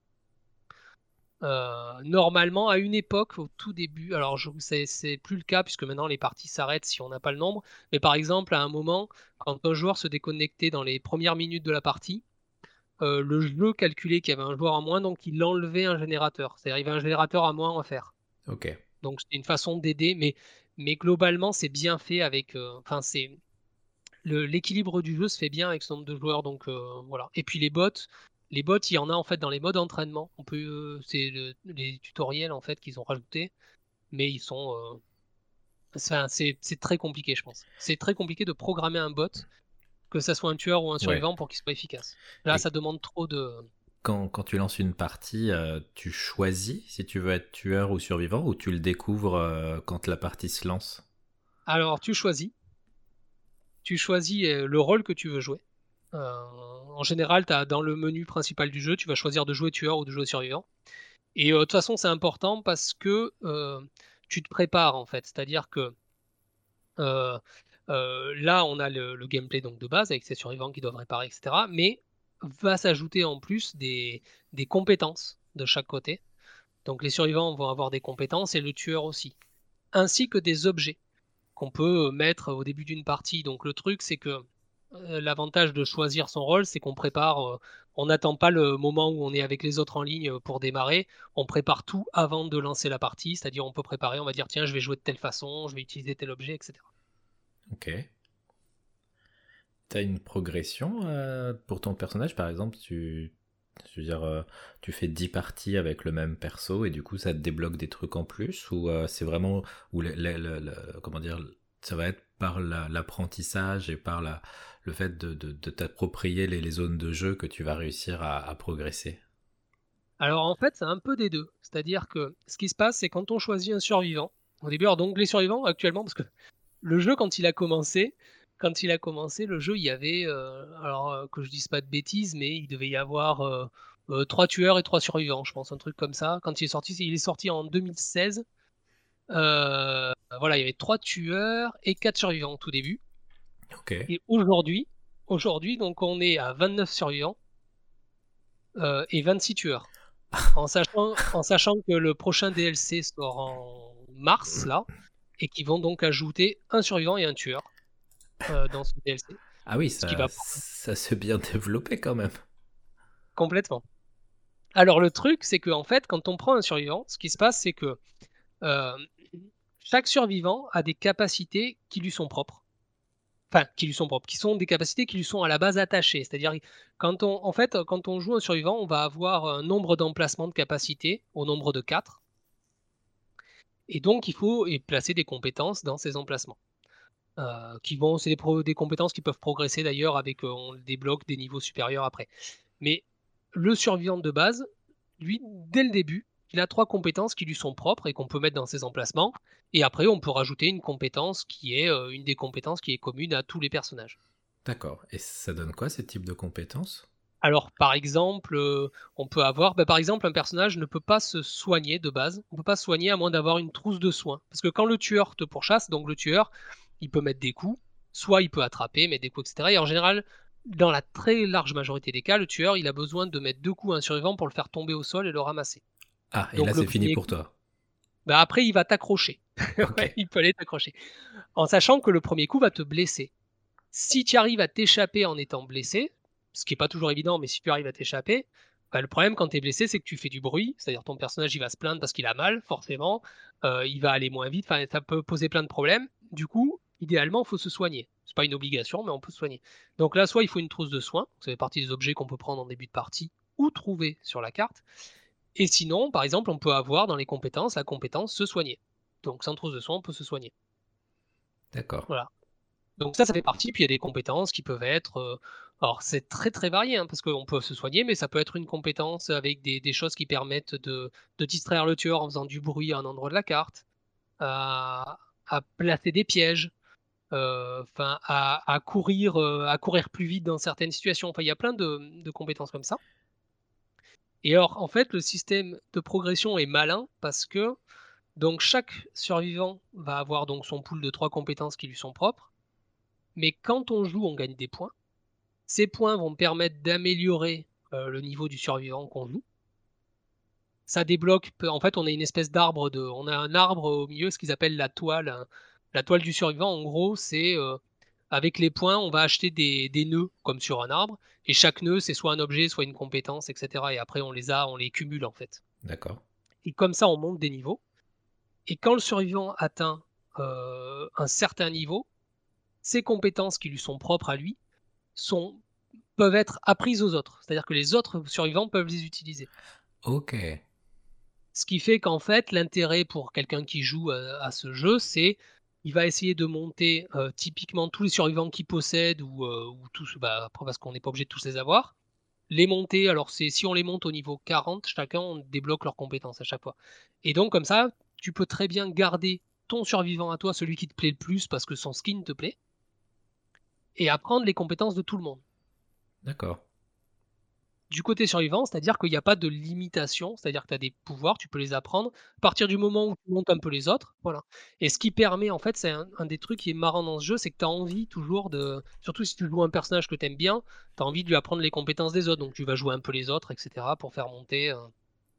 Euh, normalement, à une époque, au tout début, alors je, c'est, c'est plus le cas puisque maintenant les parties s'arrêtent si on n'a pas le nombre, mais par exemple, à un moment, quand un joueur se déconnectait dans les premières minutes de la partie, euh, le jeu calculait qu'il y avait un joueur en moins, donc il enlevait un générateur. C'est-à-dire qu'il y avait un générateur à moins à faire. Ok. Donc c'est une façon d'aider, mais, mais globalement, c'est bien fait avec. euh, Enfin, c'est le- l'équilibre du jeu se fait bien avec ce nombre de joueurs, donc euh, voilà. Et puis les bots, les bots, il y en a en fait dans les modes entraînement. On peut, euh, c'est le- les tutoriels en fait qu'ils ont rajoutés, mais ils sont, euh, enfin, c'est c'est très compliqué, je pense. C'est très compliqué de programmer un bot, que ça soit un tueur ou un Ouais. survivant, pour qu'il soit efficace. Là, Et ça demande trop de. quand, quand tu lances une partie, euh, tu choisis si tu veux être tueur ou survivant ou tu le découvres euh, quand la partie se lance? Alors, tu choisis, tu choisis euh, le rôle que tu veux jouer. Euh, en général, t'as, dans le menu principal du jeu, tu vas choisir de jouer tueur ou de jouer survivant. Et euh, de toute façon, c'est important parce que euh, tu te prépares en fait. C'est-à-dire que euh, euh, là, on a le, le gameplay donc de base avec ces survivants qui doivent réparer, et cetera. Mais va s'ajouter en plus des, des compétences de chaque côté. Donc les survivants vont avoir des compétences et le tueur aussi, ainsi que des objets qu'on peut mettre au début d'une partie. Donc le truc, c'est que euh, l'avantage de choisir son rôle, c'est qu'on prépare, euh, on n'attend pas le moment où on est avec les autres en ligne euh, pour démarrer, on prépare tout avant de lancer la partie, c'est-à-dire on peut préparer, on va dire tiens, je vais jouer de telle façon, je vais utiliser tel objet, et cetera. Ok. T'as une progression euh, pour ton personnage, par exemple, tu, je veux dire, euh, tu fais dix parties avec le même perso et du coup ça te débloque des trucs en plus ou euh, c'est vraiment ou le, le- le- le- comment dire, ça va être par la- l'apprentissage et par la, le fait de, de, de t'approprier les, les zones de jeu que tu vas réussir à, à progresser. Alors en fait, c'est un peu des deux, c'est-à-dire que ce qui se passe, c'est quand on choisit un survivant, au début, alors donc les survivants actuellement, parce que le jeu, quand il a commencé, quand il a commencé, le jeu, il y avait, euh, alors euh, que je dise pas de bêtises, mais il devait y avoir euh, euh, trois tueurs et trois survivants, je pense, un truc comme ça. Quand il est sorti, c'est- il est sorti en deux mille seize. Euh, voilà, il y avait trois tueurs et quatre survivants au tout début. Ok. Et aujourd'hui, aujourd'hui, donc on est à vingt-neuf survivants euh, et vingt-six tueurs. En sachant, en sachant que le prochain D L C sort en mars, là, et qu'ils vont donc ajouter un survivant et un tueur euh, dans ce D L C. Ah oui, Ce qui ça, va ça s'est bien développé quand même. complètement. Alors le truc, c'est que en fait, quand on prend un survivant, ce qui se passe, c'est que euh, chaque survivant a des capacités qui lui sont propres. enfin, qui lui sont propres, qui sont des capacités qui lui sont à la base attachées. C'est-à-dire, quand on, en fait, quand on joue un survivant, on va avoir un nombre d'emplacements de capacités au nombre de quatre. Et donc, il faut y placer des compétences dans ces emplacements. Euh, qui vont, c'est des, pro- des compétences qui peuvent progresser d'ailleurs avec, euh, on débloque des niveaux supérieurs après. Mais le survivant de base, lui, dès le début, il a trois compétences qui lui sont propres et qu'on peut mettre dans ses emplacements. Et après, on peut rajouter une compétence qui est euh, une des compétences qui est commune à tous les personnages. D'accord. Et ça donne quoi, ces types de compétences? Alors, par exemple, euh, on peut avoir, bah, par exemple, un personnage ne peut pas se soigner de base. On peut pas se soigner à moins d'avoir une trousse de soins. Parce que quand le tueur te pourchasse, donc le tueur, il peut mettre des coups, soit il peut attraper, mettre des coups, et cetera. Et en général, dans la très large majorité des cas, le tueur, il a besoin de mettre deux coups à un survivant pour le faire tomber au sol et le ramasser. Ah, et là, Donc le c'est fini premier pour coup, toi. bah après, il va t'accrocher. Ok. Ouais, il peut aller t'accrocher. En sachant que le premier coup va te blesser. Si tu arrives à t'échapper en étant blessé, ce qui est pas toujours évident, mais si tu arrives à t'échapper, bah, le problème quand tu es blessé, c'est que tu fais du bruit, c'est-à-dire ton personnage il va se plaindre parce qu'il a mal, forcément, euh, il va aller moins vite, enfin ça peut poser plein de problèmes. Du coup, idéalement, il faut se soigner. C'est pas une obligation, mais on peut se soigner. Donc là, soit il faut une trousse de soins, ça fait partie des objets qu'on peut prendre en début de partie ou trouver sur la carte. Et sinon, par exemple, on peut avoir dans les compétences la compétence se soigner. Donc sans trousse de soins, on peut se soigner. D'accord. Voilà. Donc ça, ça fait partie. Puis il y a des compétences qui peuvent être. euh, alors c'est très très varié hein, parce qu'on peut se soigner, mais ça peut être une compétence avec des, des choses qui permettent de, de distraire le tueur en faisant du bruit à un endroit de la carte, à, à placer des pièges, euh, enfin à, à courir, euh, à courir plus vite dans certaines situations. Enfin, il y a plein de, de compétences comme ça. Et alors, en fait, le système de progression est malin parce que donc chaque survivant va avoir donc son pool de trois compétences qui lui sont propres. Mais quand on joue, on gagne des points. Ces points vont permettre d'améliorer euh, le niveau du survivant qu'on joue. Ça débloque, en fait, on a une espèce d'arbre de, on a un arbre au milieu, ce qu'ils appellent la toile. Hein. La toile du survivant, en gros, c'est euh, avec les points, on va acheter des, des nœuds comme sur un arbre, et chaque nœud, c'est soit un objet, soit une compétence, et cetera. Et après, on les a, on les cumule en fait. D'accord. Et comme ça, on monte des niveaux. Et quand le survivant atteint euh, un certain niveau, ses compétences qui lui sont propres à lui sont peuvent être apprises aux autres. C'est-à-dire que les autres survivants peuvent les utiliser. Ok. Ce qui fait qu'en fait, l'intérêt pour quelqu'un qui joue à, à ce jeu, c'est il va essayer de monter euh, typiquement tous les survivants qu'il possède ou, euh, ou tous, bah, après parce qu'on n'est pas obligé de tous les avoir. Les monter, alors c'est si on les monte au niveau quarante, chacun on débloque leurs compétences à chaque fois. Et donc comme ça, tu peux très bien garder ton survivant à toi, celui qui te plaît le plus parce que son skin te plaît, et apprendre les compétences de tout le monde. D'accord. Du côté survivant, c'est-à-dire qu'il n'y a pas de limitation, c'est-à-dire que tu as des pouvoirs, tu peux les apprendre à partir du moment où tu montes un peu les autres, voilà. Et ce qui permet, en fait, c'est un, un des trucs qui est marrant dans ce jeu, c'est que tu as envie toujours de, surtout si tu joues un personnage que tu aimes bien, tu as envie de lui apprendre les compétences des autres, donc tu vas jouer un peu les autres, et cetera, pour faire monter. euh.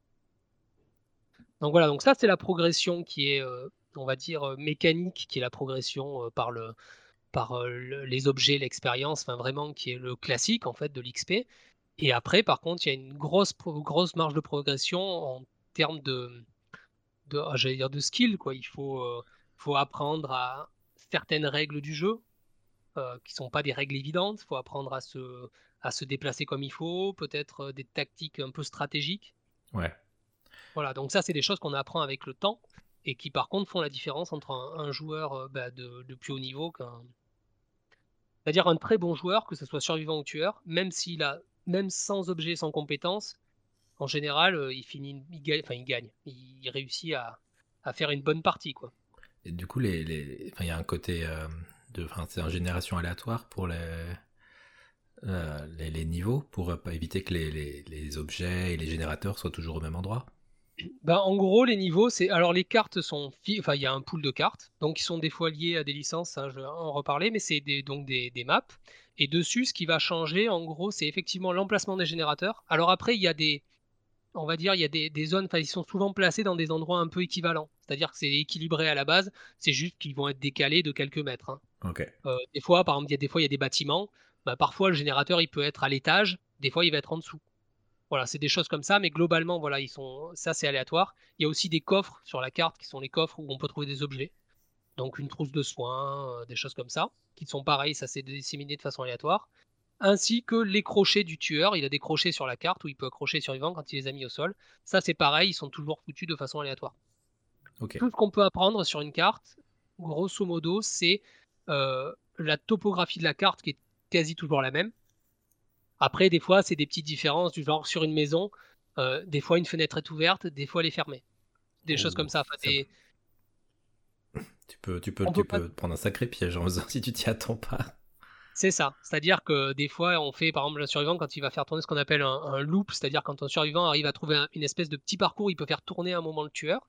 Donc voilà, donc ça c'est la progression qui est, euh, on va dire, euh, mécanique, qui est la progression euh, par le, par euh, le- les objets, l'expérience, enfin vraiment qui est le classique en fait de l'X P. Et après, par contre, il y a une grosse, pro- grosse marge de progression en termes de, de ah, j'allais dire de skill, quoi. Il faut, euh, faut apprendre à certaines règles du jeu, euh, qui sont pas des règles évidentes. Il faut apprendre à se, à se déplacer comme il faut, peut-être euh, des tactiques un peu stratégiques. Ouais. Voilà, donc ça, c'est des choses qu'on apprend avec le temps et qui, par contre, font la différence entre un, un joueur euh, bah, de, de plus haut niveau qu'un, c'est-à-dire un très bon joueur, que ce soit survivant ou tueur, même s'il a, même sans objet, sans compétence, en général, euh, il finit, il gagne, enfin il gagne, il, il réussit à, à faire une bonne partie, quoi. Et du coup, les, les... Enfin, il y a un côté euh, de, enfin, c'est une génération aléatoire pour les, euh, les, les niveaux, pour euh, pas éviter que les, les, les objets et les générateurs soient toujours au même endroit. Bah, en gros, les niveaux, c'est, alors les cartes sont, fi- enfin il y a un pool de cartes, donc ils sont des fois liés à des licences, hein, je vais en reparler, mais c'est des, donc des, des maps. Et dessus, ce qui va changer, en gros, c'est effectivement l'emplacement des générateurs. Alors après, il y a des, on va dire, il y a des, des zones, enfin, ils sont souvent placés dans des endroits un peu équivalents. C'est-à-dire que c'est équilibré à la base, c'est juste qu'ils vont être décalés de quelques mètres. Hein. Ok. Euh, des fois, par exemple, il y a des fois, il y a des bâtiments. Bah, parfois, le générateur, il peut être à l'étage. Des fois, il va être en dessous. Voilà, c'est des choses comme ça, mais globalement, voilà, ils sont, ça, c'est aléatoire. Il y a aussi des coffres sur la carte qui sont les coffres où on peut trouver des objets. donc une trousse de soins, euh, des choses comme ça, qui sont pareilles, ça s'est disséminé de façon aléatoire, ainsi que les crochets du tueur. Il a des crochets sur la carte où il peut accrocher les survivants quand il les a mis au sol. Ça, c'est pareil, ils sont toujours foutus de façon aléatoire. Ok. Tout ce qu'on peut apprendre sur une carte, grosso modo, c'est euh, la topographie de la carte qui est quasi toujours la même. Après, des fois, c'est des petites différences du genre sur une maison, euh, des fois une fenêtre est ouverte, des fois elle est fermée. Des choses comme Oh, ça. Enfin, ça- des... tu peux, tu peux, On peut tu pas... peux te prendre un sacré piège en faisant si tu t'y attends pas. C'est ça. C'est-à-dire que des fois, on fait, par exemple, le survivant, quand il va faire tourner ce qu'on appelle un, un loop, c'est-à-dire quand un survivant arrive à trouver un- une espèce de petit parcours, il peut faire tourner à un moment le tueur.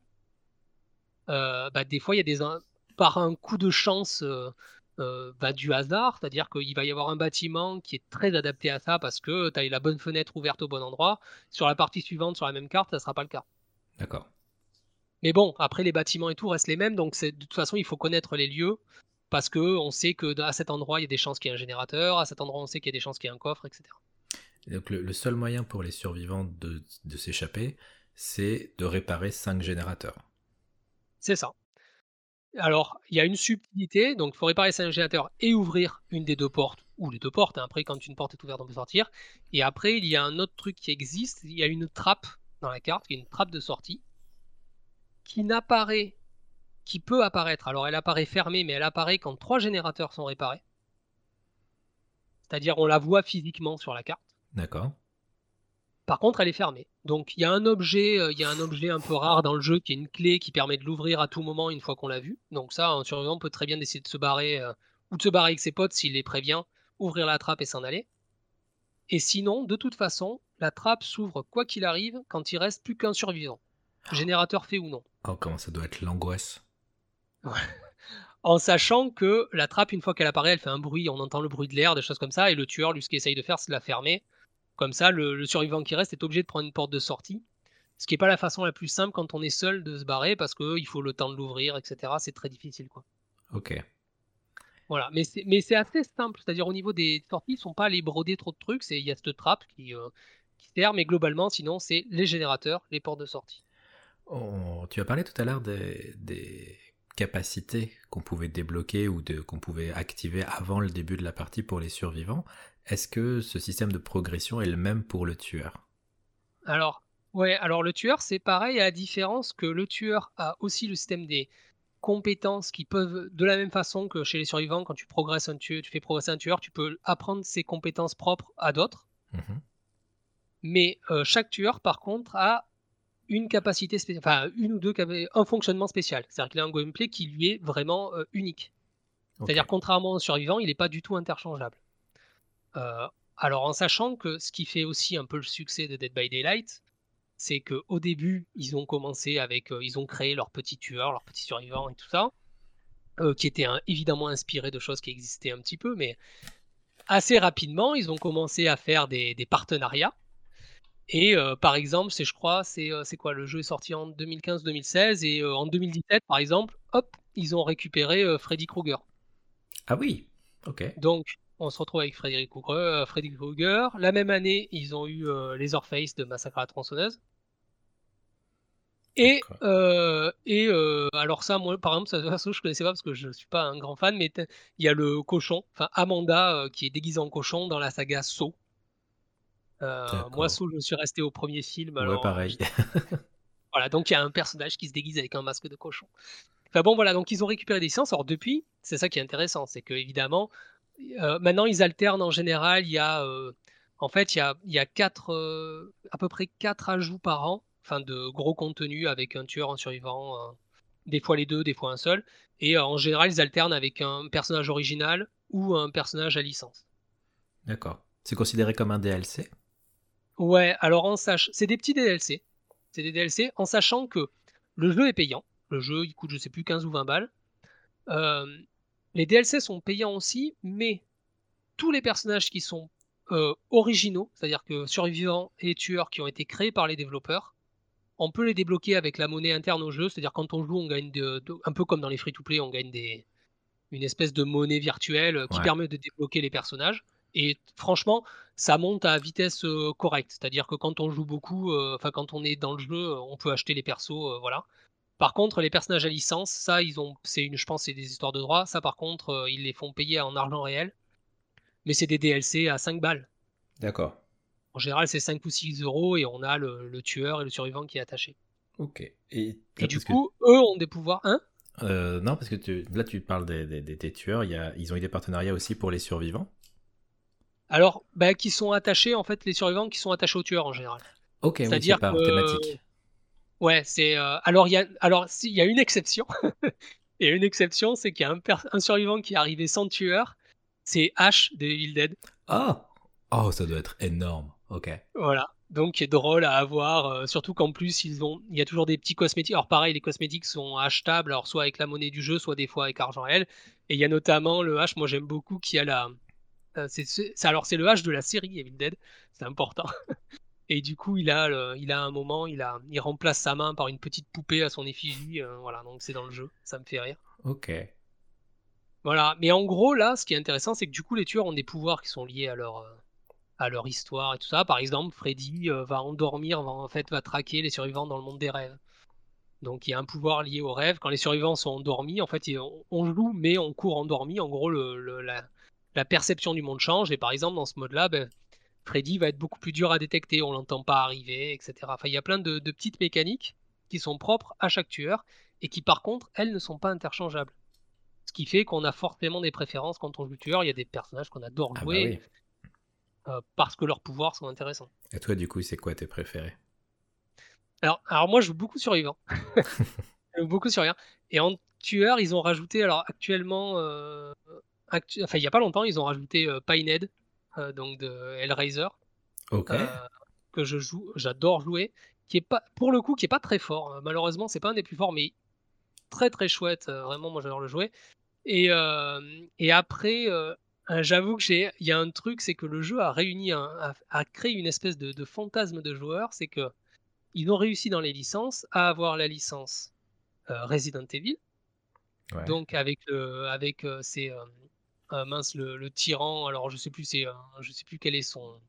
Euh, bah, des fois, il y a des... in- par un coup de chance euh, euh, bah, du hasard, c'est-à-dire qu'il va y avoir un bâtiment qui est très adapté à ça parce que tu as la bonne fenêtre ouverte au bon endroit. Sur la partie suivante, sur la même carte, ça ne sera pas le cas. D'accord. Mais bon, après les bâtiments et tout restent les mêmes, donc c'est de toute façon il faut connaître les lieux parce que on sait que à cet endroit il y a des chances qu'il y ait un générateur, à cet endroit on sait qu'il y a des chances qu'il y ait un coffre, et cetera. Et donc le, le seul moyen pour les survivants de, de s'échapper, c'est de réparer cinq générateurs. C'est ça. Alors il y a une subtilité, donc il faut réparer ces générateurs et ouvrir une des deux portes ou les deux portes. Hein. Après quand une porte est ouverte on peut sortir. Et après il y a un autre truc qui existe, il y a une trappe dans la carte, il y a une trappe de sortie qui n'apparaît, qui peut apparaître. Alors elle apparaît fermée, mais elle apparaît quand trois générateurs sont réparés. C'est-à-dire on la voit physiquement sur la carte. D'accord. Par contre, elle est fermée. Donc il y a un objet, euh, il y a un objet un peu rare dans le jeu qui est une clé qui permet de l'ouvrir à tout moment une fois qu'on l'a vu. Donc ça, un survivant peut très bien décider de se barrer euh, ou de se barrer avec ses potes s'il les prévient, ouvrir la trappe et s'en aller. Et sinon, de toute façon, la trappe s'ouvre quoi qu'il arrive quand il reste plus qu'un survivant, générateur fait ou non. Oh, comment ça doit être l'angoisse. En sachant que la trappe, une fois qu'elle apparaît, elle fait un bruit, on entend le bruit de l'air, des choses comme ça, et le tueur, lui, ce qu'il essaye de faire, c'est de la fermer. Comme ça, le, le survivant qui reste est obligé de prendre une porte de sortie. Ce qui n'est pas la façon la plus simple quand on est seul de se barrer parce qu'il faut le temps de l'ouvrir, et cetera. C'est très difficile, quoi. Ok. Voilà, mais c'est mais c'est assez simple, c'est-à-dire au niveau des sorties, ils sont pas allés broder trop de trucs, c'est il y a cette trappe qui, euh, qui sert, mais globalement, sinon, c'est les générateurs, les portes de sortie. On- tu as parlé tout à l'heure des, des capacités qu'on pouvait débloquer ou de, qu'on pouvait activer avant le début de la partie pour les survivants. Est-ce que ce système de progression est le même pour le tueur? Alors, ouais, alors le tueur, c'est pareil, à la différence que le tueur a aussi le système des compétences qui peuvent, de la même façon que chez les survivants, quand tu progresses un tueur, tu fais progresser un tueur, tu peux apprendre ses compétences propres à d'autres. Mhm. Mais euh, chaque tueur, par contre, a une capacité spéciale, enfin une ou deux, capa- un fonctionnement spécial. C'est-à-dire qu'il a un gameplay qui lui est vraiment euh, unique. Ok. C'est-à-dire, contrairement aux survivants, il n'est pas du tout interchangeable. Euh, alors, en sachant que ce qui fait aussi un peu le succès de Dead by Daylight, c'est qu'au début, ils ont commencé avec, euh, ils ont créé leurs petits tueurs, leurs petits survivants et tout ça, euh, qui étaient hein, évidemment inspirés de choses qui existaient un petit peu, mais assez rapidement, ils ont commencé à faire des, des partenariats. Et euh, par exemple, c'est, je crois, c'est euh, c'est quoi, le jeu est sorti en deux mille quinze deux mille seize, et euh, en deux mille dix-sept, par exemple, hop, ils ont récupéré euh, Freddy Krueger. Ah oui. Ok. Donc, on se retrouve avec Freddy Krueger, euh, Freddy Krueger. La même année, ils ont eu euh, Leatherface de Massacre à la tronçonneuse. Et, D'accord. euh, et euh, alors ça, moi, par exemple, ça, ça, je connaissais pas parce que je suis pas un grand fan, mais t'as- il y a le cochon, enfin Amanda, euh, qui est déguisée en cochon dans la saga Saw. Euh, moi, D'accord. Saw, je suis resté au premier film, Ouais, alors euh, pareil. j'ai- voilà, donc il y a un personnage qui se déguise avec un masque de cochon. Enfin bon, voilà, donc ils ont récupéré des licences. Alors depuis, c'est ça qui est intéressant, c'est que évidemment, euh, maintenant ils alternent en général. Il y a, euh, en fait, il y a, il y a quatre, euh, à peu près quatre ajouts par an, enfin de gros contenu avec un tueur, un survivant, euh, des fois les deux, des fois un seul. Et euh, en général, ils alternent avec un personnage original ou un personnage à licence. D'accord. C'est considéré comme un D L C? Ouais, alors en sach... c'est des petits D L C. C'est des D L C en sachant que le jeu est payant. Le jeu, il coûte, je sais plus, quinze ou vingt balles. Euh, les D L C sont payants aussi, mais tous les personnages qui sont euh, originaux, c'est-à-dire que survivants et tueurs qui ont été créés par les développeurs, on peut les débloquer avec la monnaie interne au jeu, c'est-à-dire quand on joue, on gagne de, de- un peu comme dans les free-to-play, on gagne des, une espèce de monnaie virtuelle euh, qui Ouais. permet de débloquer les personnages. Et franchement, ça monte à vitesse euh, correcte, c'est-à-dire que quand on joue beaucoup, euh, enfin quand on est dans le jeu, euh, on peut acheter les persos, euh, voilà. Par contre, les personnages à licence, ça, ils ont c'est une je pense, c'est des histoires de droit. Ça, par contre, heu, ils les font payer en argent réel, mais c'est des D L C à cinq balles. D'accord. En général, c'est cinq ou six euros et on a le le tueur et le survivant qui est attaché. Ok. Et Et là, du parce que coup, eux ont des pouvoirs hein? euh, non, parce que tu, là, tu parles des, des, des- des tueurs. Il y a, ils ont eu des partenariats aussi pour les survivants. Alors, bah, qui sont attachés, en fait, les survivants qui sont attachés au tueur en général. Ok, oui, c'est C'est-à-dire par que thématique. ouais, c'est, heu, alors il y a alors si, il y a une exception. Il y a une exception, c'est qu'il y a un per un survivant qui est arrivé sans tueur, c'est Ash de Evil Dead. Ah, oh, ça doit être énorme. Ok. Voilà, donc qui est drôle à avoir, heu, surtout qu'en plus ils ont il y a toujours des petits cosmétiques. Alors pareil, les cosmétiques sont achetables, alors soit avec la monnaie du jeu, soit des fois avec argent réel. Et il y a notamment le H, moi j'aime beaucoup, qui a la, heu, c'est c'est c'est alors c'est le H de la série Evil Dead, c'est important. Et du coup, il a le il a un moment, il a il remplace sa main par une petite poupée à son effigie, heu, voilà, donc c'est dans le jeu, ça me fait rire. Ok. Voilà, mais en gros là, ce qui est intéressant, c'est que du coup les tueurs ont des pouvoirs qui sont liés à leur, heu, à leur histoire et tout ça. Par exemple, Freddy, heu, va endormir, va en fait, va traquer les survivants dans le monde des rêves. Donc il y a un pouvoir lié aux rêves. Quand les survivants sont endormis, en fait, et on on joue, mais on court endormi. En gros, le le la la perception du monde change et par exemple, dans ce mode-là, beh, Freddy va être beaucoup plus dur à détecter, on l'entend pas arriver, et cetera. Enfin, il y a plein de de petites mécaniques qui sont propres à chaque tueur et qui, par contre, elles ne sont pas interchangeables. Ce qui fait qu'on a forcément des préférences quand on joue tueur. Il y a des personnages qu'on adore Ah bah jouer, oui. heu, parce que leurs pouvoirs sont intéressants. Et toi, du coup, c'est quoi tes préférés? Alors alors moi, je joue beaucoup survivant. Je joue beaucoup survivant et en tueur, ils ont rajouté alors actuellement, heu, actu enfin il y a pas longtemps, ils ont rajouté, heu, Pinhead, heu, donc de Hellraiser, Ok. heu, que je joue j'adore jouer, qui est pas pour le coup, qui est pas très fort, heu, malheureusement, c'est pas un des plus forts, mais très, très chouette, heu, vraiment moi j'adore le jouer et hem et après, heu heu, j'avoue que j'ai il y a un truc, c'est que le jeu a réuni un a a créé une espèce de de fantasme de joueur. C'est qu'ils ont réussi dans les licences à avoir la licence, heu, Resident Evil, Ouais. donc avec le avec, heu, c'est, hem, ah mince, le le tyran, alors je sais plus, c'est un je sais plus quel est son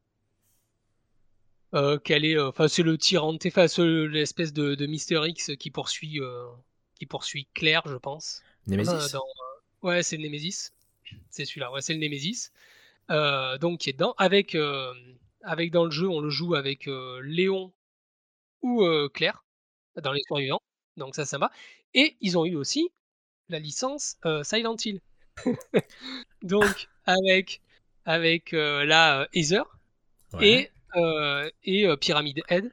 heu, quel est, heu, enfin c'est le tyran, tu sais, enfin ce l'espèce de de Mister X qui poursuit, heu, qui poursuit Claire, je pense, heu, Nemesis? dans, ouais, c'est le Némésis, c'est celui-là, ouais, c'est le Némésis, heu, donc qui est dedans avec, hem, avec dans le jeu, on le joue avec, heu, Léon ou, heu, Claire, dans les survivants, donc ça, ça va et ils ont eu aussi la licence, heu, Silent Hill. Donc avec avec, heu, là, heu, Heather Ouais. et heu et heu, Pyramid Head,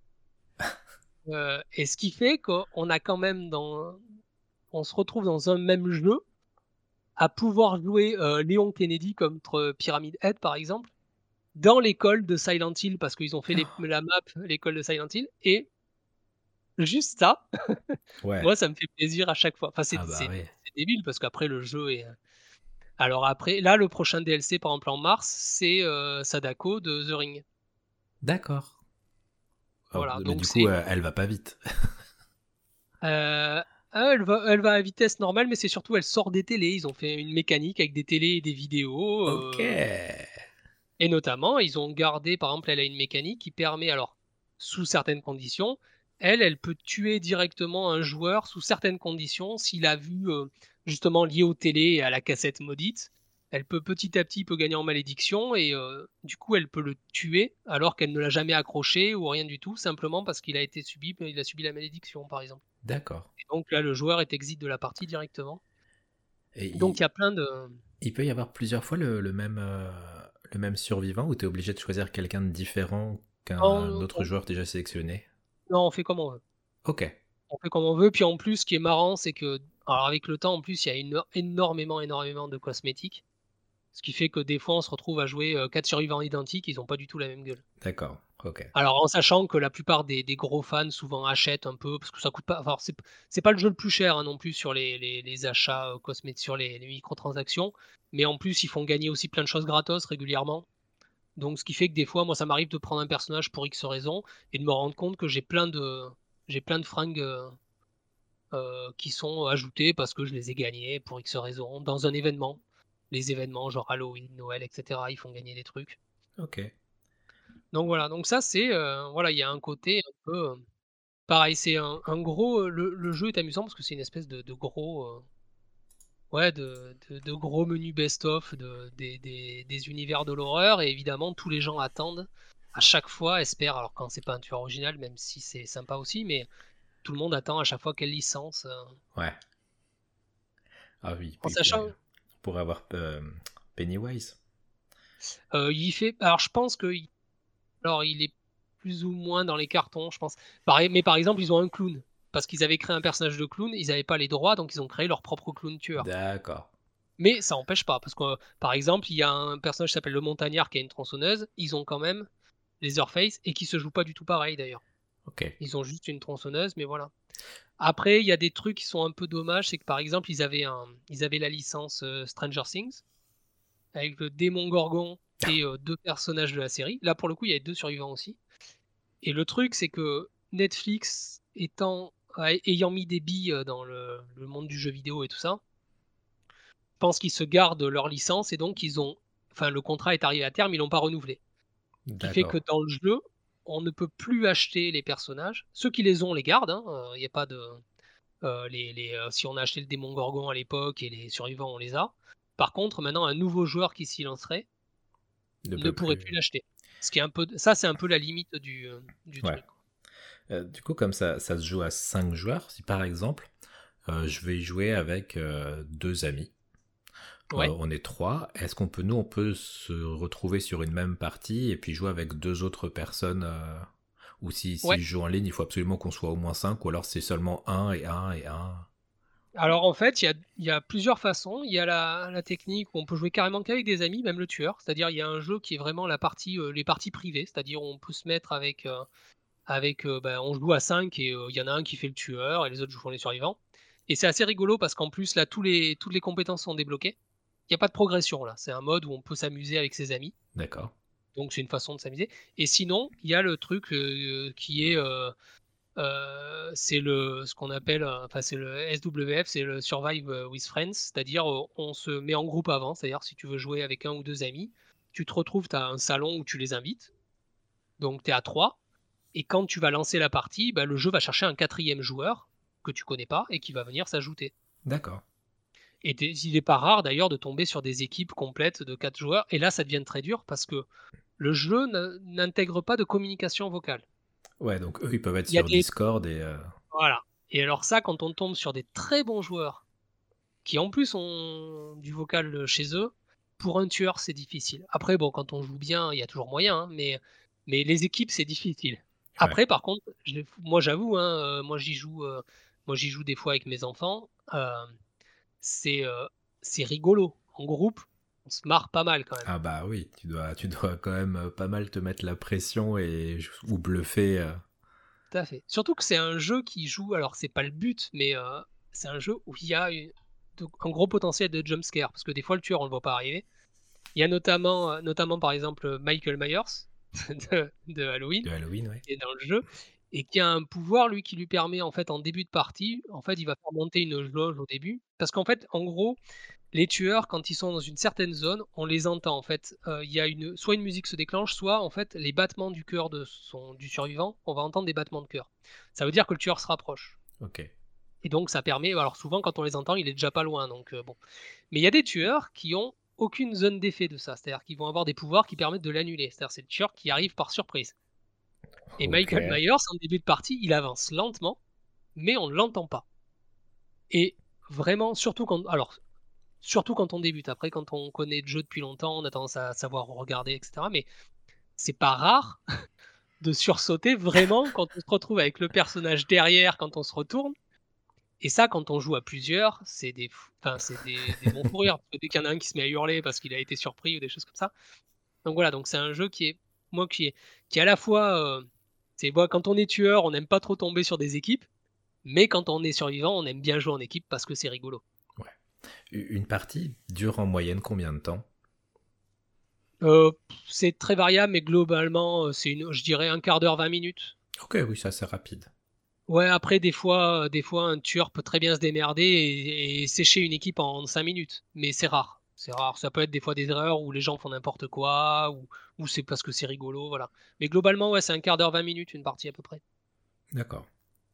heu et ce qui fait qu'on a quand même dans on se retrouve dans un même jeu à pouvoir jouer, heu, Léon Kennedy contre Pyramid Head, par exemple, dans l'école de Silent Hill parce qu'ils ont fait les la map, l'école de Silent Hill et juste ça, Ouais. moi ça me fait plaisir à chaque fois. Enfin c'est Ah bah c'est oui. c'est débile parce qu'après le jeu est, heu alors après là, le prochain D L C, par exemple en mars, c'est, heu, Sadako de The Ring. D'accord. Oh, Voilà, mais donc du coup, c'est, euh, elle va pas vite. heu, ah elle va elle va à vitesse normale, mais c'est surtout elle sort des télés. Ils ont fait une mécanique avec des télés et des vidéos, Ok. heu et notamment ils ont gardé, par exemple, elle a une mécanique qui permet alors, sous certaines conditions, elle, elle peut tuer directement un joueur sous certaines conditions s'il a vu, heu, justement lié aux télés et à la cassette maudite. Elle peut petit à petit, il peut gagner en malédiction et heu, du coup elle peut le tuer alors qu'elle ne l'a jamais accroché ou rien du tout, simplement parce qu'il a été subi il a subi la malédiction, par exemple. D'accord. Et donc là, le joueur est exit de la partie directement. Et Donc il, il y a plein de il peut y avoir plusieurs fois le, le même, euh, le même survivant ou t'es obligé de choisir quelqu'un de différent qu'un on autre on joueur déjà sélectionné? non, on fait comme on veut. Ok. On fait comme on veut, puis en plus, ce qui est marrant, c'est que alors avec le temps, en plus, il y a éno énormément, énormément de cosmétiques. Ce qui fait que des fois, on se retrouve à jouer, heu, quatre survivants identiques, ils ont pas du tout la même gueule. D'accord. Ok. Alors en sachant que la plupart des des gros fans souvent achètent un peu parce que ça coûte pas, enfin c'est p c'est pas le jeu le plus cher, hein, non plus sur les les les achats, heu, cosmét sur les les microtransactions, mais en plus, ils font gagner aussi plein de choses gratos régulièrement. Donc ce qui fait que des fois, moi, ça m'arrive de prendre un personnage pour X raisons et de me rendre compte que j'ai plein de j'ai plein de fringues, heu heu, qui sont ajoutées parce que je les ai gagnées pour X raisons dans un événement. Les événements genre Halloween, Noël et cetera, ils font gagner des trucs. Ok. Donc voilà, donc ça c'est, heu, voilà, il y a un côté un peu, heu Pareil, c'est un, un gros. euh, Le, le jeu est amusant parce que c'est une espèce de, de gros. euh, Ouais, de, de, de gros menus best-of de, des, des, des univers de l'horreur. Et évidemment, tous les gens attendent à chaque fois, espèrent. Alors, quand c'est pas un tueur original, même si c'est sympa aussi, mais tout le monde attend à chaque fois quelle licence. euh, Ouais. Ah oui, En puis, puis, euh, sachant. pour avoir euh, Pennywise. Euh, il fait. Alors, je pense que. il- Alors, il est plus ou moins dans les cartons, je pense. Pareil, mais par exemple, ils ont un clown. Parce qu'ils avaient créé un personnage de clown, ils n'avaient pas les droits, donc ils ont créé leur propre clown tueur. D'accord. Mais ça n'empêche pas, parce que par exemple, il y a un personnage qui s'appelle le Montagnard qui a une tronçonneuse, ils ont quand même Leatherface et qui se joue pas du tout pareil d'ailleurs. Ok. Ils ont juste une tronçonneuse, mais voilà. Après, il y a des trucs qui sont un peu dommages, c'est que par exemple, ils avaient, un, ils avaient la licence euh, Stranger Things, avec le démon Gorgon et euh, deux personnages de la série. Là, pour le coup, il y a deux survivants aussi. Et le truc, c'est que Netflix étant, a- ayant mis des billes euh, dans le, le monde du jeu vidéo et tout ça, je pense qu'ils se gardent leur licence et donc ils ont, enfin, le contrat est arrivé à terme, ils l'ont pas renouvelé. Ce qui fait que D'accord. dans le jeu, on ne peut plus acheter les personnages. Ceux qui les ont les gardent. hein, euh, Il n'y a pas de, euh, les, les, euh, si on a acheté le démon Gorgon à l'époque et les survivants, on les a. Par contre, maintenant, un nouveau joueur qui s'y lancerait Ne ne peut pourrait plus. plus l'acheter. Ce qui est un peu, ça, c'est un peu la limite du, euh, du Ouais. truc. Euh, du coup, comme ça, ça se joue à cinq joueurs, si par exemple, euh, je vais y jouer avec euh, deux amis, euh, Ouais. on est trois, est-ce qu'on peut, nous, on peut se retrouver sur une même partie et puis jouer avec deux autres personnes euh, ou si, si Ouais. je joue en ligne, il faut absolument qu'on soit au moins cinq, ou alors c'est seulement un et un et un. Alors en fait, il y a, il y a plusieurs façons. Il y a la, la technique où on peut jouer carrément qu'avec des amis, même le tueur. C'est-à-dire il y a un jeu qui est vraiment la partie, euh, les parties privées. C'est-à-dire on peut se mettre avec, euh, avec euh, ben, on joue à cinq et euh, il y en a un qui fait le tueur et les autres jouent les survivants. Et c'est assez rigolo parce qu'en plus là, tous les, toutes les compétences sont débloquées. Il n'y a pas de progression là. C'est un mode où on peut s'amuser avec ses amis. D'accord. Donc c'est une façon de s'amuser. Et sinon, il y a le truc euh, qui est euh, euh, c'est le ce qu'on appelle, euh, enfin c'est le S W F, c'est le Survive euh, with Friends, c'est-à-dire euh, on se met en groupe avant, c'est-à-dire si tu veux jouer avec un ou deux amis, tu te retrouves, tu as un salon où tu les invites, donc tu es à trois, et quand tu vas lancer la partie, bah, le jeu va chercher un quatrième joueur que tu connais pas et qui va venir s'ajouter. D'accord. Et t'es- il n'est pas rare d'ailleurs de tomber sur des équipes complètes de quatre joueurs, et là ça devient très dur parce que le jeu n'a- n'intègre pas de communication vocale. Ouais, donc eux, ils peuvent être Il y a sur des... Discord et... euh, Voilà. Et alors ça, quand on tombe sur des très bons joueurs, qui en plus ont du vocal chez eux, pour un tueur, c'est difficile. Après, bon, quand on joue bien, il y a toujours moyen, hein, mais, mais les équipes, c'est difficile. Ouais. Après, par contre, je- moi j'avoue, hein, euh, moi j'y joue, euh, moi j'y joue des fois avec mes enfants, euh, c'est euh, c'est rigolo. En groupe, on se marre pas mal quand même. Ah bah oui, tu dois, tu dois quand même euh, pas mal te mettre la pression et ou bluffer. euh. Tout à fait. Surtout que c'est un jeu qui joue, alors c'est pas le but, mais euh, c'est un jeu où il y a une- de- un gros potentiel de jumpscare, parce que des fois le tueur on le voit pas arriver. Il y a notamment, euh, notamment par exemple Michael Myers de, de Halloween De Halloween, ouais. qui est dans le jeu et qui a un pouvoir lui qui lui permet en fait en début de partie, en fait il va faire monter une jauge au début, parce qu'en fait en gros les tueurs quand ils sont dans une certaine zone, on les entend en fait. Euh, Il y a une, soit une musique se déclenche, soit en fait les battements du cœur de son, du survivant, on va entendre des battements de cœur. Ça veut dire que le tueur se rapproche. Ok. Et donc ça permet, alors souvent quand on les entend, il est déjà pas loin, donc euh, bon. Mais il y a des tueurs qui ont aucune zone d'effet de ça, c'est-à-dire qu'ils vont avoir des pouvoirs qui permettent de l'annuler. C'est-à-dire c'est le tueur qui arrive par surprise. Et Ok. Michael Myers, en début de partie, il avance lentement, mais on ne l'entend pas. Et vraiment, surtout quand, alors, surtout quand on débute. Après, quand on connaît le jeu depuis longtemps, on a tendance à savoir regarder, et cetera. Mais c'est pas rare de sursauter vraiment quand on se retrouve avec le personnage derrière, quand on se retourne. Et ça, quand on joue à plusieurs, c'est des, fou- enfin, c'est des, des bons fous rires. Parce que dès qu'il y en a un qui se met à hurler parce qu'il a été surpris ou des choses comme ça. Donc voilà, donc c'est un jeu qui est, moi, qui est, qui est à la fois, euh, c'est moi, quand on est tueur, on n'aime pas trop tomber sur des équipes, mais quand on est survivant, on aime bien jouer en équipe parce que c'est rigolo. Ouais. Une partie dure en moyenne combien de temps? Euh, c'est très variable, mais globalement, euh, c'est une, je dirais un quart d'heure, vingt minutes. Ok, oui, ça c'est rapide. Ouais, après, des fois, euh, des fois, un tueur peut très bien se démerder et, et sécher une équipe en cinq minutes. Mais c'est rare. C'est rare. Ça peut être des fois des erreurs où les gens font n'importe quoi, ou, ou c'est parce que c'est rigolo, voilà. Mais globalement, ouais, c'est un quart d'heure, vingt minutes, une partie à peu près. D'accord.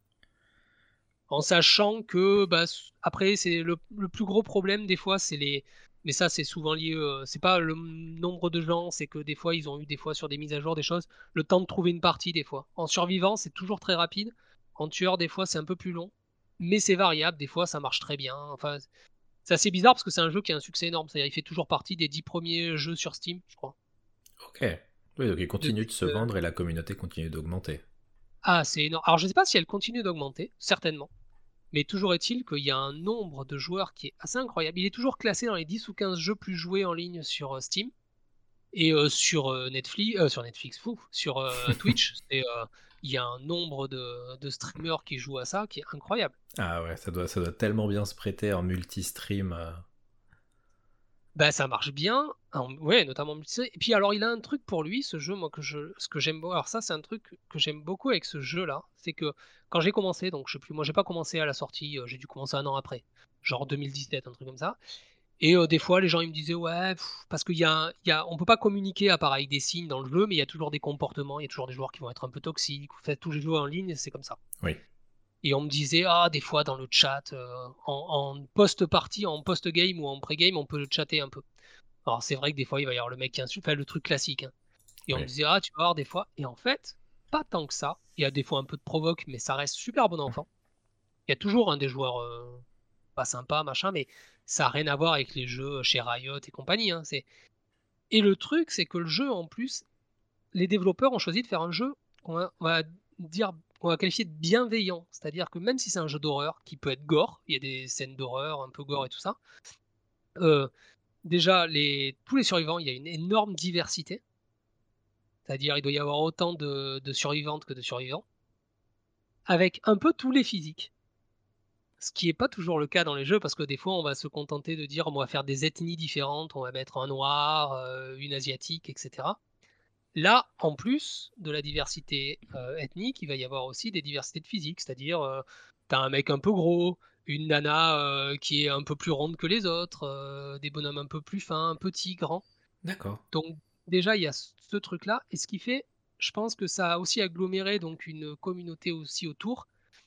En sachant que, bah, s après c'est le le plus gros problème des fois, c'est les mais ça c'est souvent lié, heu, c'est pas le m nombre de gens, c'est que des fois ils ont eu des fois sur des mises à jour des choses, le temps de trouver une partie des fois. En survivant, c'est toujours très rapide, en tueur des fois c'est un peu plus long, mais c'est variable, des fois ça marche très bien, enfin, c'est assez bizarre parce que c'est un jeu qui a un succès énorme. C'est-à-dire il fait toujours partie des dix premiers jeux sur Steam, je crois, Ok. Oui, donc il continue de depuis se que vendre et la communauté continue d'augmenter. ah c'est énorme. Alors je sais pas si elle continue d'augmenter, certainement. Mais toujours est-il qu'il y a un nombre de joueurs qui est assez incroyable. Il est toujours classé dans les dix ou quinze jeux plus joués en ligne sur, heu, Steam et heu, sur, heu, Netfli heu, sur Netflix, fou, sur, heu, Twitch, c'est, heu, il y a un nombre de de streamers qui jouent à ça qui est incroyable. Ah ouais, ça doit, ça doit tellement bien se prêter en multi-stream. euh. Bah, ça marche bien, en ouais, notamment multi et puis alors il a un truc pour lui, ce jeu, moi que je ce que j'aime beau alors ça, c'est un truc que j'aime beaucoup avec ce jeu-là, c'est que quand j'ai commencé, donc je sais plus, moi j'ai pas commencé à la sortie, heu, j'ai dû commencer un an après, genre deux mille dix-sept, un truc comme ça. Et heu, des fois, les gens, ils me disaient: «Ouais, pff, parce qu'il y a un il y a on peut pas communiquer à part avec des signes dans le jeu, mais il y a toujours des comportements, il y a toujours des joueurs qui vont être un peu toxiques». En fait, tous les jeux en ligne, c'est comme ça. Oui. Et on me disait: «Ah, des fois dans le chat, heu, en en post-partie, en post-game ou en pré-game, on peut chatter un peu». Alors c'est vrai que des fois, il va y avoir le mec qui insulte, enfin le truc classique, hein. Et on me Oui. disait: «Ah, tu vas voir des fois» et en fait, pas tant que ça. Il y a des fois un peu de provoque, mais ça reste super bon enfant. Il y a toujours, hein, des joueurs, heu, pas sympas, machin, mais ça a rien à voir avec les jeux chez Riot et compagnie, hein. C'est Et le truc, c'est que le jeu, en plus, les développeurs ont choisi de faire un jeu qu'on va on va dire on va qualifier de bienveillant. C'est-à-dire que même si c'est un jeu d'horreur qui peut être gore, il y a des scènes d'horreur un peu gore et tout ça, heu, déjà les tous les survivants, il y a une énorme diversité. C'est-à-dire il doit y avoir autant de de survivantes que de survivants, avec un peu tous les physiques. Ce qui est pas toujours le cas dans les jeux parce que des fois on va se contenter de dire on va faire des ethnies différentes, on va mettre un noir, heu, une asiatique et cetera. Là, en plus de la diversité, heu, ethnique, il va y avoir aussi des diversités de physique, c'est-à-dire, heu, tu un mec un peu gros, une nana, heu, qui est un peu plus ronde que les autres, heu, des bonhommes un peu plus fins, petits, grands. D'accord. Donc déjà, il y a ce ce truc-là et ce qui fait, je pense que ça a aussi aggloméré donc une communauté aussi autour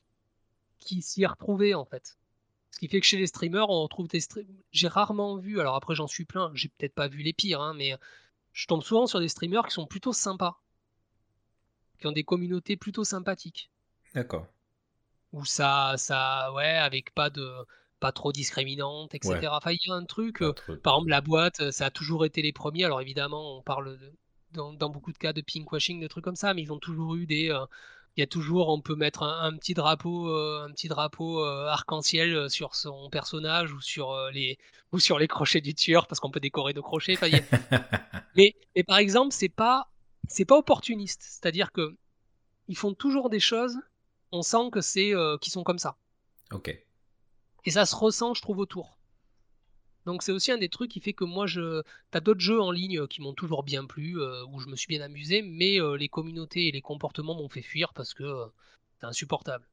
qui s'y est retrouvée, en fait. Ce qui fait que chez les streamers, on retrouve des stream j'ai rarement vu, alors après j'en suis plein, j'ai peut-être pas vu les pires, hein, mais, je tombe souvent sur des streamers qui sont plutôt sympas. Qui ont des communautés plutôt sympathiques. D'accord. Où ça ça ouais, avec pas de pas trop discriminante et Ouais, cetera. Enfin, il y a un truc, pas heu, trop par de... exemple, la boîte, heu, ça a toujours été les premiers. Alors évidemment, on parle de dans dans beaucoup de cas de pinkwashing, de trucs comme ça, mais ils ont toujours eu des, heu, il y a toujours on peut mettre un un petit drapeau, heu, un petit drapeau, heu, arc-en-ciel, heu, sur son personnage ou sur, heu, les ou sur les crochets du tueur parce qu'on peut décorer nos crochets. Enfin, il y a mais mais par exemple, c'est pas c'est pas opportuniste. C'est-à-dire que ils font toujours des choses, on sent que c'est, heu, qu'ils sont comme ça Ok. et ça se ressent, je trouve, autour. Donc c'est aussi un des trucs qui fait que moi je tu as d'autres jeux en ligne, heu, qui m'ont toujours bien plu, heu, où je me suis bien amusé, mais heu, les communautés et les comportements m'ont fait fuir parce que, heu, c'est insupportable.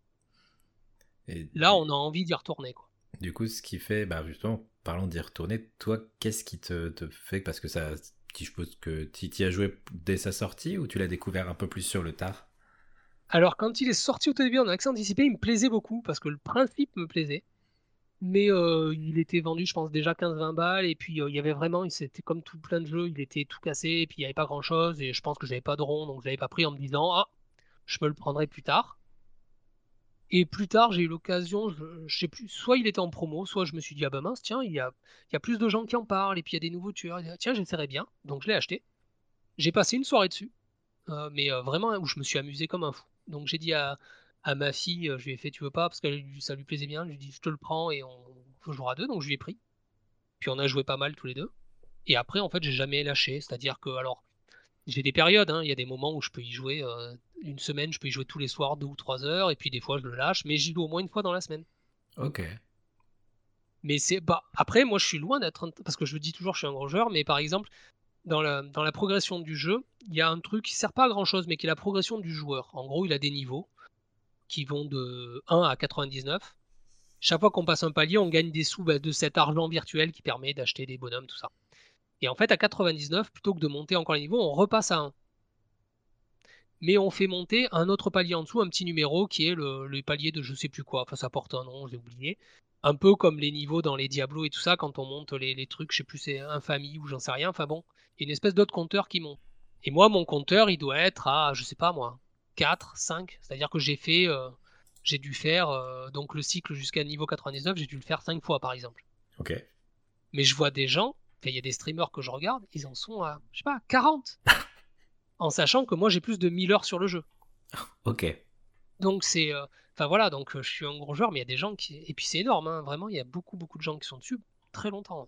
Et Là, du, on a envie d'y retourner, quoi. du coup, ce qui fait, bah justement, parlons d'y retourner, toi, qu'est-ce qui te, te fait, parce que ça, tu- je suppose que tu y as joué dès sa sortie ou tu l'as découvert un peu plus sur le tard? Alors quand il est sorti au tout début en accès anticipé, il me plaisait beaucoup parce que le principe me plaisait. Mais heu, il était vendu, je pense, déjà quinze vingt balles et puis, heu, il y avait vraiment il c'était comme tout plein de jeux, il était tout cassé et puis il y avait pas grand chose et je pense que j'avais pas de rond, donc je l'avais pas pris en me disant: «Ah, je me le prendrai plus tard» et plus tard, j'ai eu l'occasion, je je sais plus, soit il était en promo, soit je me suis dit: «Ah bah mince, tiens, il y a il y a plus de gens qui en parlent et puis il y a des nouveaux tueurs, tiens, j'essaierai bien», donc je l'ai acheté. J'ai passé une soirée dessus, heu, mais heu, vraiment où je me suis amusé comme un fou. Donc j'ai dit à à ma fille, heu, je lui ai fait: «Tu veux pas?» parce que ça lui plaisait bien, je lui ai dit: «Je te le prends et on on jouera à deux», donc je lui ai pris. Puis on a joué pas mal tous les deux. Et après en fait j'ai jamais lâché. C'est-à-dire que alors, j'ai des périodes, hein, il y a des moments où je peux y jouer, heu, une semaine, je peux y jouer tous les soirs deux ou trois heures et puis des fois je le lâche, mais j'y joue au moins une fois dans la semaine. Ok. Mais c'est bah, après moi je suis loin d'être un parce que je le dis toujours, je suis un gros joueur, mais par exemple dans la dans la progression du jeu, il y a un truc qui sert pas à grand chose, mais qui est la progression du joueur. En gros, il a des niveaux qui vont de un à quatre-vingt-dix-neuf. Chaque fois qu'on passe un palier, on gagne des sous, bah, de cet argent virtuel qui permet d'acheter des bonhommes, tout ça. Et en fait, à quatre-vingt-dix-neuf, plutôt que de monter encore les niveaux, on repasse à un. mais on fait monter un autre palier en dessous, un petit numéro qui est le, le palier de je sais plus quoi. Enfin, ça porte un nom, j'ai oublié. Un peu comme les niveaux dans les Diablo et tout ça, quand on monte les, les trucs, je sais plus, c'est infamie ou j'en sais rien. Enfin bon, il y a une espèce d'autre compteur qui monte. Et moi, mon compteur, il doit être à, je sais pas moi, quatre, cinq. C'est-à-dire que j'ai fait, euh, j'ai dû faire, euh, donc le cycle jusqu'à niveau quatre-vingt-dix-neuf, j'ai dû le faire cinq fois par exemple. Ok. Mais je vois des gens, il y a des streamers que je regarde, ils en sont à, je sais pas, quarante. En sachant que moi j'ai plus de mille heures sur le jeu. Ok. Donc c'est, euh, enfin voilà, donc euh, je suis un gros joueur, mais il y a des gens qui, et puis c'est énorme, hein, vraiment, il y a beaucoup beaucoup de gens qui sont dessus très longtemps.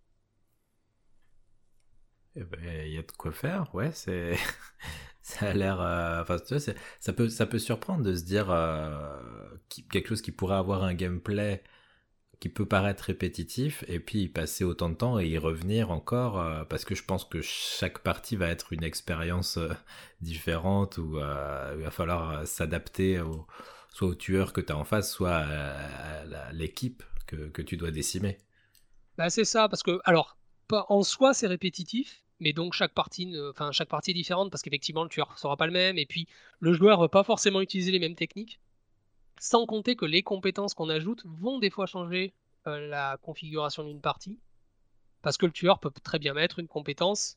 Eh ben, il y a de quoi faire, ouais, c'est... ça a l'air... euh, Enfin, tu vois, c'est- ça peut, ça peut surprendre de se dire euh, qui- quelque chose qui pourrait avoir un gameplay qui peut paraître répétitif, et puis y passer autant de temps et y revenir encore, euh, parce que je pense que chaque partie va être une expérience euh, différente, où euh, il va falloir euh, s'adapter au, soit au tueur que tu as en face, soit à, à la- l'équipe que, que tu dois décimer. Bah c'est ça, parce que, alors, pas- en soi c'est répétitif, mais donc chaque partie, ne- enfin chaque partie est différente, parce qu'effectivement le tueur sera pas le même, et puis le joueur va pas forcément utiliser les mêmes techniques. Sans compter que les compétences qu'on ajoute vont des fois changer euh, la configuration d'une partie. Parce que le tueur peut très bien mettre une compétence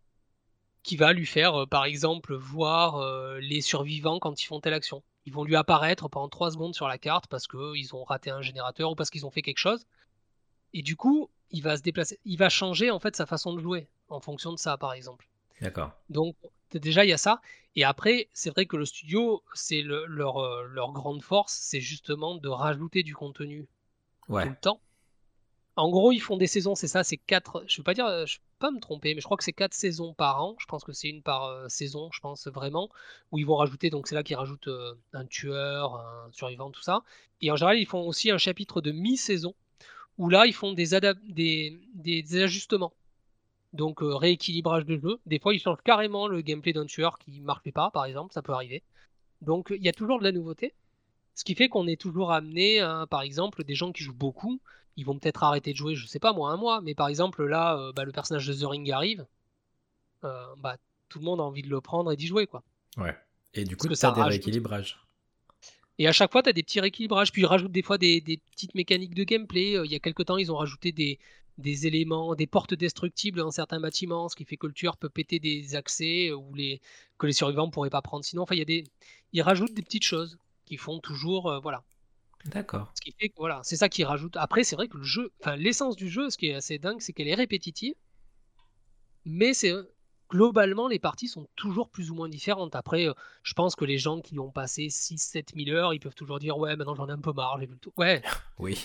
qui va lui faire, euh, par exemple, voir euh, les survivants quand ils font telle action. Ils vont lui apparaître pendant trois secondes sur la carte parce qu'ils ont raté un générateur ou parce qu'ils ont fait quelque chose. Et du coup, il va se déplacer, il va changer en fait sa façon de jouer en fonction de ça, par exemple. D'accord. Donc déjà il y a ça. Et après, c'est vrai que le studio, c'est le- leur, euh, leur grande force, c'est justement de rajouter du contenu tout Ouais. le temps. En gros, ils font des saisons, c'est ça, c'est quatre. Je veux pas dire, euh, je peux pas me tromper, mais je crois que c'est quatre saisons par an. Je pense que c'est une par euh, saison, je pense vraiment, où ils vont rajouter. Donc c'est là qu'ils rajoutent euh, un tueur, un survivant, tout ça. Et en général, ils font aussi un chapitre de mi-saison où là, ils font des, adap- des, des, des ajustements. Donc euh, rééquilibrage de jeu. Des fois, ils changent carrément le gameplay d'un tueur qui marchait pas, par exemple, ça peut arriver. Donc il y a toujours de la nouveauté. Ce qui fait qu'on est toujours amené à, par exemple, des gens qui jouent beaucoup, ils vont peut-être arrêter de jouer, je sais pas moi, un mois, mais par exemple là, euh, bah, le personnage de The Ring arrive, euh, bah, tout le monde a envie de le prendre et d'y jouer, quoi. Ouais. Et du Parce coup, que tu as ça des rajoute. rééquilibrages. Et à chaque fois, tu as des petits rééquilibrages, puis ils rajoutent des fois des, des petites mécaniques de gameplay. Euh, Il y a quelques temps, ils ont rajouté des, des éléments, des portes destructibles dans certains bâtiments, ce qui fait que le tueur peut péter des accès euh, ou les, que les survivants ne pourraient pas prendre. Sinon, enfin, il y a des, ils rajoutent des petites choses qui font toujours, euh, voilà. D'accord. Ce qui fait que voilà, c'est ça qui rajoute. Après, c'est vrai que le jeu, enfin l'essence du jeu, ce qui est assez dingue, c'est qu'elle est répétitive, mais c'est globalement les parties sont toujours plus ou moins différentes. Après, euh, je pense que les gens qui ont passé six sept mille heures, ils peuvent toujours dire ouais, maintenant j'en ai un peu marre, j'ai vu le tout. Ouais. Oui.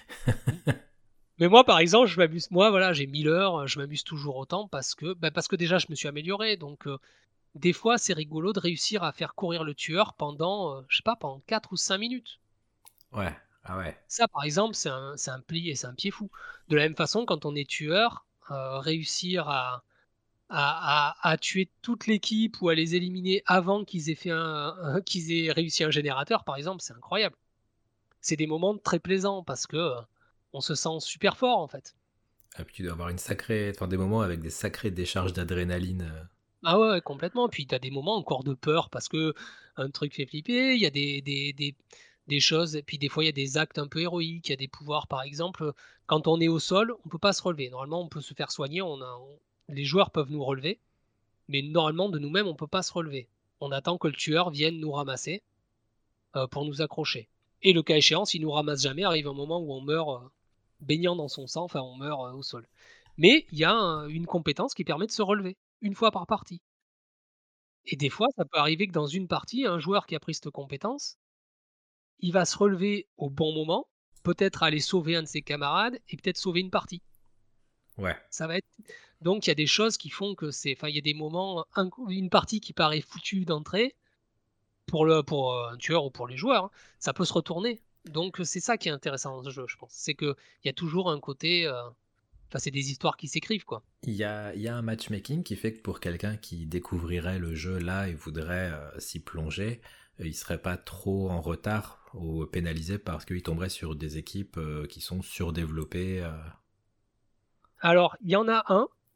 Mais moi, par exemple, je m'amuse. Moi, voilà, j'ai mille heures, je m'amuse toujours autant parce que, bah, parce que déjà, je me suis amélioré. Donc, euh, des fois, c'est rigolo de réussir à faire courir le tueur pendant, euh, je sais pas, pendant quatre ou cinq minutes. Ouais. Ah ouais. Ça, par exemple, c'est un, c'est un pli et c'est un pied fou. De la même façon, quand on est tueur, euh, réussir à, à, à- à tuer toute l'équipe ou à les éliminer avant qu'ils aient fait un, un- qu'ils aient réussi un générateur, par exemple, c'est incroyable. C'est des moments très plaisants parce que euh, on se sent super fort en fait. Et puis tu dois avoir une sacrée... Enfin, des moments avec des sacrées décharges d'adrénaline. euh. Ah ouais, ouais, complètement. Puis t'as des moments encore de peur parce que un truc fait flipper, il y a des, des, des, des choses, et puis des fois il y a des actes un peu héroïques, il y a des pouvoirs par exemple, quand on est au sol, on peut pas se relever. Normalement, on peut se faire soigner, on a, on- les joueurs peuvent nous relever, mais normalement de nous-mêmes, on peut pas se relever. On attend que le tueur vienne nous ramasser euh, pour nous accrocher. Et le cas échéant, s'il nous ramasse jamais, arrive un moment où on meurt euh, baignant dans son sang, enfin on meurt euh, au sol. Mais il y a un- une compétence qui permet de se relever, une fois par partie. Et des fois, ça peut arriver que dans une partie, un joueur qui a pris cette compétence, il va se relever au bon moment, peut-être aller sauver un de ses camarades et peut-être sauver une partie. Ouais. Ça va être donc il y a des choses qui font que c'est enfin il y a des moments inc- une partie qui paraît foutue d'entrée pour le pour euh, un tueur ou pour les joueurs, hein, ça peut se retourner. Donc c'est ça qui est intéressant dans ce jeu, je pense. C'est que il y a toujours un côté euh, enfin c'est des histoires qui s'écrivent quoi. Il y a, il y a un matchmaking qui fait que pour quelqu'un qui découvrirait le jeu là et voudrait euh, s'y plonger, euh, il serait pas trop en retard ou pénalisé parce qu'il tomberait sur des équipes euh, qui sont surdéveloppées. euh. Alors, il y en a un,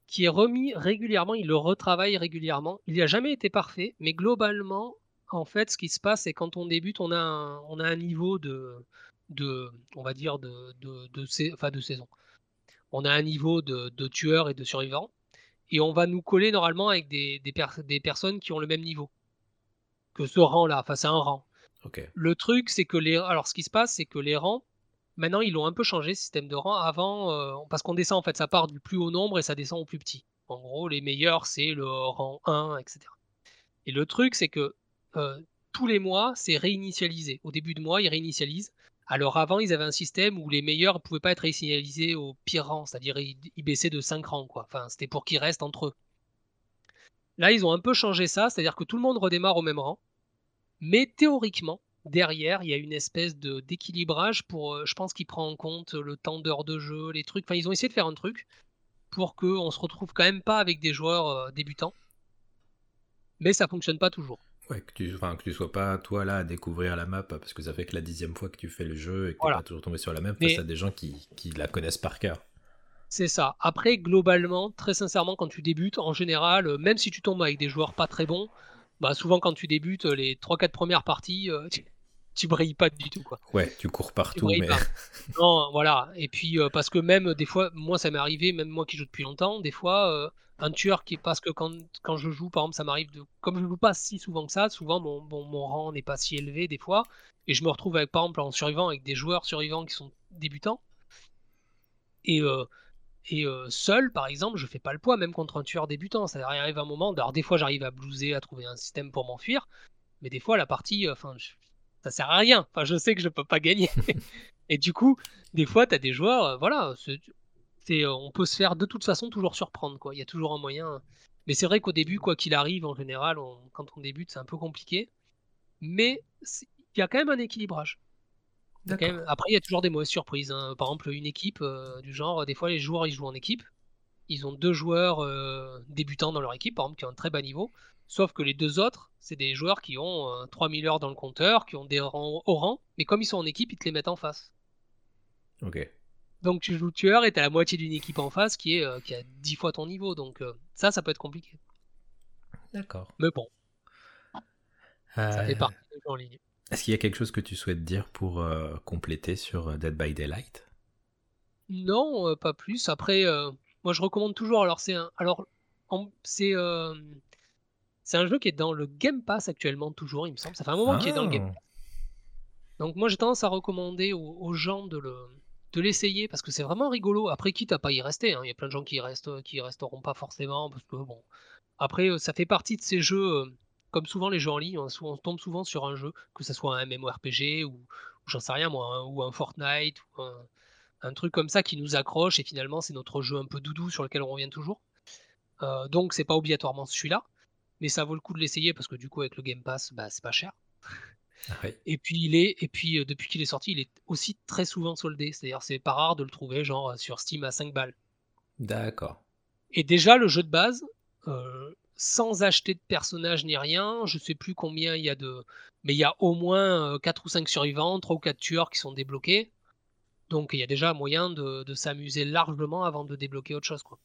qui est remis régulièrement, il le retravaille régulièrement. Il n'a jamais été parfait, mais globalement, en fait, ce qui se passe, c'est quand on débute, on a un, on a un niveau de, de, on va dire, de, de, de, sais- enfin, de saison. On a un niveau de, de tueurs et de survivants, et on va nous coller normalement avec des, des, pers- des personnes qui ont le même niveau que ce rang-là. Enfin, c'est un rang. Ok. Le truc, c'est que les, alors ce qui se passe, c'est que les rangs, maintenant, ils l'ont un peu changé, ce système de rang. Avant, euh, parce qu'on descend, en fait, ça part du plus haut nombre et ça descend au plus petit. En gros, les meilleurs, c'est le rang un, et cetera. Et le truc, c'est que euh, tous les mois, c'est réinitialisé. Au début de mois, ils réinitialisent. Alors avant, ils avaient un système où les meilleurs ne pouvaient pas être réinitialisés au pire rang, c'est-à-dire ils, ils baissaient de cinq rangs, quoi. Enfin, c'était pour qu'ils restent entre eux. Là, ils ont un peu changé ça, c'est-à-dire que tout le monde redémarre au même rang. Mais théoriquement, derrière, il y a une espèce de d'équilibrage pour, euh, je pense, qui prend en compte le temps d'heure de jeu, les trucs. Enfin, ils ont essayé de faire un truc pour qu'on se retrouve quand même pas avec des joueurs euh, débutants, mais ça fonctionne pas toujours. Ouais, que tu, enfin, que tu sois pas toi là à découvrir la map parce que ça fait que la dixième fois que tu fais le jeu et que t'es Voilà. pas toujours tombé sur la map face Mais à des gens qui, qui la connaissent par cœur. c'est ça. Après, globalement, très sincèrement, quand tu débutes, en général, euh, même si tu tombes avec des joueurs pas très bons, bah souvent quand tu débutes, euh, les trois quatre premières parties, euh, tu, tu brilles pas du tout, quoi. Ouais, tu cours Tu partout, brilles mais pas. Non, voilà. Et puis euh, parce que même euh, des fois, moi ça m'est arrivé, même moi qui joue depuis longtemps, des fois euh, un tueur qui parce que quand, quand je joue, par exemple, ça m'arrive de comme je joue pas si souvent que ça, souvent mon, mon, mon rang n'est pas si élevé des fois, et je me retrouve avec par exemple en survivant avec des joueurs survivants qui sont débutants et euh, et euh, seul par exemple, je fais pas le poids même contre un tueur débutant. Ça arrive un moment, alors des fois j'arrive à blouser, à trouver un système pour m'enfuir, mais des fois la partie, euh, enfin, je- ça sert à rien. Enfin, je sais que je peux pas gagner. Et du coup, des fois, tu as des joueurs, euh, voilà, c'est, c'est, euh, on peut se faire de toute façon toujours surprendre, quoi. Il y a toujours un moyen. Mais c'est vrai qu'au début, quoi qu'il arrive, en général, on- quand on débute, c'est un peu compliqué. Mais c'est- il y a quand même un équilibrage. Il y a quand d'accord. même... Après, il y a toujours des mauvaises surprises, hein. Par exemple, une équipe euh, du genre, des fois, les joueurs, ils jouent en équipe. Ils ont deux joueurs euh, débutants dans leur équipe, par exemple, qui ont un très bas niveau. Sauf que les deux autres, c'est des joueurs qui ont euh, trois mille heures dans le compteur, qui ont des rangs haut rang. Mais comme ils sont en équipe, ils te les mettent en face. Ok. Donc tu joues tueur et t'as la moitié d'une équipe en face qui est euh, qui a dix fois ton niveau. Donc euh, ça, ça peut être compliqué. D'accord. Mais bon, ça fait Euh, partie du jeu en ligne. Est-ce qu'il y a quelque chose que tu souhaites dire pour euh, compléter sur euh, Dead by Daylight? Non, euh, pas plus. Après, euh, moi je recommande toujours. Alors c'est un, alors en- c'est euh, c'est un jeu qui est dans le Game Pass actuellement toujours, il me semble. Ça fait un moment qu'il est dans le Game Ah, Pass. Donc moi j'ai tendance à recommander aux, aux gens de le de l'essayer parce que c'est vraiment rigolo. Après, quitte à pas y rester, hein. Il y a plein de gens qui y restent, qui y resteront pas forcément parce que bon. Après, euh, ça fait partie de ces jeux, euh, comme souvent les jeux en ligne, on, sou- on tombe souvent sur un jeu, que ce soit un MMORPG ou, ou j'en sais rien moi, un- ou un Fortnite, ou un, un truc comme ça qui nous accroche et finalement c'est notre jeu un peu doudou sur lequel on revient toujours. Euh, donc c'est pas obligatoirement celui-là, mais ça vaut le coup de l'essayer parce que du coup avec le Game Pass, bah, c'est pas cher. ah ouais. Et puis il est, et puis euh, depuis qu'il est sorti, il est aussi très souvent soldé, c'est-à-dire c'est pas rare de le trouver genre euh, sur Steam à cinq balles. D'accord. Et déjà, le jeu de base, euh, sans acheter de personnage ni rien, je sais plus combien il y a de. Mais il y a au moins euh, quatre ou cinq survivants, trois ou quatre tueurs qui sont débloqués. Donc il y a déjà moyen de, de s'amuser largement avant de débloquer autre chose, quoi.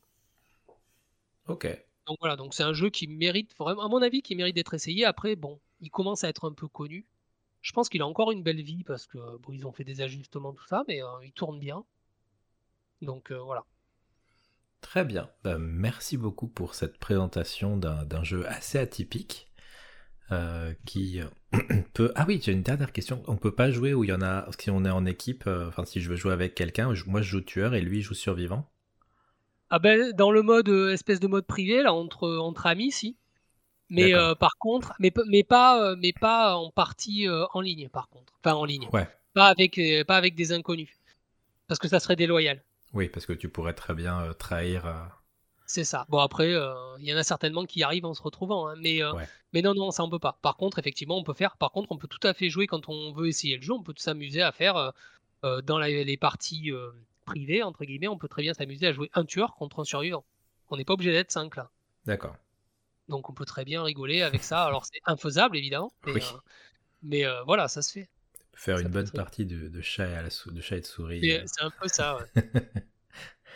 Ok. Donc voilà, donc c'est un jeu qui mérite vraiment, à mon avis, qui mérite d'être essayé. Après, bon, il commence à être un peu connu. Je pense qu'il a encore une belle vie parce que bon, ils ont fait des ajustements, tout ça, mais euh, il tourne bien. Donc euh, voilà. Très bien. Bah, merci beaucoup pour cette présentation d'un d'un jeu assez atypique euh, qui euh, peut. Ah oui, j'ai une dernière question. On peut pas jouer où il y en a. Si on est en équipe, euh, enfin si je veux jouer avec quelqu'un, je- moi je joue tueur et lui il joue survivant. Ah ben, dans le mode euh, espèce de mode privé, là, entre, entre amis, si. Mais D'accord. euh, par contre, mais, pe- mais pas, euh, mais pas en partie euh, en ligne, par contre. Enfin, en ligne. Ouais. Pas avec, euh, pas avec des inconnus. Parce que ça serait déloyal. Oui, parce que tu pourrais très bien euh, trahir. euh, C'est ça. Bon, après, euh, il y en a certainement qui y arrivent en se retrouvant, hein, mais, euh, Ouais. mais non, non, ça on peut pas. Par contre, effectivement, on peut faire. Par contre, on peut tout à fait jouer quand on veut essayer le jeu. On peut s'amuser à faire euh, euh, dans la- les parties euh, privées, entre guillemets, on peut très bien s'amuser à jouer un tueur contre un survivant. On n'est pas obligé d'être cinq là. D'accord. Donc on peut très bien rigoler avec ça. Alors c'est infaisable évidemment, mais, Oui. euh, mais euh, voilà, ça se fait. Faire Ça une peut bonne être rigolo. partie de, de chat à la sou- de chat et de souris. C'est c'est un peu ça, ouais. euh.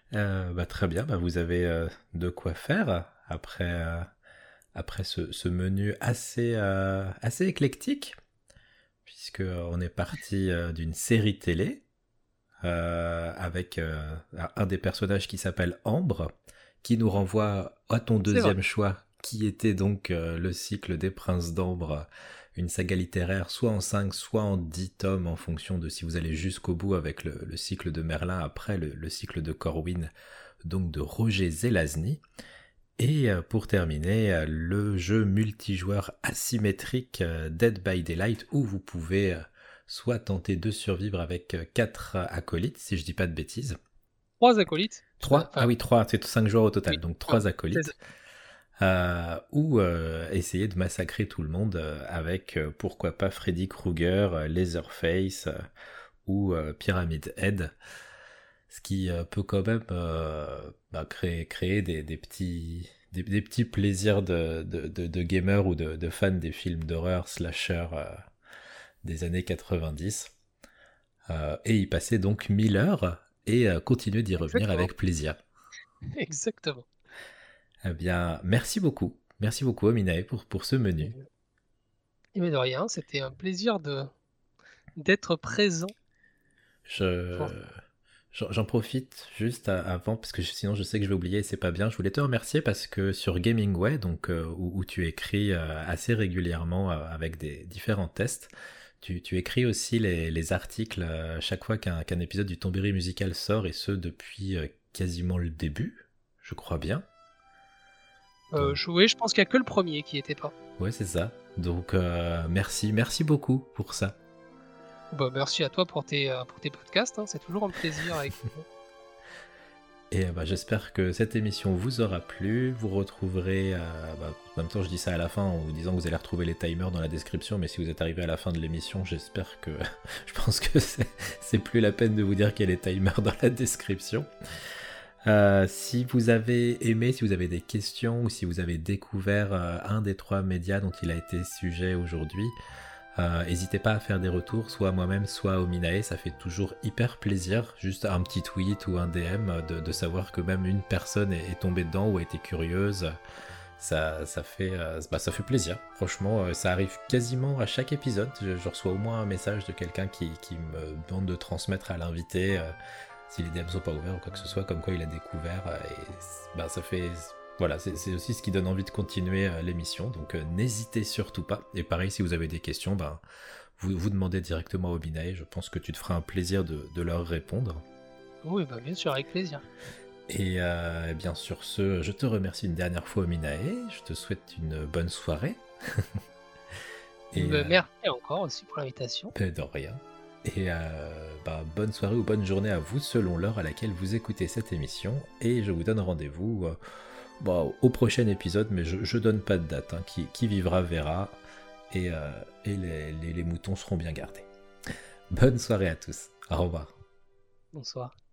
Euh, bah, très bien, bah, vous avez euh, de quoi faire après, euh, après ce, ce menu assez, euh, assez éclectique, puisque on est parti euh, d'une série télé euh, avec euh, un des personnages qui s'appelle Ambre, qui nous renvoie à ton C'est vrai. deuxième choix, qui était donc euh, le cycle des Princes d'Ambre, une saga littéraire soit en cinq, soit en dix tomes, en fonction de si vous allez jusqu'au bout avec le, le cycle de Merlin, après le, le cycle de Corwin, donc de Roger Zelazny. Et euh, pour terminer, euh, le jeu multijoueur asymétrique euh, Dead by Daylight, où vous pouvez euh, soit tenter de survivre avec euh, quatre acolytes, si je dis pas de bêtises. Trois acolytes. Trois Enfin, Ah oui, trois, c'est cinq joueurs au total, oui, donc voilà, trois c'est ça. acolytes. Euh, ou euh, essayer de massacrer tout le monde euh, avec, euh, pourquoi pas, Freddy Krueger, euh, Leatherface euh, ou euh, Pyramid Head. Ce qui euh, peut quand même euh, bah, créer, créer des, des, petits, des, des petits plaisirs de, de, de, de gamers ou de, de fans des films d'horreur slasher euh, des années quatre-vingt-dix. Euh, et y passer donc mille heures et euh, continuer d'y revenir Exactement. avec plaisir. Exactement. Eh bien, merci beaucoup. Merci beaucoup, Ominae, pour, pour ce menu. Et mais de rien, c'était un plaisir de d'être présent. Je... Enfin, J'en j'en profite juste à- avant, parce que je- sinon je sais que je vais oublier et c'est pas bien. Je voulais te remercier parce que sur Gamingway, donc, euh, où, où tu écris euh, assez régulièrement euh, avec des différents tests, tu, tu écris aussi les, les articles euh, chaque fois qu'un qu'un épisode du Tombéry musical sort, et ce depuis euh, quasiment le début, je crois bien. euh, Donc, je, oui, je pense qu'il n'y a que le premier qui était pas. ouais, c'est ça. Donc, euh, merci, merci beaucoup pour ça. Bah, merci à toi pour tes, euh, pour tes podcasts, hein, c'est toujours un plaisir avec Et euh, bah, j'espère que cette émission vous aura plu. Vous retrouverez, euh, bah, en même temps je dis ça à la fin en vous disant que vous allez retrouver les timers dans la description, mais si vous êtes arrivé à la fin de l'émission, j'espère que... je pense que c'est, c'est plus la peine de vous dire qu'il y a les timers dans la description. Euh, si vous avez aimé, si vous avez des questions, ou si vous avez découvert euh, un des trois médias dont il a été sujet aujourd'hui, Euh, n'hésitez pas à faire des retours, soit à moi-même, soit à Ominae, ça fait toujours hyper plaisir, juste un petit tweet ou un D M, de, de savoir que même une personne est, est tombée dedans ou a été curieuse. Ça, ça, fait, euh, bah, ça fait plaisir, franchement, euh, ça arrive quasiment à chaque épisode, je, je reçois au moins un message de quelqu'un qui, qui me demande de transmettre à l'invité, euh, si les D M sont pas ouverts ou quoi que ce soit, comme quoi il a découvert, euh, et bah, ça fait... Voilà, c'est, c'est aussi ce qui donne envie de continuer euh, l'émission, donc euh, n'hésitez surtout pas. Et pareil, si vous avez des questions, ben, vous, vous demandez directement à Ominae, je pense que tu te feras un plaisir de, de leur répondre. Oui, bah, bien sûr, avec plaisir. Et euh, bien sur ce, je te remercie une dernière fois, Ominae, je te souhaite une bonne soirée. Et Et bah, euh, merci encore aussi pour l'invitation. ben, de rien. Et euh, bah, bonne soirée ou bonne journée à vous selon l'heure à laquelle vous écoutez cette émission, et je vous donne rendez-vous... Euh, Bon, au prochain épisode, mais je, je donne pas de date, hein. qui, qui vivra verra, et, euh, et les, les, les moutons seront bien gardés. Bonne soirée à tous, au revoir. Bonsoir.